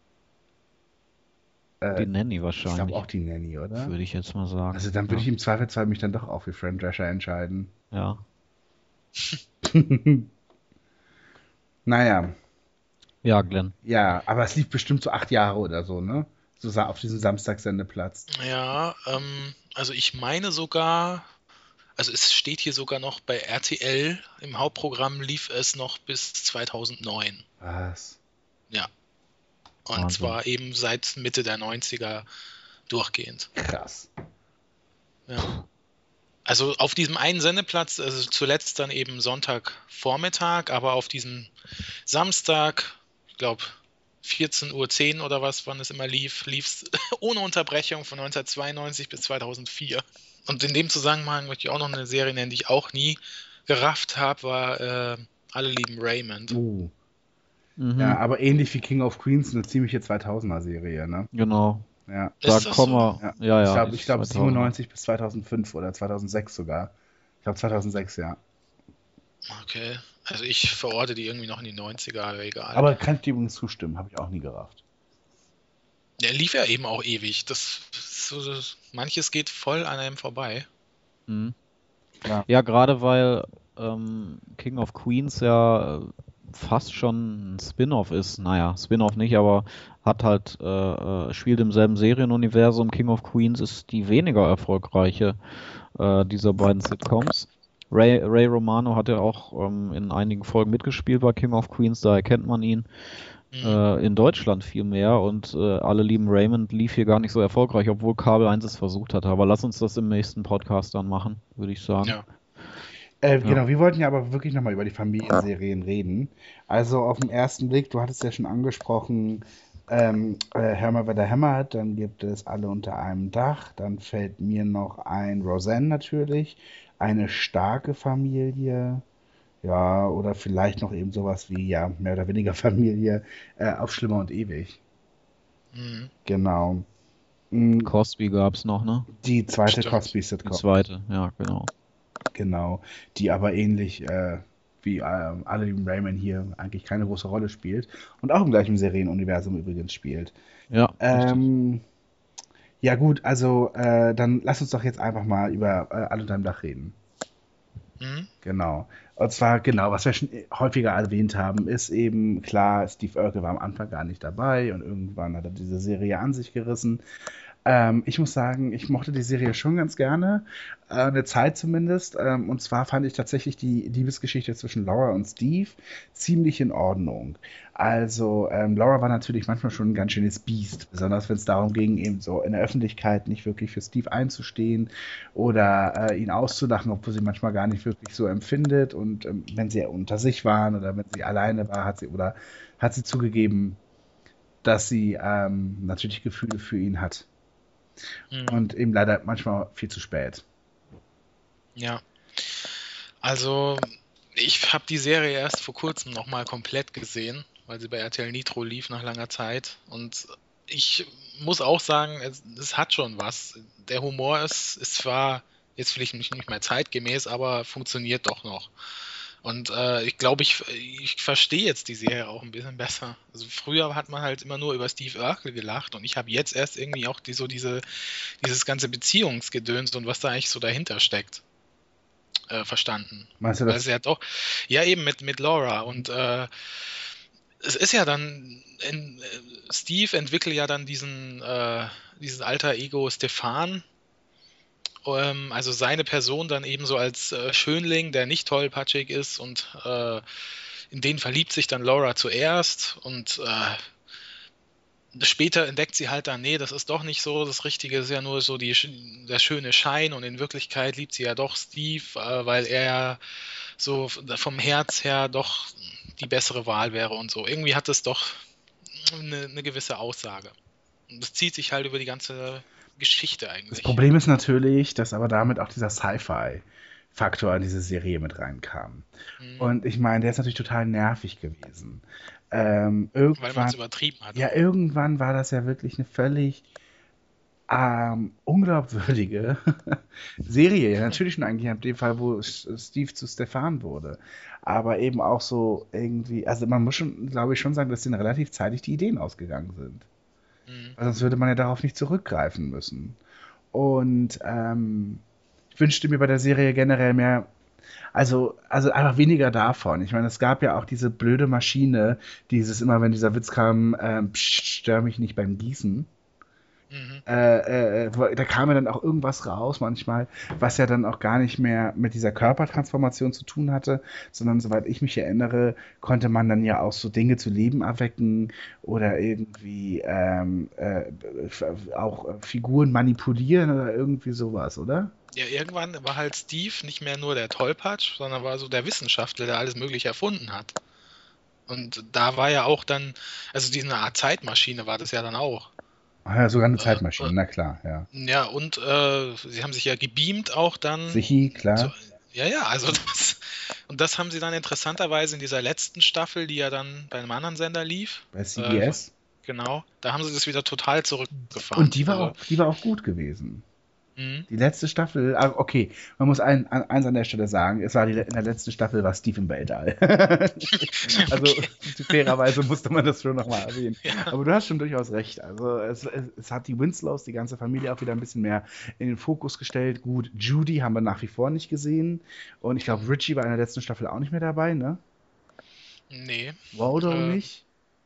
Die Nanny Ich glaube wahrscheinlich. auch die Nanny, oder? Würde ich jetzt mal sagen. Also dann würde ich im Zweifelsfall mich dann doch auch für Fran Drescher entscheiden. Ja. Naja, Ja, Glenn. ja, aber es lief bestimmt so 8 Jahre oder so, ne? So auf diesem Samstagssendeplatz. Ja, also ich meine sogar, also es steht hier sogar noch bei RTL, im Hauptprogramm lief es noch bis 2009. Was? Ja. Und Wahnsinn. zwar eben seit Mitte der 90er durchgehend. Krass. Ja. Also auf diesem einen Sendeplatz, also zuletzt dann eben Sonntagvormittag, aber auf diesem Samstag, ich glaube 14:10 Uhr oder was, wann es immer lief es ohne Unterbrechung von 1992 bis 2004. Und in dem Zusammenhang möchte ich auch noch eine Serie nennen, die ich auch nie gerafft habe, war Alle lieben Raymond. Mhm. Ja, aber ähnlich wie King of Queens, eine ziemliche 2000er-Serie, ne? Genau. Ja. Da Ist das kommen so? wir. Ja, die ich glaube 2000er. 97 bis 2005 oder 2006 sogar. Ich glaube 2006, ja. Okay, also ich verorte die irgendwie noch in die 90er, aber egal. Aber kann ich dir übrigens zustimmen, habe ich auch nie gerafft. Der lief ja eben auch ewig. Manches geht voll an einem vorbei. Mhm. Ja. Ja, gerade weil King of Queens ja fast schon ein Spin-off ist. Naja, Spin-off nicht, aber hat halt spielt im selben Serienuniversum. King of Queens ist die weniger erfolgreiche dieser beiden Sitcoms. Ray Romano hat ja auch in einigen Folgen mitgespielt bei King of Queens, daher kennt man ihn. In Deutschland viel mehr und Alle lieben Raymond lief hier gar nicht so erfolgreich, obwohl Kabel 1 es versucht hatte. Aber lass uns das im nächsten Podcast dann machen, würde ich sagen. Ja. Genau, wir wollten ja aber wirklich nochmal über die Familienserien reden. Also auf den ersten Blick, du hattest ja schon angesprochen, Hammer wer der hämmert, dann gibt es Alle unter einem Dach, dann fällt mir noch ein Roseanne natürlich, Eine starke Familie, ja, oder vielleicht noch eben sowas wie, ja, mehr oder weniger Familie, auf Schlimmer und ewig. Mhm. Genau. Cosby gab es noch, ne? Die zweite Stimmt. Die Cosby-Sitcom. zweite, ja, genau. Genau, die aber ähnlich wie Alle lieben Raymond hier eigentlich keine große Rolle spielt und auch im gleichen Serienuniversum übrigens spielt. Ja, richtig. Ja gut, also dann lass uns doch jetzt einfach mal über Alle unter einem Dach reden. Mhm. Genau. Und zwar, genau, was wir schon häufiger erwähnt haben, ist eben klar, Steve Urkel war am Anfang gar nicht dabei und irgendwann hat er diese Serie an sich gerissen. Ich muss sagen, ich mochte die Serie schon ganz gerne, eine Zeit zumindest. Und zwar fand ich tatsächlich die Liebesgeschichte zwischen Laura und Steve ziemlich in Ordnung. Also Laura war natürlich manchmal schon ein ganz schönes Biest, besonders wenn es darum ging, eben so in der Öffentlichkeit nicht wirklich für Steve einzustehen oder ihn auszulachen, obwohl sie manchmal gar nicht wirklich so empfindet. Und wenn sie unter sich waren oder wenn sie alleine war, hat sie zugegeben, dass sie natürlich Gefühle für ihn hat. Und eben leider manchmal viel zu spät. Ja. Also, ich habe die Serie erst vor kurzem nochmal komplett gesehen, weil sie bei RTL Nitro lief nach langer Zeit. Und ich muss auch sagen, es hat schon was. Der Humor ist zwar jetzt vielleicht nicht mehr zeitgemäß, aber funktioniert doch noch. Und ich glaube, ich verstehe jetzt die Serie auch ein bisschen besser. Also früher hat man halt immer nur über Steve Urkel gelacht und ich habe jetzt erst irgendwie auch dieses ganze Beziehungsgedöns und was da eigentlich so dahinter steckt, verstanden. Meinst du Weil das? sie ja doch, ja eben mit Laura und es ist ja dann, Steve entwickelt ja dann dieses alter Ego Stefan, also seine Person dann eben so als Schönling, der nicht tollpatschig ist und in den verliebt sich dann Laura zuerst und später entdeckt sie halt dann, nee, das ist doch nicht so, das Richtige ist ja nur so der schöne Schein und in Wirklichkeit liebt sie ja doch Steve, weil er ja so vom Herz her doch die bessere Wahl wäre und so. Irgendwie hat es doch eine gewisse Aussage. Und das zieht sich halt über die ganze Geschichte eigentlich. Das Problem ist natürlich, dass aber damit auch dieser Sci-Fi-Faktor in diese Serie mit reinkam. Und ich meine, der ist natürlich total nervig gewesen. Weil man Irgendwann, es übertrieben hat. ja, irgendwann war das ja wirklich eine völlig unglaubwürdige Serie. Ja, natürlich schon eigentlich in dem Fall, wo Steve zu Stefan wurde. Aber eben auch so irgendwie, also man muss schon, glaube ich, schon sagen, dass denen relativ zeitig die Ideen ausgegangen sind. Weil sonst würde man ja darauf nicht zurückgreifen müssen. Und ich wünschte mir bei der Serie generell mehr, also einfach weniger davon. Ich meine, es gab ja auch diese blöde Maschine, immer, wenn dieser Witz kam, pst, stör mich nicht beim Gießen. Da kam ja dann auch irgendwas raus manchmal, was ja dann auch gar nicht mehr mit dieser Körpertransformation zu tun hatte, sondern soweit ich mich erinnere, konnte man dann ja auch so Dinge zu Leben erwecken oder irgendwie auch Figuren manipulieren oder irgendwie sowas, oder? Ja, irgendwann war halt Steve nicht mehr nur der Tollpatsch, sondern war so der Wissenschaftler, der alles Mögliche erfunden hat. Und da war ja auch dann, also diese Art Zeitmaschine war das ja dann auch. Ah ja, sogar eine Zeitmaschine, na klar, ja. Ja, und sie haben sich ja gebeamt auch dann. Sichi, klar. Ja, also das haben sie dann interessanterweise in dieser letzten Staffel, die ja dann bei einem anderen Sender lief. Bei CBS. Genau, da haben sie das wieder total zurückgefahren. Und die war auch gut gewesen. Die letzte Staffel, okay, man muss eins an der Stelle sagen, in der letzten Staffel war Steve im Weltall. Also fairerweise musste man das schon nochmal erwähnen. Ja. Aber du hast schon durchaus recht. Also es hat die Winslows, die ganze Familie auch wieder ein bisschen mehr in den Fokus gestellt. Gut, Judy haben wir nach wie vor nicht gesehen. Und ich glaube, Richie war in der letzten Staffel auch nicht mehr dabei, ne? Nee. Waldo nicht?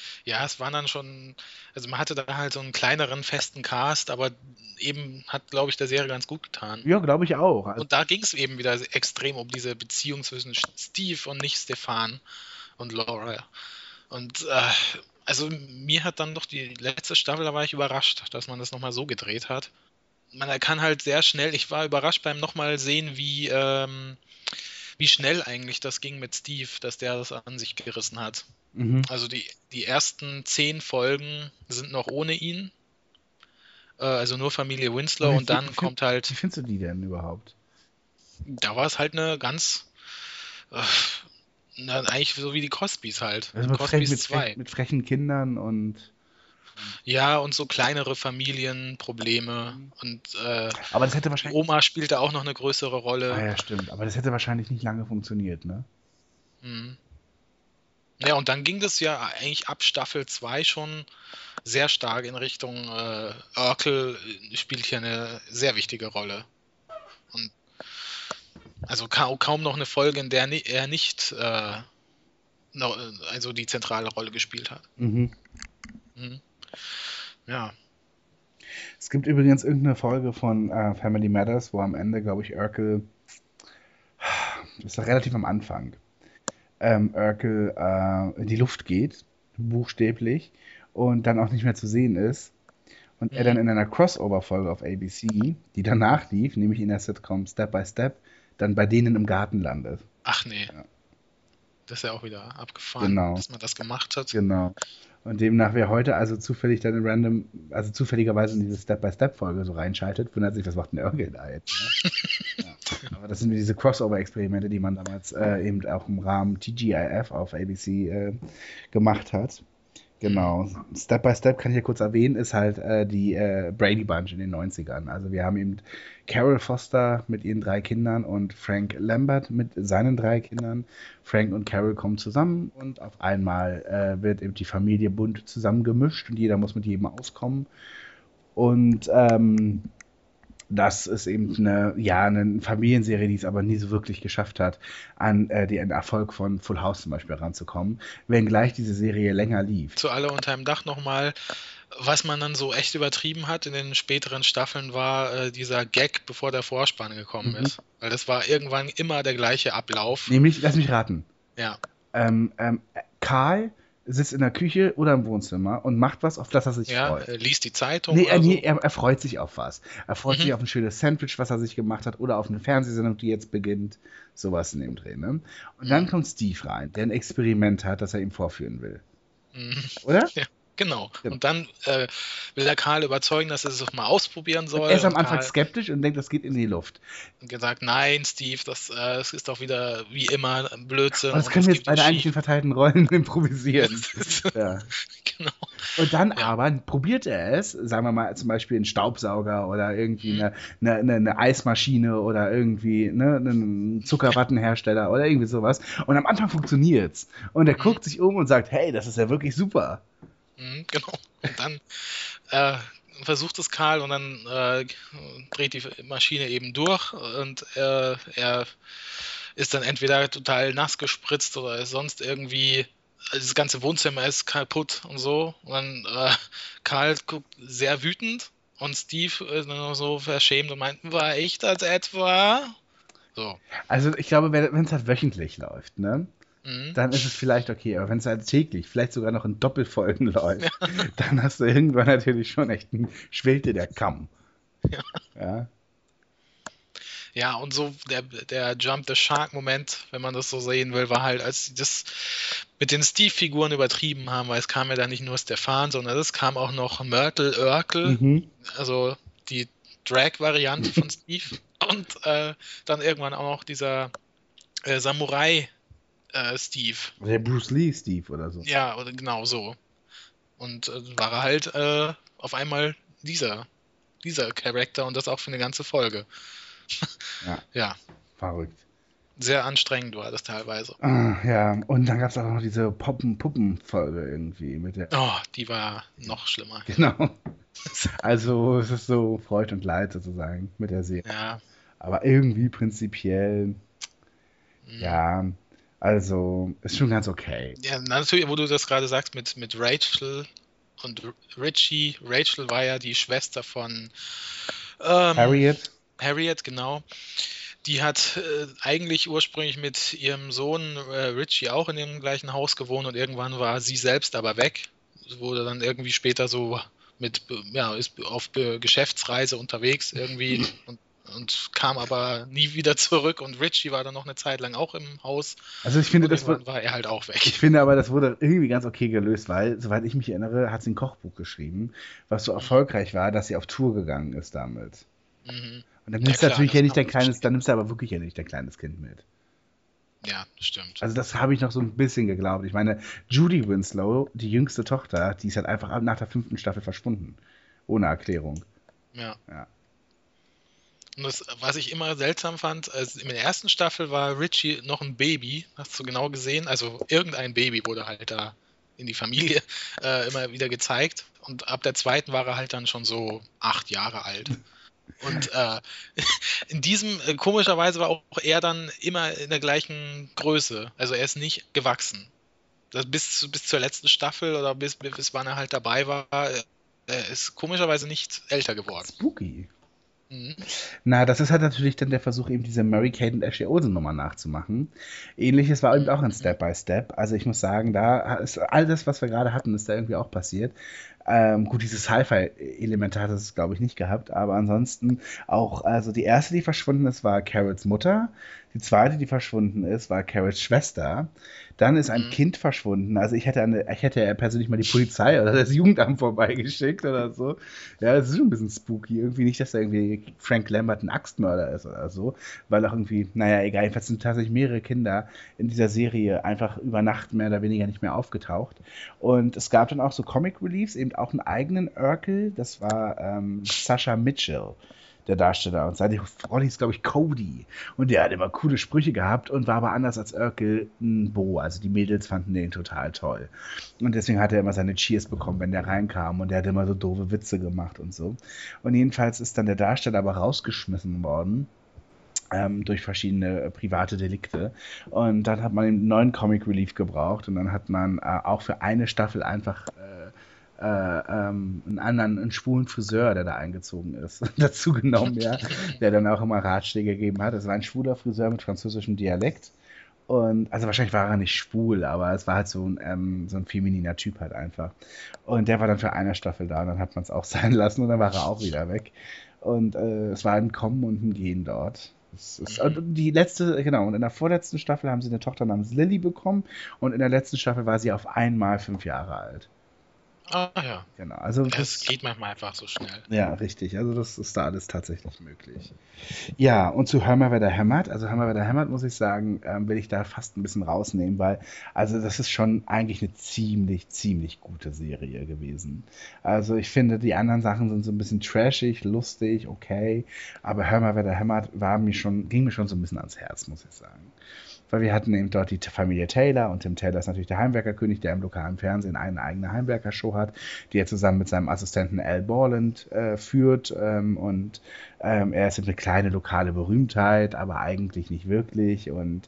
Ja, es waren dann schon, also man hatte da halt so einen kleineren, festen Cast, aber eben hat, glaube ich, der Serie ganz gut getan. Ja, glaube ich auch. Also, Und da ging es eben wieder extrem um diese Beziehung zwischen Steve und nicht Stefan und Laura. Und also mir hat dann doch die letzte Staffel, da war ich überrascht, dass man das nochmal so gedreht hat. Man kann halt sehr schnell, ich war überrascht beim nochmal sehen, wie schnell eigentlich das ging mit Steve, dass der das an sich gerissen hat. Also die ersten 10 Folgen sind noch ohne ihn. Also nur Familie Winslow und dann kommt Wie halt, findest du die denn überhaupt? da war es halt eine ganz, eigentlich so wie die Cosbys halt. Also Cosbys 2. mit frechen Kindern und. Ja, und so kleinere Familienprobleme. Und Aber das hätte die wahrscheinlich. Oma spielte auch noch eine größere Rolle. Ah ja, stimmt. Aber das hätte wahrscheinlich nicht lange funktioniert, ne? Mhm. Ja, und dann ging das ja eigentlich ab Staffel 2 schon sehr stark in Richtung Urkel spielt hier eine sehr wichtige Rolle. Und also kaum noch eine Folge, in der er nicht also die zentrale Rolle gespielt hat. Mhm. Mhm. Ja. Es gibt übrigens irgendeine Folge von Family Matters, wo am Ende, glaube ich, Urkel. Das ist relativ am Anfang. Urkel in die Luft geht, buchstäblich, und dann auch nicht mehr zu sehen ist. Und er dann in einer Crossover-Folge auf ABC, die danach lief, nämlich in der Sitcom Step by Step, dann bei denen im Garten landet. Ach nee. Ja. Das ist ja auch wieder abgefahren, Genau. dass man das gemacht hat. Genau. Und demnach, wer heute also zufällig dann zufälligerweise in diese Step-by-Step-Folge so reinschaltet, wundert sich, was macht denn Urkel da jetzt? Ne? Ja. Aber das sind diese Crossover-Experimente, die man damals eben auch im Rahmen TGIF auf ABC gemacht hat. Genau. Step by Step kann ich hier kurz erwähnen, ist halt die Brady Bunch in den 90ern. Also wir haben eben Carol Foster mit ihren 3 Kindern und Frank Lambert mit seinen 3 Kindern. Frank und Carol kommen zusammen und auf einmal wird eben die Familie bunt zusammengemischt und jeder muss mit jedem auskommen. Und das ist eben eine Familienserie, die es aber nie so wirklich geschafft hat, an den Erfolg von Full House zum Beispiel ranzukommen, wenngleich diese Serie länger lief. Zu Alle unter einem Dach nochmal, was man dann so echt übertrieben hat in den späteren Staffeln, war dieser Gag, bevor der Vorspann gekommen ist. Weil das war irgendwann immer der gleiche Ablauf. Nämlich, lass mich raten, Ja. Karl sitzt in der Küche oder im Wohnzimmer und macht was, auf das er sich Ja, freut. liest die Zeitung Nee, oder so. er freut sich auf was. Er freut sich auf ein schönes Sandwich, was er sich gemacht hat, oder auf eine Fernsehsendung, die jetzt beginnt. Sowas in dem Dreh, ne? Und dann kommt Steve rein, der ein Experiment hat, das er ihm vorführen will. Oder? Ja, genau. Und dann will der Karl überzeugen, dass er es doch mal ausprobieren soll. Er ist am Und Anfang Karl skeptisch und denkt, das geht in die Luft. hat gesagt, nein, Steve, das ist doch wieder wie immer Blödsinn. Und das können wir jetzt geht beide nicht eigentlich in verteilten Rollen improvisieren. Ja. Genau. Und dann aber probiert er es, sagen wir mal zum Beispiel einen Staubsauger oder irgendwie eine Eismaschine oder irgendwie einen Zuckerwattenhersteller oder irgendwie sowas. Und am Anfang funktioniert's. Und er guckt sich um und sagt, hey, das ist ja wirklich super. Genau. Und dann versucht es Karl und dann dreht die Maschine eben durch und er ist dann entweder total nass gespritzt oder ist sonst irgendwie, das ganze Wohnzimmer ist kaputt und so. Und dann Karl guckt sehr wütend und Steve ist nur so verschämt und meint, war ich das etwa? So. Also ich glaube, wenn es halt wöchentlich läuft, ne? Dann ist es vielleicht okay, aber wenn es halt täglich, vielleicht sogar noch in Doppelfolgen läuft, dann hast du irgendwann natürlich schon echt schwillt dir der Kamm. Ja. Ja, und so der Jump the Shark-Moment, wenn man das so sehen will, war halt, als sie das mit den Steve-Figuren übertrieben haben, weil es kam ja dann nicht nur Stefan, sondern es kam auch noch Myrtle Urkel, also die Drag-Variante von Steve und dann irgendwann auch noch dieser Samurai Steve. Der Bruce Lee Steve oder so. Ja, oder genau so. Und war er halt auf einmal dieser Charakter und das auch für eine ganze Folge. Ja. Verrückt. Sehr anstrengend war das teilweise. Ja, und dann gab es auch noch diese Puppen-Folge irgendwie mit der. Oh, die war noch schlimmer. Genau. Also es ist so Freud und Leid sozusagen mit der Serie. Ja. Aber irgendwie prinzipiell, ja. Also, ist schon ganz okay. Ja, natürlich, wo du das gerade sagst mit Rachel und Richie. Rachel war ja die Schwester von Harriet, genau. Die hat eigentlich ursprünglich mit ihrem Sohn Richie auch in dem gleichen Haus gewohnt und irgendwann war sie selbst aber weg. Wurde dann irgendwie später so ist auf Geschäftsreise unterwegs irgendwie und kam aber nie wieder zurück und Richie war dann noch eine Zeit lang auch im Haus. Also ich finde, und irgendwann war er halt auch weg. Ich finde aber, das wurde irgendwie ganz okay gelöst, weil, soweit ich mich erinnere, hat sie ein Kochbuch geschrieben, was so erfolgreich war, dass sie auf Tour gegangen ist damit. Mhm. Und dann nimmst du natürlich ja nicht dein kleines, dann nimmst du aber wirklich ja nicht dein kleines Kind mit. Ja, stimmt. Also das habe ich noch so ein bisschen geglaubt. Ich meine, Judy Winslow, die jüngste Tochter, die ist halt einfach nach der 5. Staffel verschwunden. Ohne Erklärung. Ja. Ja. Und das, was ich immer seltsam fand, also in der ersten Staffel war Richie noch ein Baby, hast du genau gesehen, also irgendein Baby wurde halt da in die Familie immer wieder gezeigt und ab der zweiten war er halt dann schon so 8 Jahre alt. Und in diesem, komischerweise war auch er dann immer in der gleichen Größe, also er ist nicht gewachsen. Das bis zur letzten Staffel oder bis wann er halt dabei war, er ist komischerweise nicht älter geworden. Spooky. Mhm. Na, das ist halt natürlich dann der Versuch, eben diese Mary-Kate und Ashley Olsen-Nummer nachzumachen. Ähnliches war eben auch ein Step by Step. Also ich muss sagen, da ist all das, was wir gerade hatten, ist da irgendwie auch passiert. Gut, diese Sci-Fi-Elemente hat es, glaube ich, nicht gehabt, aber ansonsten auch, also die erste, die verschwunden ist, war Carols Mutter. Die zweite, die verschwunden ist, war Carols Schwester. Dann ist ein Kind verschwunden. Also ich hätte persönlich mal die Polizei oder das Jugendamt vorbeigeschickt oder so. Ja, das ist schon ein bisschen spooky. Irgendwie nicht, dass da irgendwie Frank Lambert ein Axtmörder ist oder so. Weil auch irgendwie, naja, egal, jedenfalls sind tatsächlich mehrere Kinder in dieser Serie einfach über Nacht mehr oder weniger nicht mehr aufgetaucht. Und es gab dann auch so Comic Reliefs, eben auch einen eigenen Urkel. Das war Sasha Mitchell, der Darsteller. Und seine Rolle hieß, glaube ich, Cody. Und der hat immer coole Sprüche gehabt und war aber anders als Urkel ein Bo. Also die Mädels fanden den total toll. Und deswegen hat er immer seine Cheers bekommen, wenn der reinkam. Und der hat immer so doofe Witze gemacht und so. Und jedenfalls ist dann der Darsteller aber rausgeschmissen worden. Durch verschiedene private Delikte. Und dann hat man einen neuen Comic Relief gebraucht. Und dann hat man auch für eine Staffel einfach einen schwulen Friseur, der da eingezogen ist, dazu genommen, ja, der dann auch immer Ratschläge gegeben hat. Es war ein schwuler Friseur mit französischem Dialekt. Und, also wahrscheinlich war er nicht schwul, aber es war halt so ein femininer Typ halt einfach. Und der war dann für eine Staffel da und dann hat man es auch sein lassen und dann war er auch wieder weg. Und es war ein Kommen und ein Gehen dort. Die letzte, genau, und in der vorletzten Staffel haben sie eine Tochter namens Lily bekommen und in der letzten Staffel war sie auf einmal 5 Jahre alt. Ah ja. Genau, also das geht manchmal einfach so schnell. Ja, richtig. Also das ist da alles tatsächlich möglich. Ja, und zu Hör mal, wer da hämmert. Also Hör mal, wer da hämmert, muss ich sagen, will ich da fast ein bisschen rausnehmen, weil also das ist schon eigentlich eine ziemlich gute Serie gewesen. Also ich finde, die anderen Sachen sind so ein bisschen trashig, lustig, okay, aber Hör mal, wer da hämmert, ging mir schon so ein bisschen ans Herz, muss ich sagen. Weil wir hatten eben dort die Familie Taylor und Tim Taylor ist natürlich der Heimwerkerkönig, der im lokalen Fernsehen eine eigene Heimwerkershow hat, die er zusammen mit seinem Assistenten Al Borland führt und er ist eine kleine lokale Berühmtheit, aber eigentlich nicht wirklich und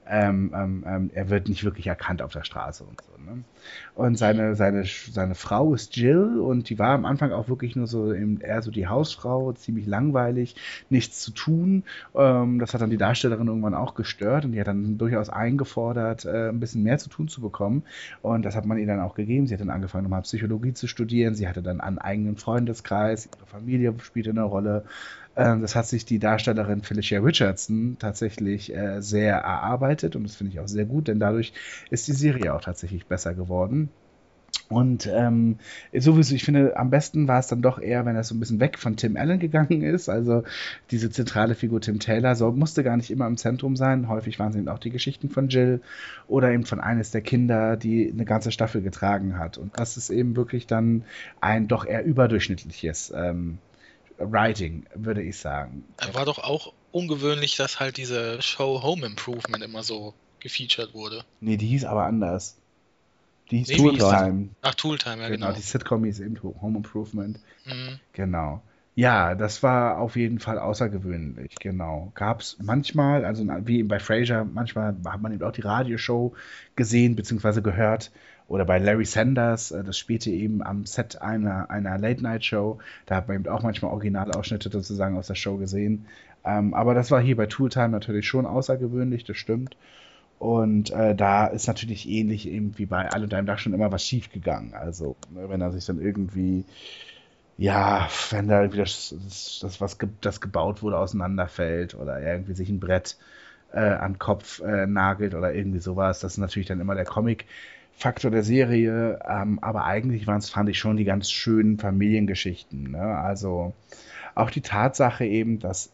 er wird nicht wirklich erkannt auf der Straße und so. Ne? Und seine Frau ist Jill und die war am Anfang auch wirklich nur so eher so die Hausfrau, ziemlich langweilig, nichts zu tun. Das hat dann die Darstellerin irgendwann auch gestört und die hat dann durchaus eingefordert, ein bisschen mehr zu tun zu bekommen. Und das hat man ihr dann auch gegeben. Sie hat dann angefangen, nochmal Psychologie zu studieren. Sie hatte dann einen eigenen Freundeskreis, ihre Familie spielte eine Rolle. Das hat sich die Darstellerin Felicia Richardson tatsächlich sehr erarbeitet und das finde ich auch sehr gut, denn dadurch ist die Serie auch tatsächlich besser geworden. Und sowieso, ich finde, am besten war es dann doch eher, wenn er so ein bisschen weg von Tim Allen gegangen ist. Also diese zentrale Figur Tim Taylor musste gar nicht immer im Zentrum sein. Häufig waren es eben auch die Geschichten von Jill oder eben von eines der Kinder, die eine ganze Staffel getragen hat. Und das ist eben wirklich dann ein doch eher überdurchschnittliches Writing, würde ich sagen. War doch auch ungewöhnlich, dass halt diese Show Home Improvement immer so gefeatured wurde. Nee, die hieß aber anders. Die hieß Nee, Tooltime. Ach, Tooltime, ja genau. Die Sitcom hieß eben Home Improvement. Mhm. Genau. Ja, das war auf jeden Fall außergewöhnlich, genau. Gab es manchmal, also wie eben bei Frasier, manchmal hat man eben auch die Radioshow gesehen bzw. gehört. Oder bei Larry Sanders, das spielte eben am Set einer Late-Night-Show. Da hat man eben auch manchmal Originalausschnitte sozusagen aus der Show gesehen. Aber das war hier bei Tooltime natürlich schon außergewöhnlich, das stimmt. Und da ist natürlich ähnlich eben wie bei All und einem Dach schon immer was schief gegangen. Also, ne, wenn er sich dann irgendwie ja, wenn da irgendwie das gebaut wurde, auseinanderfällt oder irgendwie sich ein Brett an den Kopf nagelt oder irgendwie sowas, das ist natürlich dann immer der Comic-Faktor der Serie. Aber eigentlich fand ich schon die ganz schönen Familiengeschichten. Ne? Also auch die Tatsache eben, dass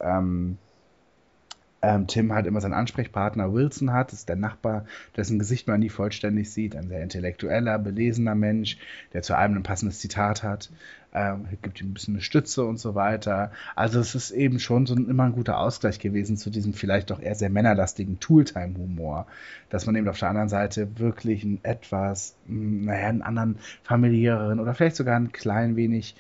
Tim halt immer seinen Ansprechpartner Wilson hat, das ist der Nachbar, dessen Gesicht man nie vollständig sieht, ein sehr intellektueller, belesener Mensch, der zu allem ein passendes Zitat hat, gibt ihm ein bisschen eine Stütze und so weiter. Also es ist eben schon so immer ein guter Ausgleich gewesen zu diesem vielleicht doch eher sehr männerlastigen Tooltime-Humor, dass man eben auf der anderen Seite wirklich einen anderen familiäreren oder vielleicht sogar ein klein wenig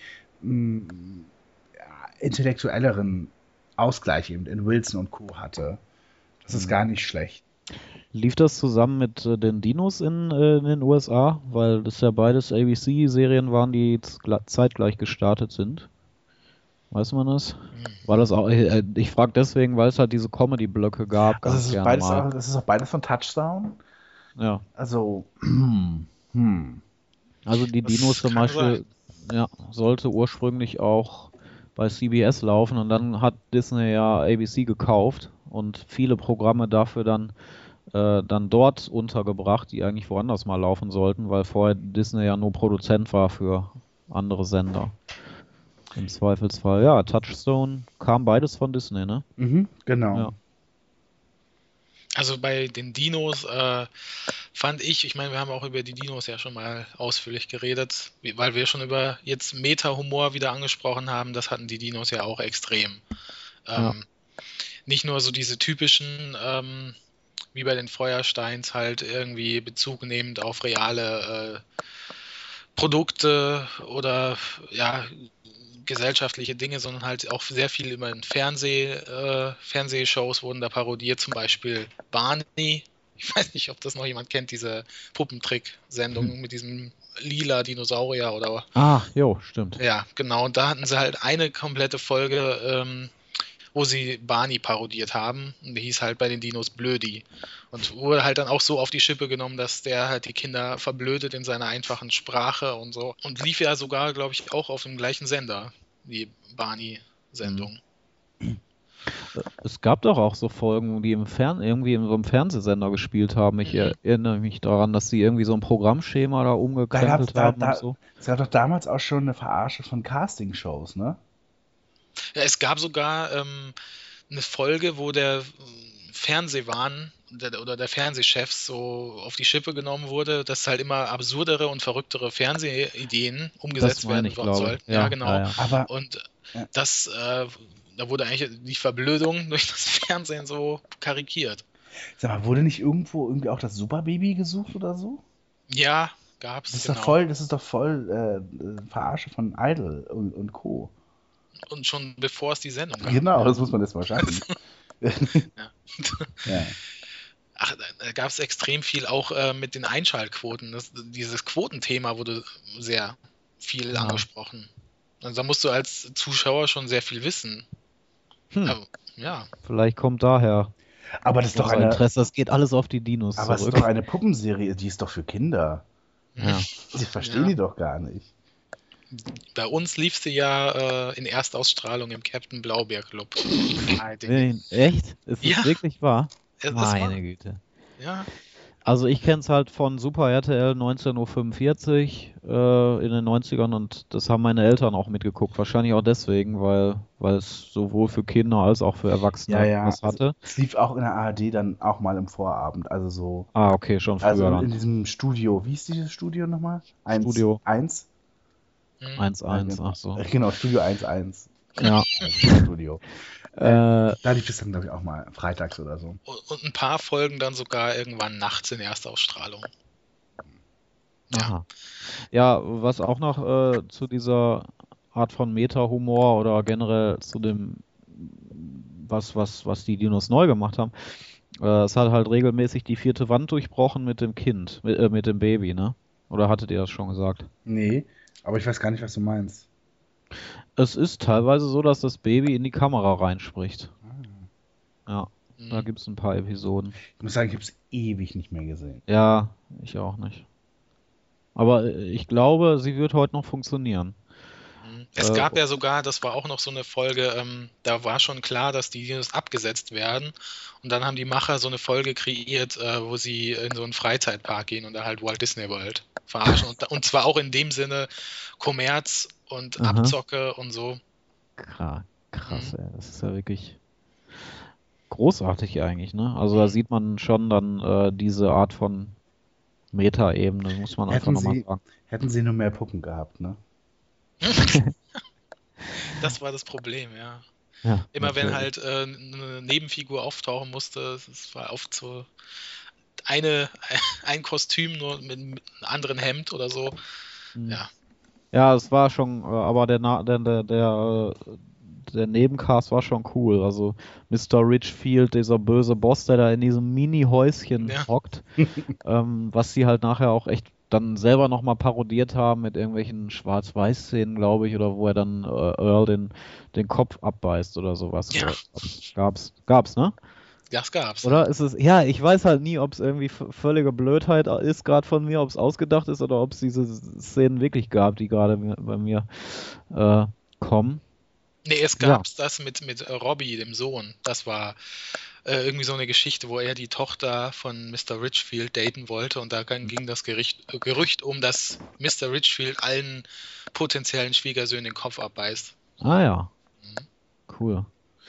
intellektuelleren Ausgleich eben in Wilson und Co. hatte. Das ist gar nicht schlecht. Lief das zusammen mit den Dinos in den USA? Weil das ja beides ABC-Serien waren, die zeitgleich gestartet sind. Weiß man das? War das auch? Ich frage deswegen, weil es halt diese Comedy-Blöcke gab. Also ganz gerne mal. das ist auch beides von Touchdown. Ja. Also, Also die Das Dinos zum kann Beispiel, ja, sollte ursprünglich auch bei CBS laufen und dann hat Disney ja ABC gekauft und viele Programme dafür dann dort untergebracht, die eigentlich woanders mal laufen sollten, weil vorher Disney ja nur Produzent war für andere Sender. Im Zweifelsfall, ja, Touchstone kam beides von Disney, ne? genau. Ja. Also bei den Dinos fand ich meine, wir haben auch über die Dinos ja schon mal ausführlich geredet, weil wir schon über jetzt Meta-Humor wieder angesprochen haben, das hatten die Dinos ja auch extrem. Ja. Nicht nur so diese typischen, wie bei den Feuersteins, halt irgendwie Bezug nehmend auf reale Produkte oder ja, gesellschaftliche Dinge, sondern halt auch sehr viel über den Fernsehshows wurden da parodiert, zum Beispiel Barney. Ich weiß nicht, ob das noch jemand kennt, diese Puppentrick-Sendung mit diesem lila Dinosaurier oder. Jo, stimmt. Ja, genau. Und da hatten sie halt eine komplette Folge, wo sie Barney parodiert haben. Und der hieß halt bei den Dinos Blödi. Und wurde halt dann auch so auf die Schippe genommen, dass der halt die Kinder verblödet in seiner einfachen Sprache und so. Und lief ja sogar, glaube ich, auch auf dem gleichen Sender, die Barney-Sendung. Es gab doch auch so Folgen, die irgendwie in so einem Fernsehsender gespielt haben. Ich erinnere mich daran, dass sie irgendwie so ein Programmschema da umgekrempelt haben und so. Es gab doch damals auch schon eine Verarsche von Castingshows, ne? Ja, es gab sogar eine Folge, wo der Fernsehwahn oder der Fernsehchef so auf die Schippe genommen wurde, dass halt immer absurdere und verrücktere Fernsehideen umgesetzt werden sollten. Ja, genau. Ja. Aber Und das, da wurde eigentlich die Verblödung durch das Fernsehen so karikiert. sag mal, wurde nicht irgendwo irgendwie auch das Superbaby gesucht oder so? Ja, gab's. Das ist genau. doch voll Verarsche von Idol und Co. Und schon bevor es die Sendung gab. Genau, das muss man jetzt mal schaffen. Ja. Ja. Ach, da gab es extrem viel auch mit den Einschaltquoten. Dieses Quotenthema wurde sehr viel angesprochen. Also da musst du als Zuschauer schon sehr viel wissen. Aber, ja. Vielleicht kommt daher Aber das ist doch unser Interesse. Das geht alles auf die Dinos aber es zurück. ist doch eine Puppenserie, die ist doch für Kinder. Ja. Die verstehen die doch gar nicht. Bei uns lief sie ja in Erstausstrahlung im Captain Blaubeer Club. Echt? Ist Ja. das wirklich wahr? Es war- Meine Güte. Ja, Also ich kenne es halt von Super RTL 19:45 Uhr in den 90ern und das haben meine Eltern auch mitgeguckt. Wahrscheinlich auch deswegen, weil es sowohl für Kinder als auch für Erwachsene was hatte. Es lief auch in der ARD dann auch mal im Vorabend. Also so. Okay, schon früher Also in dann. diesem Studio. Wie ist dieses Studio nochmal? Studio 1? 1-1, ach so. Genau, Studio 1-1. Ja. Studio. Da lief es dann, glaube ich, auch mal freitags oder so. und ein paar Folgen dann sogar irgendwann nachts in Erstausstrahlung. Aha. Ja, was auch noch zu dieser Art von Meta-Humor oder generell zu dem, was die Dinos neu gemacht haben. Es hat halt regelmäßig die 4. Wand durchbrochen mit dem Kind, mit dem Baby, ne? Oder hattet ihr das schon gesagt? Nee, aber ich weiß gar nicht, was du meinst. Es ist teilweise so, dass das Baby in die Kamera reinspricht. Ja, da gibt es ein paar Episoden. Ich muss sagen, ich habe es ewig nicht mehr gesehen. Ja, ich auch nicht. Aber ich glaube, sie wird heute noch funktionieren. Es gab ja sogar, das war auch noch so eine Folge, da war schon klar, dass die Dinos abgesetzt werden. Und dann haben die Macher so eine Folge kreiert, wo sie in so einen Freizeitpark gehen und da halt Walt Disney World verarschen. Und zwar auch in dem Sinne Kommerz und Abzocke und so. Krass, ey. Das ist ja wirklich großartig eigentlich, ne? Also da sieht man schon dann diese Art von Meta-Ebene, muss man einfach nochmal sagen. Hätten sie nur mehr Puppen gehabt, ne? Das war das Problem, ja. Ja, Immer wenn natürlich. halt eine Nebenfigur auftauchen musste, es war oft so ein Kostüm nur mit einem anderen Hemd oder so. Ja. Ja, es war schon, aber der Nebencast war schon cool. Also Mr. Richfield, dieser böse Boss, der da in diesem Mini-Häuschen hockt, was sie halt nachher auch echt dann selber nochmal parodiert haben mit irgendwelchen Schwarz-Weiß-Szenen, glaube ich, oder wo er dann Earl den Kopf abbeißt oder sowas. Ja. Gab's, ne? Das gab's. Oder ist es, ja, ich weiß halt nie, ob es irgendwie völlige Blödheit ist, gerade von mir, ob es ausgedacht ist oder ob es diese Szenen wirklich gab, die gerade bei mir kommen. Nee, es gab das mit Robbie, dem Sohn. Das war irgendwie so eine Geschichte, wo er die Tochter von Mr. Richfield daten wollte und da ging das Gerücht um, dass Mr. Richfield allen potenziellen Schwiegersöhnen den Kopf abbeißt. Ah ja. Cool.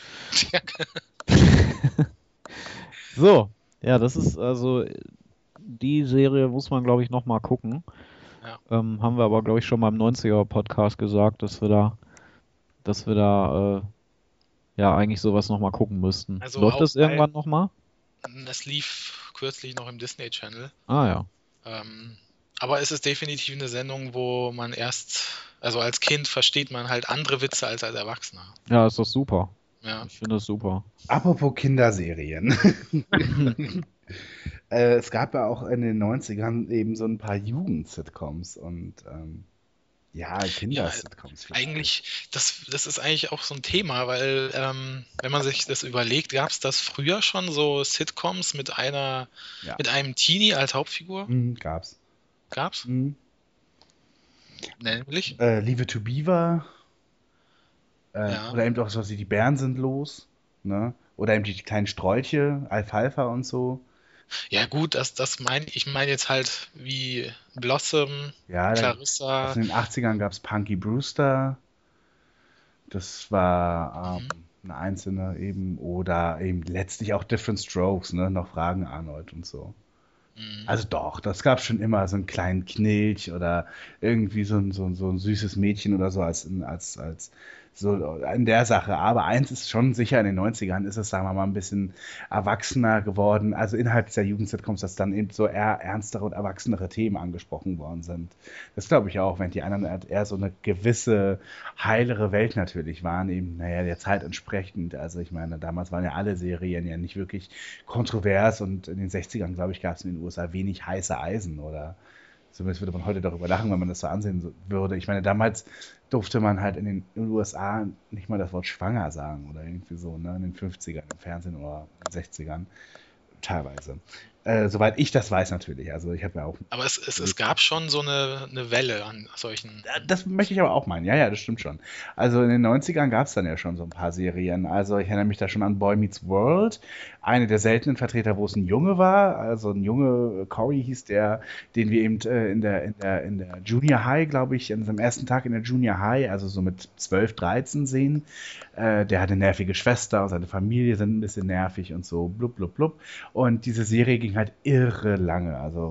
So, ja, das ist also die Serie muss man, glaube ich, nochmal gucken. Ja. Haben wir aber, glaube ich, schon mal im 90er-Podcast gesagt, dass wir da ja eigentlich sowas nochmal gucken müssten. Also läuft das auch irgendwann nochmal? Das lief kürzlich noch im Disney Channel. Ah ja. Aber es ist definitiv eine Sendung, wo man also als Kind versteht man halt andere Witze als Erwachsener. Ja, ist doch super. Ja. Ich finde das super. Apropos Kinderserien. Es gab ja auch in den 90ern eben so ein paar Jugend-Sitcoms und Kinder-Sitcoms. Eigentlich, das ist eigentlich auch so ein Thema, weil wenn man sich das überlegt, gab es das früher schon, so Sitcoms mit einem Teenie als Hauptfigur? Gab's. Gab's? Nämlich? Leave It to Beaver. Oder eben auch so wie die Bären sind los. Ne? Oder eben die kleinen Strolche, Alfalfa und so. Ja gut, ich meine jetzt halt wie Blossom, Clarissa. Also in den 80ern gab es Punky Brewster. Das war eine einzelne eben. Oder eben letztlich auch Different Strokes, ne? Noch Fragen Arnold und so. Also doch, das gab schon immer so einen kleinen Knilch oder irgendwie so ein süßes Mädchen oder so als so in der Sache. Aber eins ist schon sicher, in den 90ern ist es, sagen wir mal, ein bisschen erwachsener geworden. Also innerhalb dieser Jugend-Sitcoms, dass dann eben so eher ernstere und erwachsenere Themen angesprochen worden sind. Das glaube ich auch, wenn die anderen eher so eine gewisse heilere Welt natürlich waren, eben, der Zeit entsprechend. Also ich meine, damals waren ja alle Serien ja nicht wirklich kontrovers und in den 60ern, glaube ich, gab es in den USA wenig heiße Eisen oder zumindest würde man heute darüber lachen, wenn man das so ansehen würde. Ich meine, damals durfte man halt in den USA nicht mal das Wort schwanger sagen oder irgendwie so, ne? In den 50ern im Fernsehen oder in den 60ern teilweise. Soweit ich das weiß natürlich. Also ich habe ja auch. Aber es gab schon so eine Welle an solchen. Das möchte ich aber auch meinen. Ja, das stimmt schon. Also in den 90ern gab es dann ja schon so ein paar Serien. Also ich erinnere mich da schon an Boy Meets World. Eine der seltenen Vertreter, wo es ein Junge war. Also ein Junge, Corey hieß der, den wir eben in der Junior High, glaube ich, an seinem ersten Tag in der Junior High, also so mit 12, 13 sehen. Der hat eine nervige Schwester und seine Familie sind ein bisschen nervig und so blub, blub, blub. Und diese Serie ging halt irre lange. Also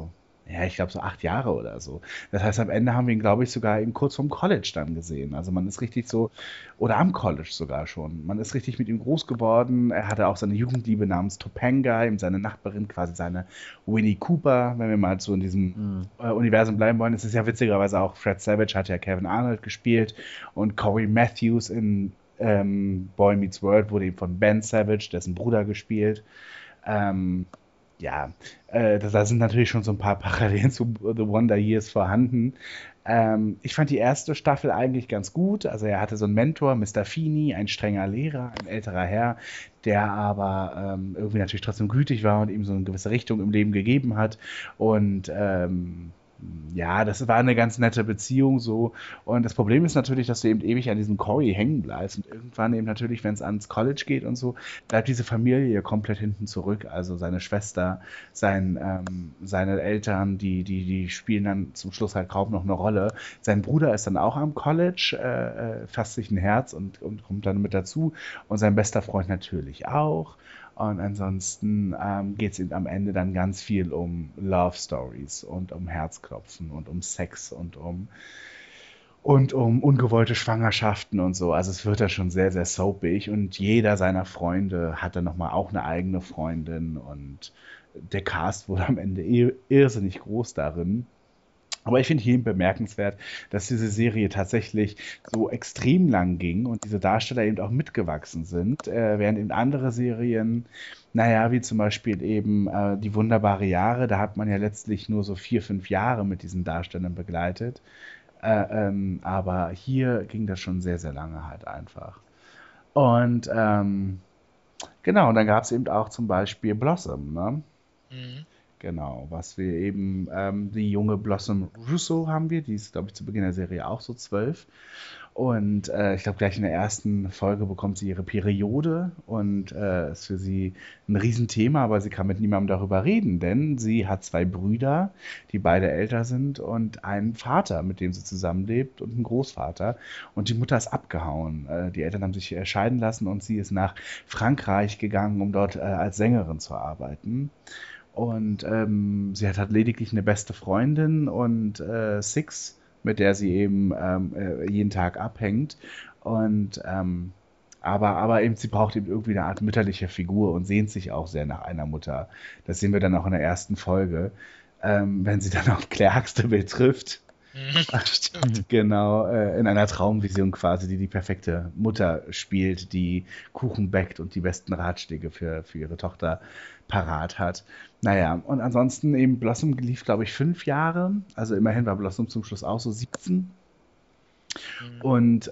ja, ich glaube so 8 Jahre oder so. Das heißt, am Ende haben wir ihn, glaube ich, sogar eben kurz vorm College dann gesehen. Also man ist richtig so, oder am College sogar schon. Man ist richtig mit ihm groß geworden. Er hatte auch seine Jugendliebe namens Topanga, eben seine Nachbarin, quasi seine Winnie Cooper, wenn wir mal so in diesem Universum bleiben wollen. Es ist ja witzigerweise auch, Fred Savage hat ja Kevin Arnold gespielt und Corey Matthews in Boy Meets World wurde eben von Ben Savage, dessen Bruder, gespielt. Ja, da sind natürlich schon so ein paar Parallelen zu The Wonder Years vorhanden. Ich fand die erste Staffel eigentlich ganz gut. Also er hatte so einen Mentor, Mr. Feeney, ein strenger Lehrer, ein älterer Herr, der aber irgendwie natürlich trotzdem gütig war und ihm so eine gewisse Richtung im Leben gegeben hat. Und ja, das war eine ganz nette Beziehung so. Und das Problem ist natürlich, dass du eben ewig an diesem Corey hängen bleibst. Und irgendwann eben natürlich, wenn es ans College geht und so, bleibt diese Familie komplett hinten zurück. Also seine Schwester, seine Eltern, die spielen dann zum Schluss halt kaum noch eine Rolle. Sein Bruder ist dann auch am College, fasst sich ein Herz und kommt dann mit dazu. Und sein bester Freund natürlich auch. Und ansonsten geht es am Ende dann ganz viel um Love Stories und um Herzklopfen und um Sex und um ungewollte Schwangerschaften und so. Also es wird da schon sehr, sehr soapig und jeder seiner Freunde hat dann nochmal auch eine eigene Freundin und der Cast wurde am Ende irrsinnig groß darin. Aber ich finde hier bemerkenswert, dass diese Serie tatsächlich so extrem lang ging und diese Darsteller eben auch mitgewachsen sind, während eben andere Serien, naja, wie zum Beispiel eben Die wunderbare Jahre, da hat man ja letztlich nur so 4, 5 Jahre mit diesen Darstellern begleitet. Aber hier ging das schon sehr, sehr lange halt einfach. Und genau, und dann gab es eben auch zum Beispiel Blossom, ne? Mhm. Genau, was wir eben, die junge Blossom Russo haben wir, die ist, glaube ich, zu Beginn der Serie auch so 12. Und ich glaube, gleich in der ersten Folge bekommt sie ihre Periode und ist für sie ein Riesenthema, aber sie kann mit niemandem darüber reden, denn sie hat 2 Brüder, die beide älter sind und einen Vater, mit dem sie zusammenlebt und einen Großvater. Und die Mutter ist abgehauen. Die Eltern haben sich scheiden lassen und sie ist nach Frankreich gegangen, um dort als Sängerin zu arbeiten. Und sie hat halt lediglich eine beste Freundin und Six, mit der sie eben jeden Tag abhängt. Und aber eben, sie braucht eben irgendwie eine Art mütterliche Figur und sehnt sich auch sehr nach einer Mutter. Das sehen wir dann auch in der ersten Folge, wenn sie dann auf Claire Huxtable trifft. Stimmt. Genau, in einer Traumvision quasi, die perfekte Mutter spielt, die Kuchen backt und die besten Ratschläge für ihre Tochter parat hat. Naja, und ansonsten eben Blossom lief, glaube ich, 5 Jahre. Also immerhin war Blossom zum Schluss auch so 17. Und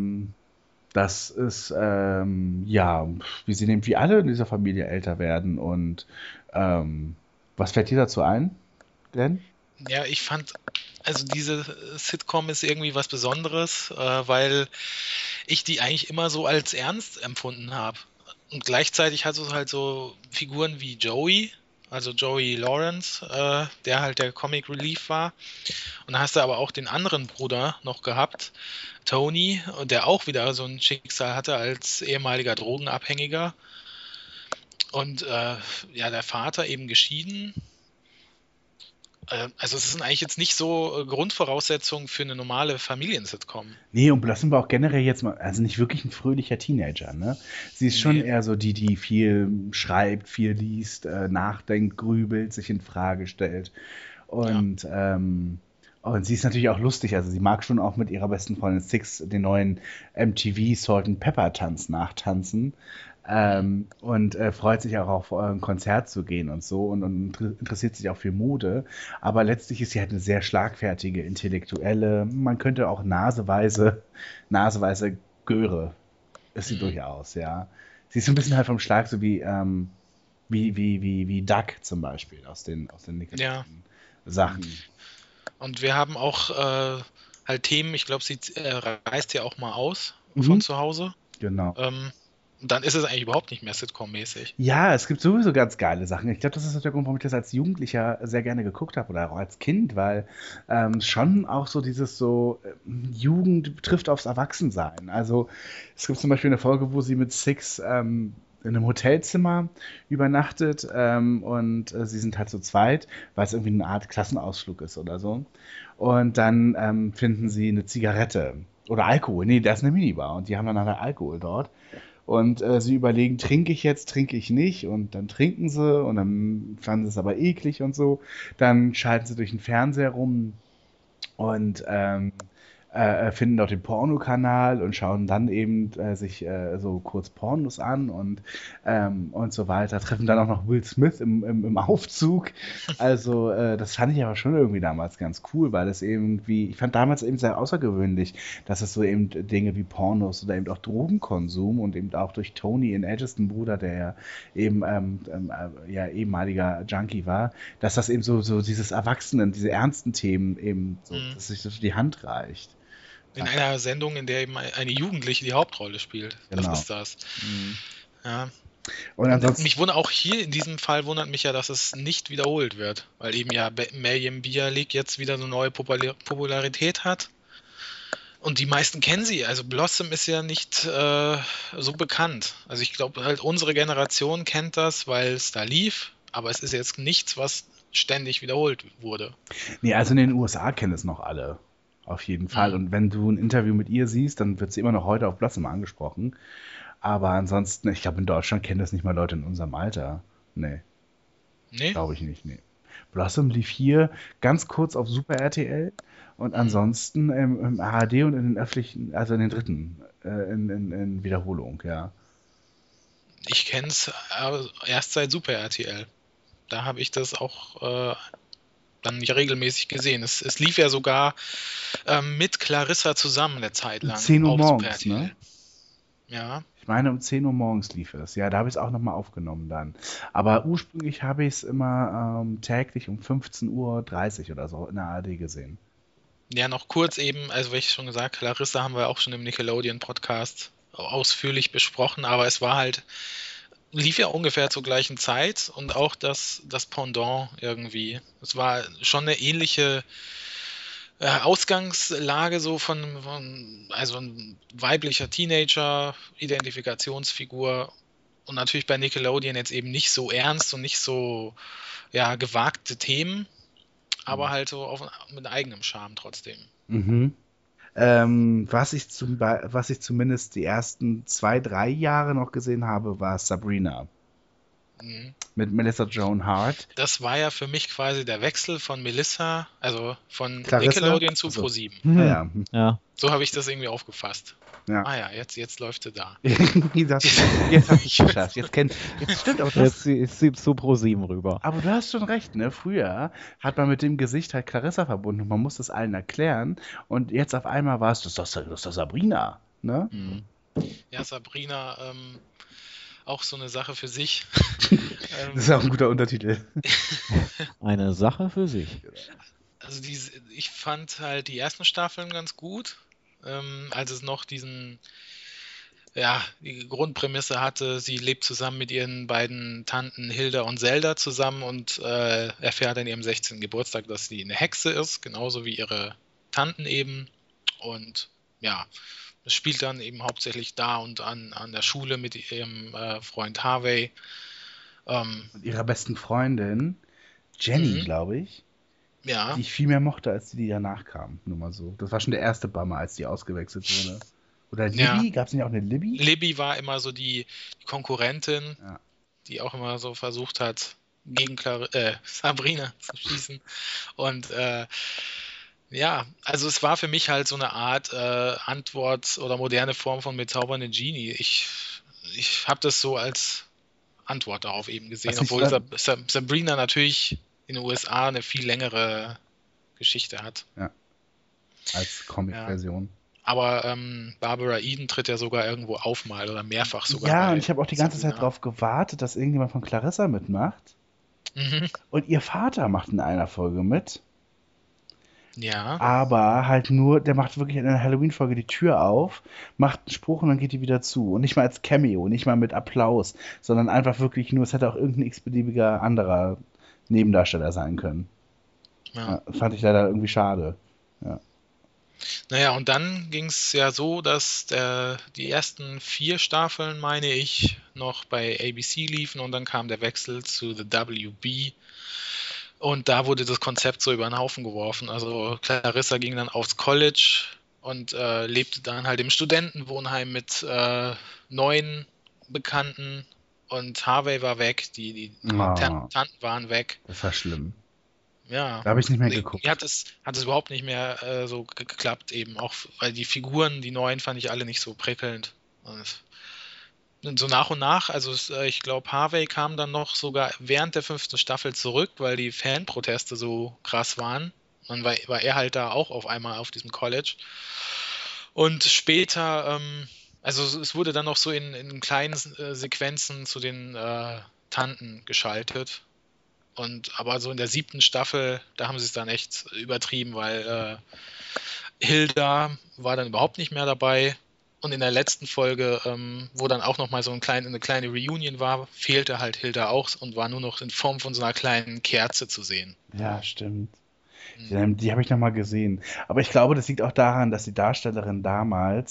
das ist, ja, wir sehen eben, wie alle in dieser Familie älter werden. Und was fällt dir dazu ein, Glenn? Ja, ich fand, also diese Sitcom ist irgendwie was Besonderes, weil ich die eigentlich immer so als ernst empfunden habe. Und gleichzeitig hat es halt so Figuren wie Joey, also Joey Lawrence, der halt der Comic Relief war. Und dann hast du aber auch den anderen Bruder noch gehabt, Tony, der auch wieder so ein Schicksal hatte als ehemaliger Drogenabhängiger. Und ja, der Vater eben geschieden. Also es sind eigentlich jetzt nicht so Grundvoraussetzungen für eine normale Familiensitcom. Nee, und Blossom war auch generell jetzt mal, also nicht wirklich ein fröhlicher Teenager, ne? Sie ist schon Nee. eher so die viel schreibt, viel liest, nachdenkt, grübelt, sich in Frage stellt. Und sie ist natürlich auch lustig, also sie mag schon auch mit ihrer besten Freundin Six den neuen MTV Salt and Pepper Tanz nachtanzen. Und freut sich auch auf ein Konzert zu gehen und so und interessiert sich auch für Mode. Aber letztlich ist sie halt eine sehr schlagfertige, intellektuelle, man könnte auch naseweise Göre ist sie durchaus, ja. Sie ist so ein bisschen halt vom Schlag, so wie Duck zum Beispiel aus den Nickelodeon-Sachen. Und wir haben auch halt Themen, ich glaube, sie reist ja auch mal aus von zu Hause. Genau. Dann ist es eigentlich überhaupt nicht mehr Sitcom-mäßig. Ja, es gibt sowieso ganz geile Sachen. Ich glaube, das ist der Grund, warum ich das als Jugendlicher sehr gerne geguckt habe oder auch als Kind, weil schon auch so dieses so Jugend trifft aufs Erwachsensein. Also es gibt zum Beispiel eine Folge, wo sie mit Six in einem Hotelzimmer übernachtet und sie sind halt zu zweit, weil es irgendwie eine Art Klassenausflug ist oder so. Und dann finden sie eine Zigarette oder Alkohol. Nee, da ist eine Minibar und die haben dann halt Alkohol dort. Und sie überlegen, trinke ich jetzt, trinke ich nicht? Und dann trinken sie und dann fanden sie es aber eklig und so. Dann schalten sie durch den Fernseher rum und finden dort den Pornokanal und schauen dann eben sich so kurz Pornos an und so weiter. Treffen dann auch noch Will Smith im Aufzug. Also das fand ich aber schon irgendwie damals ganz cool, weil das irgendwie, ich fand damals eben sehr außergewöhnlich, dass es so eben Dinge wie Pornos oder eben auch Drogenkonsum und eben auch durch Tony in Edgeston Bruder, der ja eben ja ehemaliger Junkie war, dass das eben so dieses Erwachsenen, diese ernsten Themen eben so, dass sich das die Hand reicht. In einer Sendung, in der eben eine Jugendliche die Hauptrolle spielt. Genau. Das ist das. Ja. Und ansonsten, Mich wundert auch hier in diesem Fall wundert mich ja, dass es nicht wiederholt wird, weil eben ja Mayhem Bialik jetzt wieder eine neue Popularität hat. Und die meisten kennen sie. Also Blossom ist ja nicht so bekannt. Also ich glaube halt unsere Generation kennt das, weil es da lief, aber es ist jetzt nichts, was ständig wiederholt wurde. nee, also in den USA kennen es noch alle. Auf jeden Fall. Und wenn du ein Interview mit ihr siehst, dann wird sie immer noch heute auf Blossom angesprochen. Aber ansonsten, ich glaube, in Deutschland kennen das nicht mal Leute in unserem Alter. Nee, Nee? glaube ich nicht. Nee. Blossom lief hier ganz kurz auf Super RTL und ansonsten im ARD und in den öffentlichen, also in den dritten, in Wiederholung, ja. Ich kenne es erst seit Super RTL. Da habe ich das auch dann regelmäßig gesehen. Es lief ja sogar mit Clarissa zusammen eine Zeit lang. 10 Uhr auf Super morgens, RTL. ne? Ja, Ich meine, um 10 Uhr morgens lief es. Ja, da habe ich es auch nochmal aufgenommen dann. Aber ursprünglich habe ich es immer täglich um 15:30 Uhr oder so in der ARD gesehen. ja, noch kurz eben, also wie ich schon gesagt, Clarissa haben wir auch schon im Nickelodeon-Podcast ausführlich besprochen, aber es war halt, lief ja ungefähr zur gleichen Zeit und auch das Pendant irgendwie. Es war schon eine ähnliche Ausgangslage so von also ein weiblicher Teenager, Identifikationsfigur und natürlich bei Nickelodeon jetzt eben nicht so ernst und nicht so ja, gewagte Themen, aber halt so mit eigenem Charme trotzdem. Mhm. Was ich zumindest die ersten 2, 3 Jahre noch gesehen habe, war Sabrina. Mhm. Mit Melissa Joan Hart. Das war ja für mich quasi der Wechsel von Melissa, also von Clarissa? Nickelodeon zu Achso. Pro7. Ja, Ja. So habe ich das irgendwie aufgefasst. ja. Ah ja, jetzt läuft sie da. Jetzt hast du es geschafft. Jetzt stimmt, aber Jetzt ist sie zu Pro7 rüber. aber du hast schon recht, ne? Früher hat man mit dem Gesicht halt Clarissa verbunden und man musste es allen erklären. Und jetzt auf einmal war es, das ist doch Sabrina, ne? Mhm. Ja, Sabrina, auch so eine Sache für sich. Das ist auch ein guter Untertitel. Eine Sache für sich. Also ich fand halt die ersten Staffeln ganz gut, als es noch die Grundprämisse hatte, sie lebt zusammen mit ihren beiden Tanten Hilda und Zelda zusammen und erfährt an ihrem 16. Geburtstag, dass sie eine Hexe ist, genauso wie ihre Tanten eben. Und ja, es spielt dann eben hauptsächlich da und an der Schule mit ihrem Freund Harvey. Und ihrer besten Freundin, Jenny, Mhm. glaube ich, Ja, die ich viel mehr mochte, als die danach kam. Nur mal so. Das war schon der erste Bummer, als die ausgewechselt wurde. Oder Ja. Libby? Gab es nicht auch eine Libby? Libby war immer so die Konkurrentin, Ja. die auch immer so versucht hat, gegen Sabrina zu schießen. Und ja, also es war für mich halt so eine Art Antwort oder moderne Form von bezaubernde Genie. Ich habe das so als Antwort darauf eben gesehen, Was ich obwohl dann- Sabrina natürlich in den USA eine viel längere Geschichte hat. Als Comic-Version. Aber Barbara Eden tritt ja sogar irgendwo auf mal oder mehrfach sogar. Ja, bei und ich habe auch die ganze Zeit Sabrina. darauf gewartet, dass irgendjemand von Clarissa mitmacht. Mhm. Und ihr Vater macht in einer Folge mit. Ja. Aber halt nur, der macht wirklich in einer Halloween-Folge die Tür auf, macht einen Spruch und dann geht die wieder zu. Und nicht mal als Cameo, nicht mal mit Applaus, sondern einfach wirklich nur, es hätte auch irgendein x-beliebiger anderer Nebendarsteller sein können. Ja. Ja, fand ich leider irgendwie schade. Naja, und dann ging es ja so, dass die ersten 4 Staffeln, meine ich, noch bei ABC liefen und dann kam der Wechsel zu The WB und da wurde das Konzept so über den Haufen geworfen. Also Clarissa ging dann aufs College und lebte dann halt im Studentenwohnheim mit 9 Bekannten und Harvey war weg, die Tanten waren weg. Das war schlimm. Ja. Da habe ich nicht mehr geguckt. Mir hat es überhaupt nicht mehr so geklappt, eben auch, weil die Figuren, die neuen, fand ich alle nicht so prickelnd. Und so nach und nach, also ich glaube, Harvey kam dann noch sogar während der 5. Staffel zurück, weil die Fanproteste so krass waren. Dann war er halt da auch auf einmal auf diesem College. Und später, also es wurde dann noch so in kleinen Sequenzen zu den Tanten geschaltet. Aber so in der 7. Staffel, da haben sie es dann echt übertrieben, weil Hilda war dann überhaupt nicht mehr dabei. Und in der letzten Folge, wo dann auch nochmal so eine kleine Reunion war, fehlte halt Hilda auch und war nur noch in Form von so einer kleinen Kerze zu sehen. Ja, stimmt. Die habe ich nochmal gesehen. Aber ich glaube, das liegt auch daran, dass die Darstellerin damals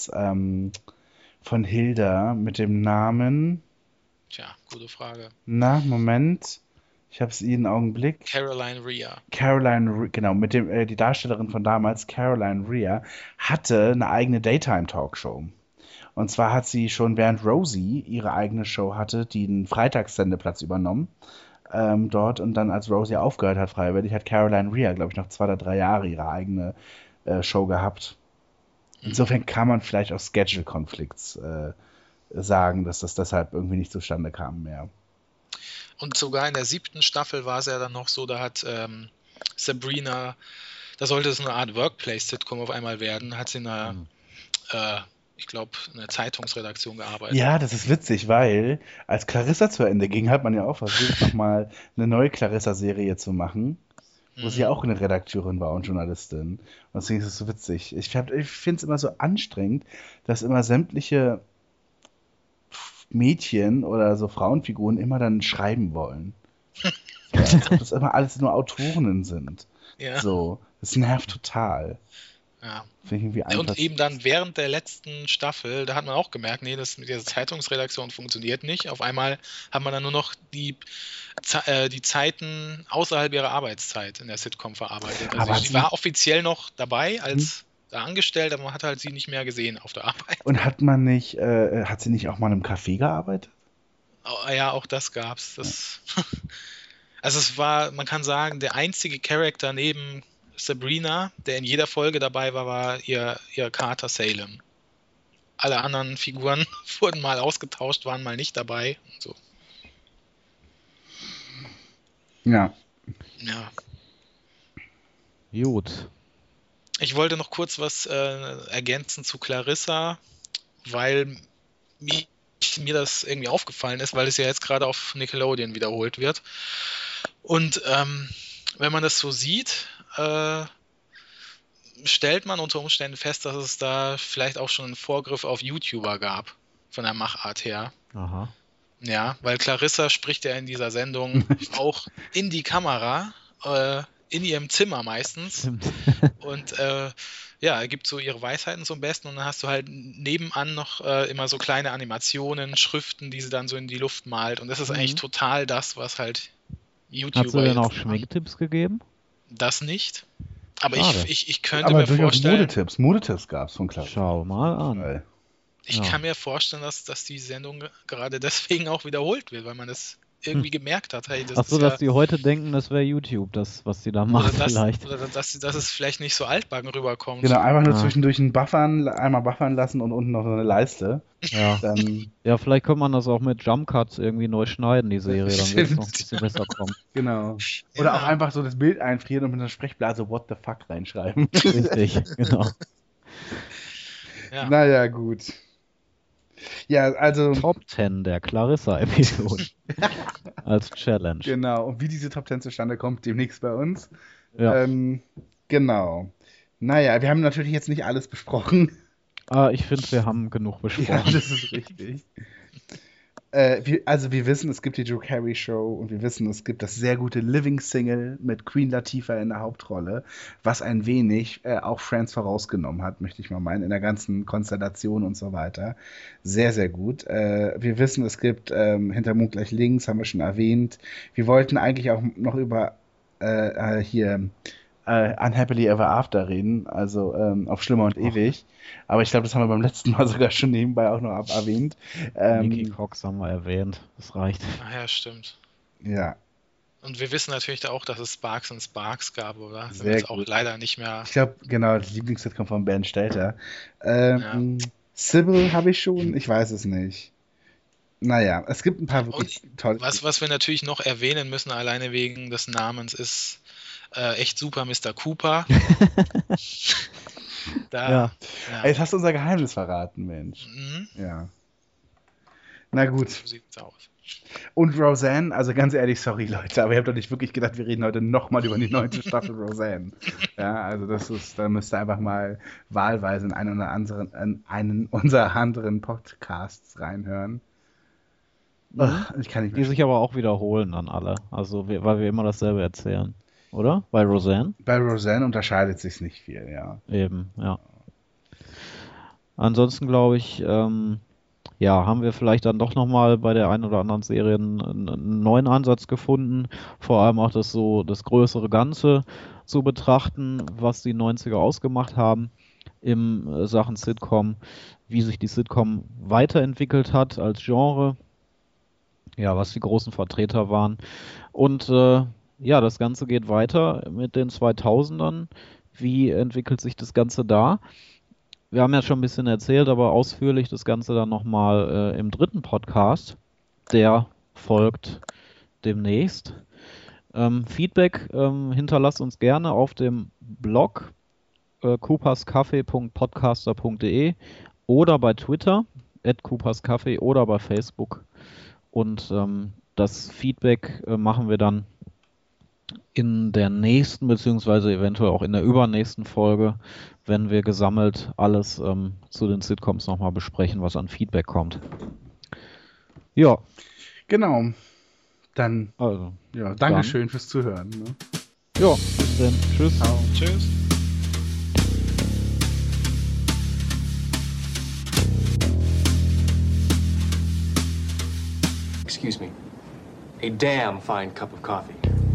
von Hilda mit dem Namen... Tja, gute Frage. Na, Moment. Ich habe es Ihnen einen Augenblick. Caroline Rhea. Genau, die Darstellerin von damals, Caroline Rhea, hatte eine eigene Daytime-Talkshow. Und zwar hat sie schon während Rosie ihre eigene Show hatte, den Freitagssendeplatz übernommen dort und dann als Rosie aufgehört hat freiwillig, hat Caroline Rhea, glaube ich, noch 2 oder 3 Jahre ihre eigene Show gehabt. Insofern kann man vielleicht aus Schedule-Konflikts sagen, dass das deshalb irgendwie nicht zustande kam mehr. Und sogar in der 7. Staffel war es ja dann noch so, da hat Sabrina, da sollte es eine Art Workplace-Sitcom auf einmal werden, hat sie in einer, ich glaube, eine Zeitungsredaktion gearbeitet. Ja, das ist witzig, weil als Clarissa zu Ende ging, hat man ja auch versucht, nochmal eine neue Clarissa-Serie zu machen, wo sie auch eine Redakteurin war und Journalistin. Und deswegen ist es so witzig. Ich finde es immer so anstrengend, dass immer sämtliche Mädchen oder so Frauenfiguren immer dann schreiben wollen. Als ob das immer alles nur Autorinnen sind. Ja. So, das nervt total. Ja. Und eben dann während der letzten Staffel, da hat man auch gemerkt, nee, das mit der Zeitungsredaktion funktioniert nicht. Auf einmal hat man dann nur noch die Zeiten außerhalb ihrer Arbeitszeit in der Sitcom verarbeitet. Also sie war offiziell noch dabei als da angestellt, aber man hat halt sie nicht mehr gesehen auf der Arbeit. Und hat sie nicht auch mal in einem Café gearbeitet? Ja, auch das gab's. Also es war, man kann sagen, der einzige Charakter neben Sabrina, der in jeder Folge dabei war ihr Kater Salem. Alle anderen Figuren wurden mal ausgetauscht, waren mal nicht dabei und so. Ja. Ja. Gut. Ich wollte noch kurz was ergänzen zu Clarissa, weil mir das irgendwie aufgefallen ist, weil es ja jetzt gerade auf Nickelodeon wiederholt wird. Und wenn man das so sieht, stellt man unter Umständen fest, dass es da vielleicht auch schon einen Vorgriff auf YouTuber gab, von der Machart her. Aha. Ja, weil Clarissa spricht ja in dieser Sendung auch in die Kamera, in ihrem Zimmer meistens. Stimmt. Und gibt so ihre Weisheiten zum Besten und dann hast du halt nebenan noch immer so kleine Animationen, Schriften, die sie dann so in die Luft malt und das ist eigentlich total das, was halt YouTuber Hat sie denn auch jetzt Schminktipps gegeben? Das nicht. Aber Schade. ich könnte Aber mir durchaus vorstellen, Modetipps gab es von Clarissa. Schau mal an. ich kann mir vorstellen, dass die Sendung gerade deswegen auch wiederholt wird, weil man das irgendwie gemerkt hat. Hey, das Achso, ist dass die heute denken, das wäre YouTube, das, was sie da machen vielleicht. Oder dass es vielleicht nicht so altbacken rüberkommt. Genau, einfach nur zwischendurch einmal buffern lassen und unten noch so eine Leiste. Ja. Ja, vielleicht kann man das auch mit Jump Cuts irgendwie neu schneiden, die Serie, dann wird es noch ein bisschen besser kommen. Genau. Oder auch einfach so das Bild einfrieren und mit einer Sprechblase What the fuck reinschreiben. Richtig, genau. Ja. Naja, gut. Ja, also. Top 10 der Clarissa-Episode. Als Challenge. Genau. Und wie diese Top 10 zustande kommt, demnächst bei uns. Ja. Genau. Naja, wir haben natürlich jetzt nicht alles besprochen. Ich finde, wir haben genug besprochen. Ja, das ist richtig. wir wissen, es gibt die Drew Carey Show und wir wissen, es gibt das sehr gute Living Single mit Queen Latifah in der Hauptrolle, was ein wenig auch Friends vorausgenommen hat, möchte ich mal meinen, in der ganzen Konstellation und so weiter. Sehr, sehr gut. Wir wissen, es gibt Hinter Mond gleich links, haben wir schon erwähnt. Wir wollten eigentlich auch noch über Unhappily Ever After reden, also auf Schlimmer und Ewig. Aber ich glaube, das haben wir beim letzten Mal sogar schon nebenbei auch noch erwähnt. Nicky Cox haben wir erwähnt, das reicht. Ach ja, stimmt. Ja. Und wir wissen natürlich auch, dass es Sparks und Sparks gab, oder? Sind Sehr wir jetzt auch gut. leider nicht mehr. Ich glaube, genau, das Lieblingssitcom von Ben Stelter. Ja. Sybil habe ich schon, ich weiß es nicht. Naja, es gibt ein paar wirklich tolle. Was wir natürlich noch erwähnen müssen, alleine wegen des Namens, ist echt super Mr. Cooper. Ja. Ey, jetzt hast du unser Geheimnis verraten, Mensch. Mhm. Ja. Na gut. So sieht's aus. Und Roseanne, also ganz ehrlich, sorry Leute, aber ihr habt doch nicht wirklich gedacht, wir reden heute nochmal über die 9. Staffel Roseanne. Ja, also da müsst ihr einfach mal wahlweise in einen unserer anderen Podcasts reinhören. Ach, ich kann nicht Die mehr. sich aber auch wiederholen dann alle. Also, weil wir immer dasselbe erzählen. Oder? Bei Roseanne? Bei Roseanne unterscheidet sich nicht viel, ja. Eben, ja. Ansonsten glaube ich, haben wir vielleicht dann doch nochmal bei der einen oder anderen Serie einen neuen Ansatz gefunden. Vor allem auch das größere Ganze zu betrachten, was die 90er ausgemacht haben im Sachen Sitcom, wie sich die Sitcom weiterentwickelt hat als Genre, ja, was die großen Vertreter waren. Und das Ganze geht weiter mit den 2000ern. Wie entwickelt sich das Ganze da? Wir haben ja schon ein bisschen erzählt, aber ausführlich das Ganze dann nochmal im 3. Podcast. Der folgt demnächst. Feedback hinterlasst uns gerne auf dem Blog cooperscafé.podcaster.de oder bei Twitter @cooperscafé oder bei Facebook. Und das Feedback machen wir dann in der nächsten, beziehungsweise eventuell auch in der übernächsten Folge, wenn wir gesammelt alles zu den Sitcoms nochmal besprechen, was an Feedback kommt. Ja. Genau. Dann, Also, ja, Dankeschön fürs Zuhören. Ne? Ja, bis dann. Tschüss. Ciao. Tschüss. Excuse me. A damn fine cup of coffee.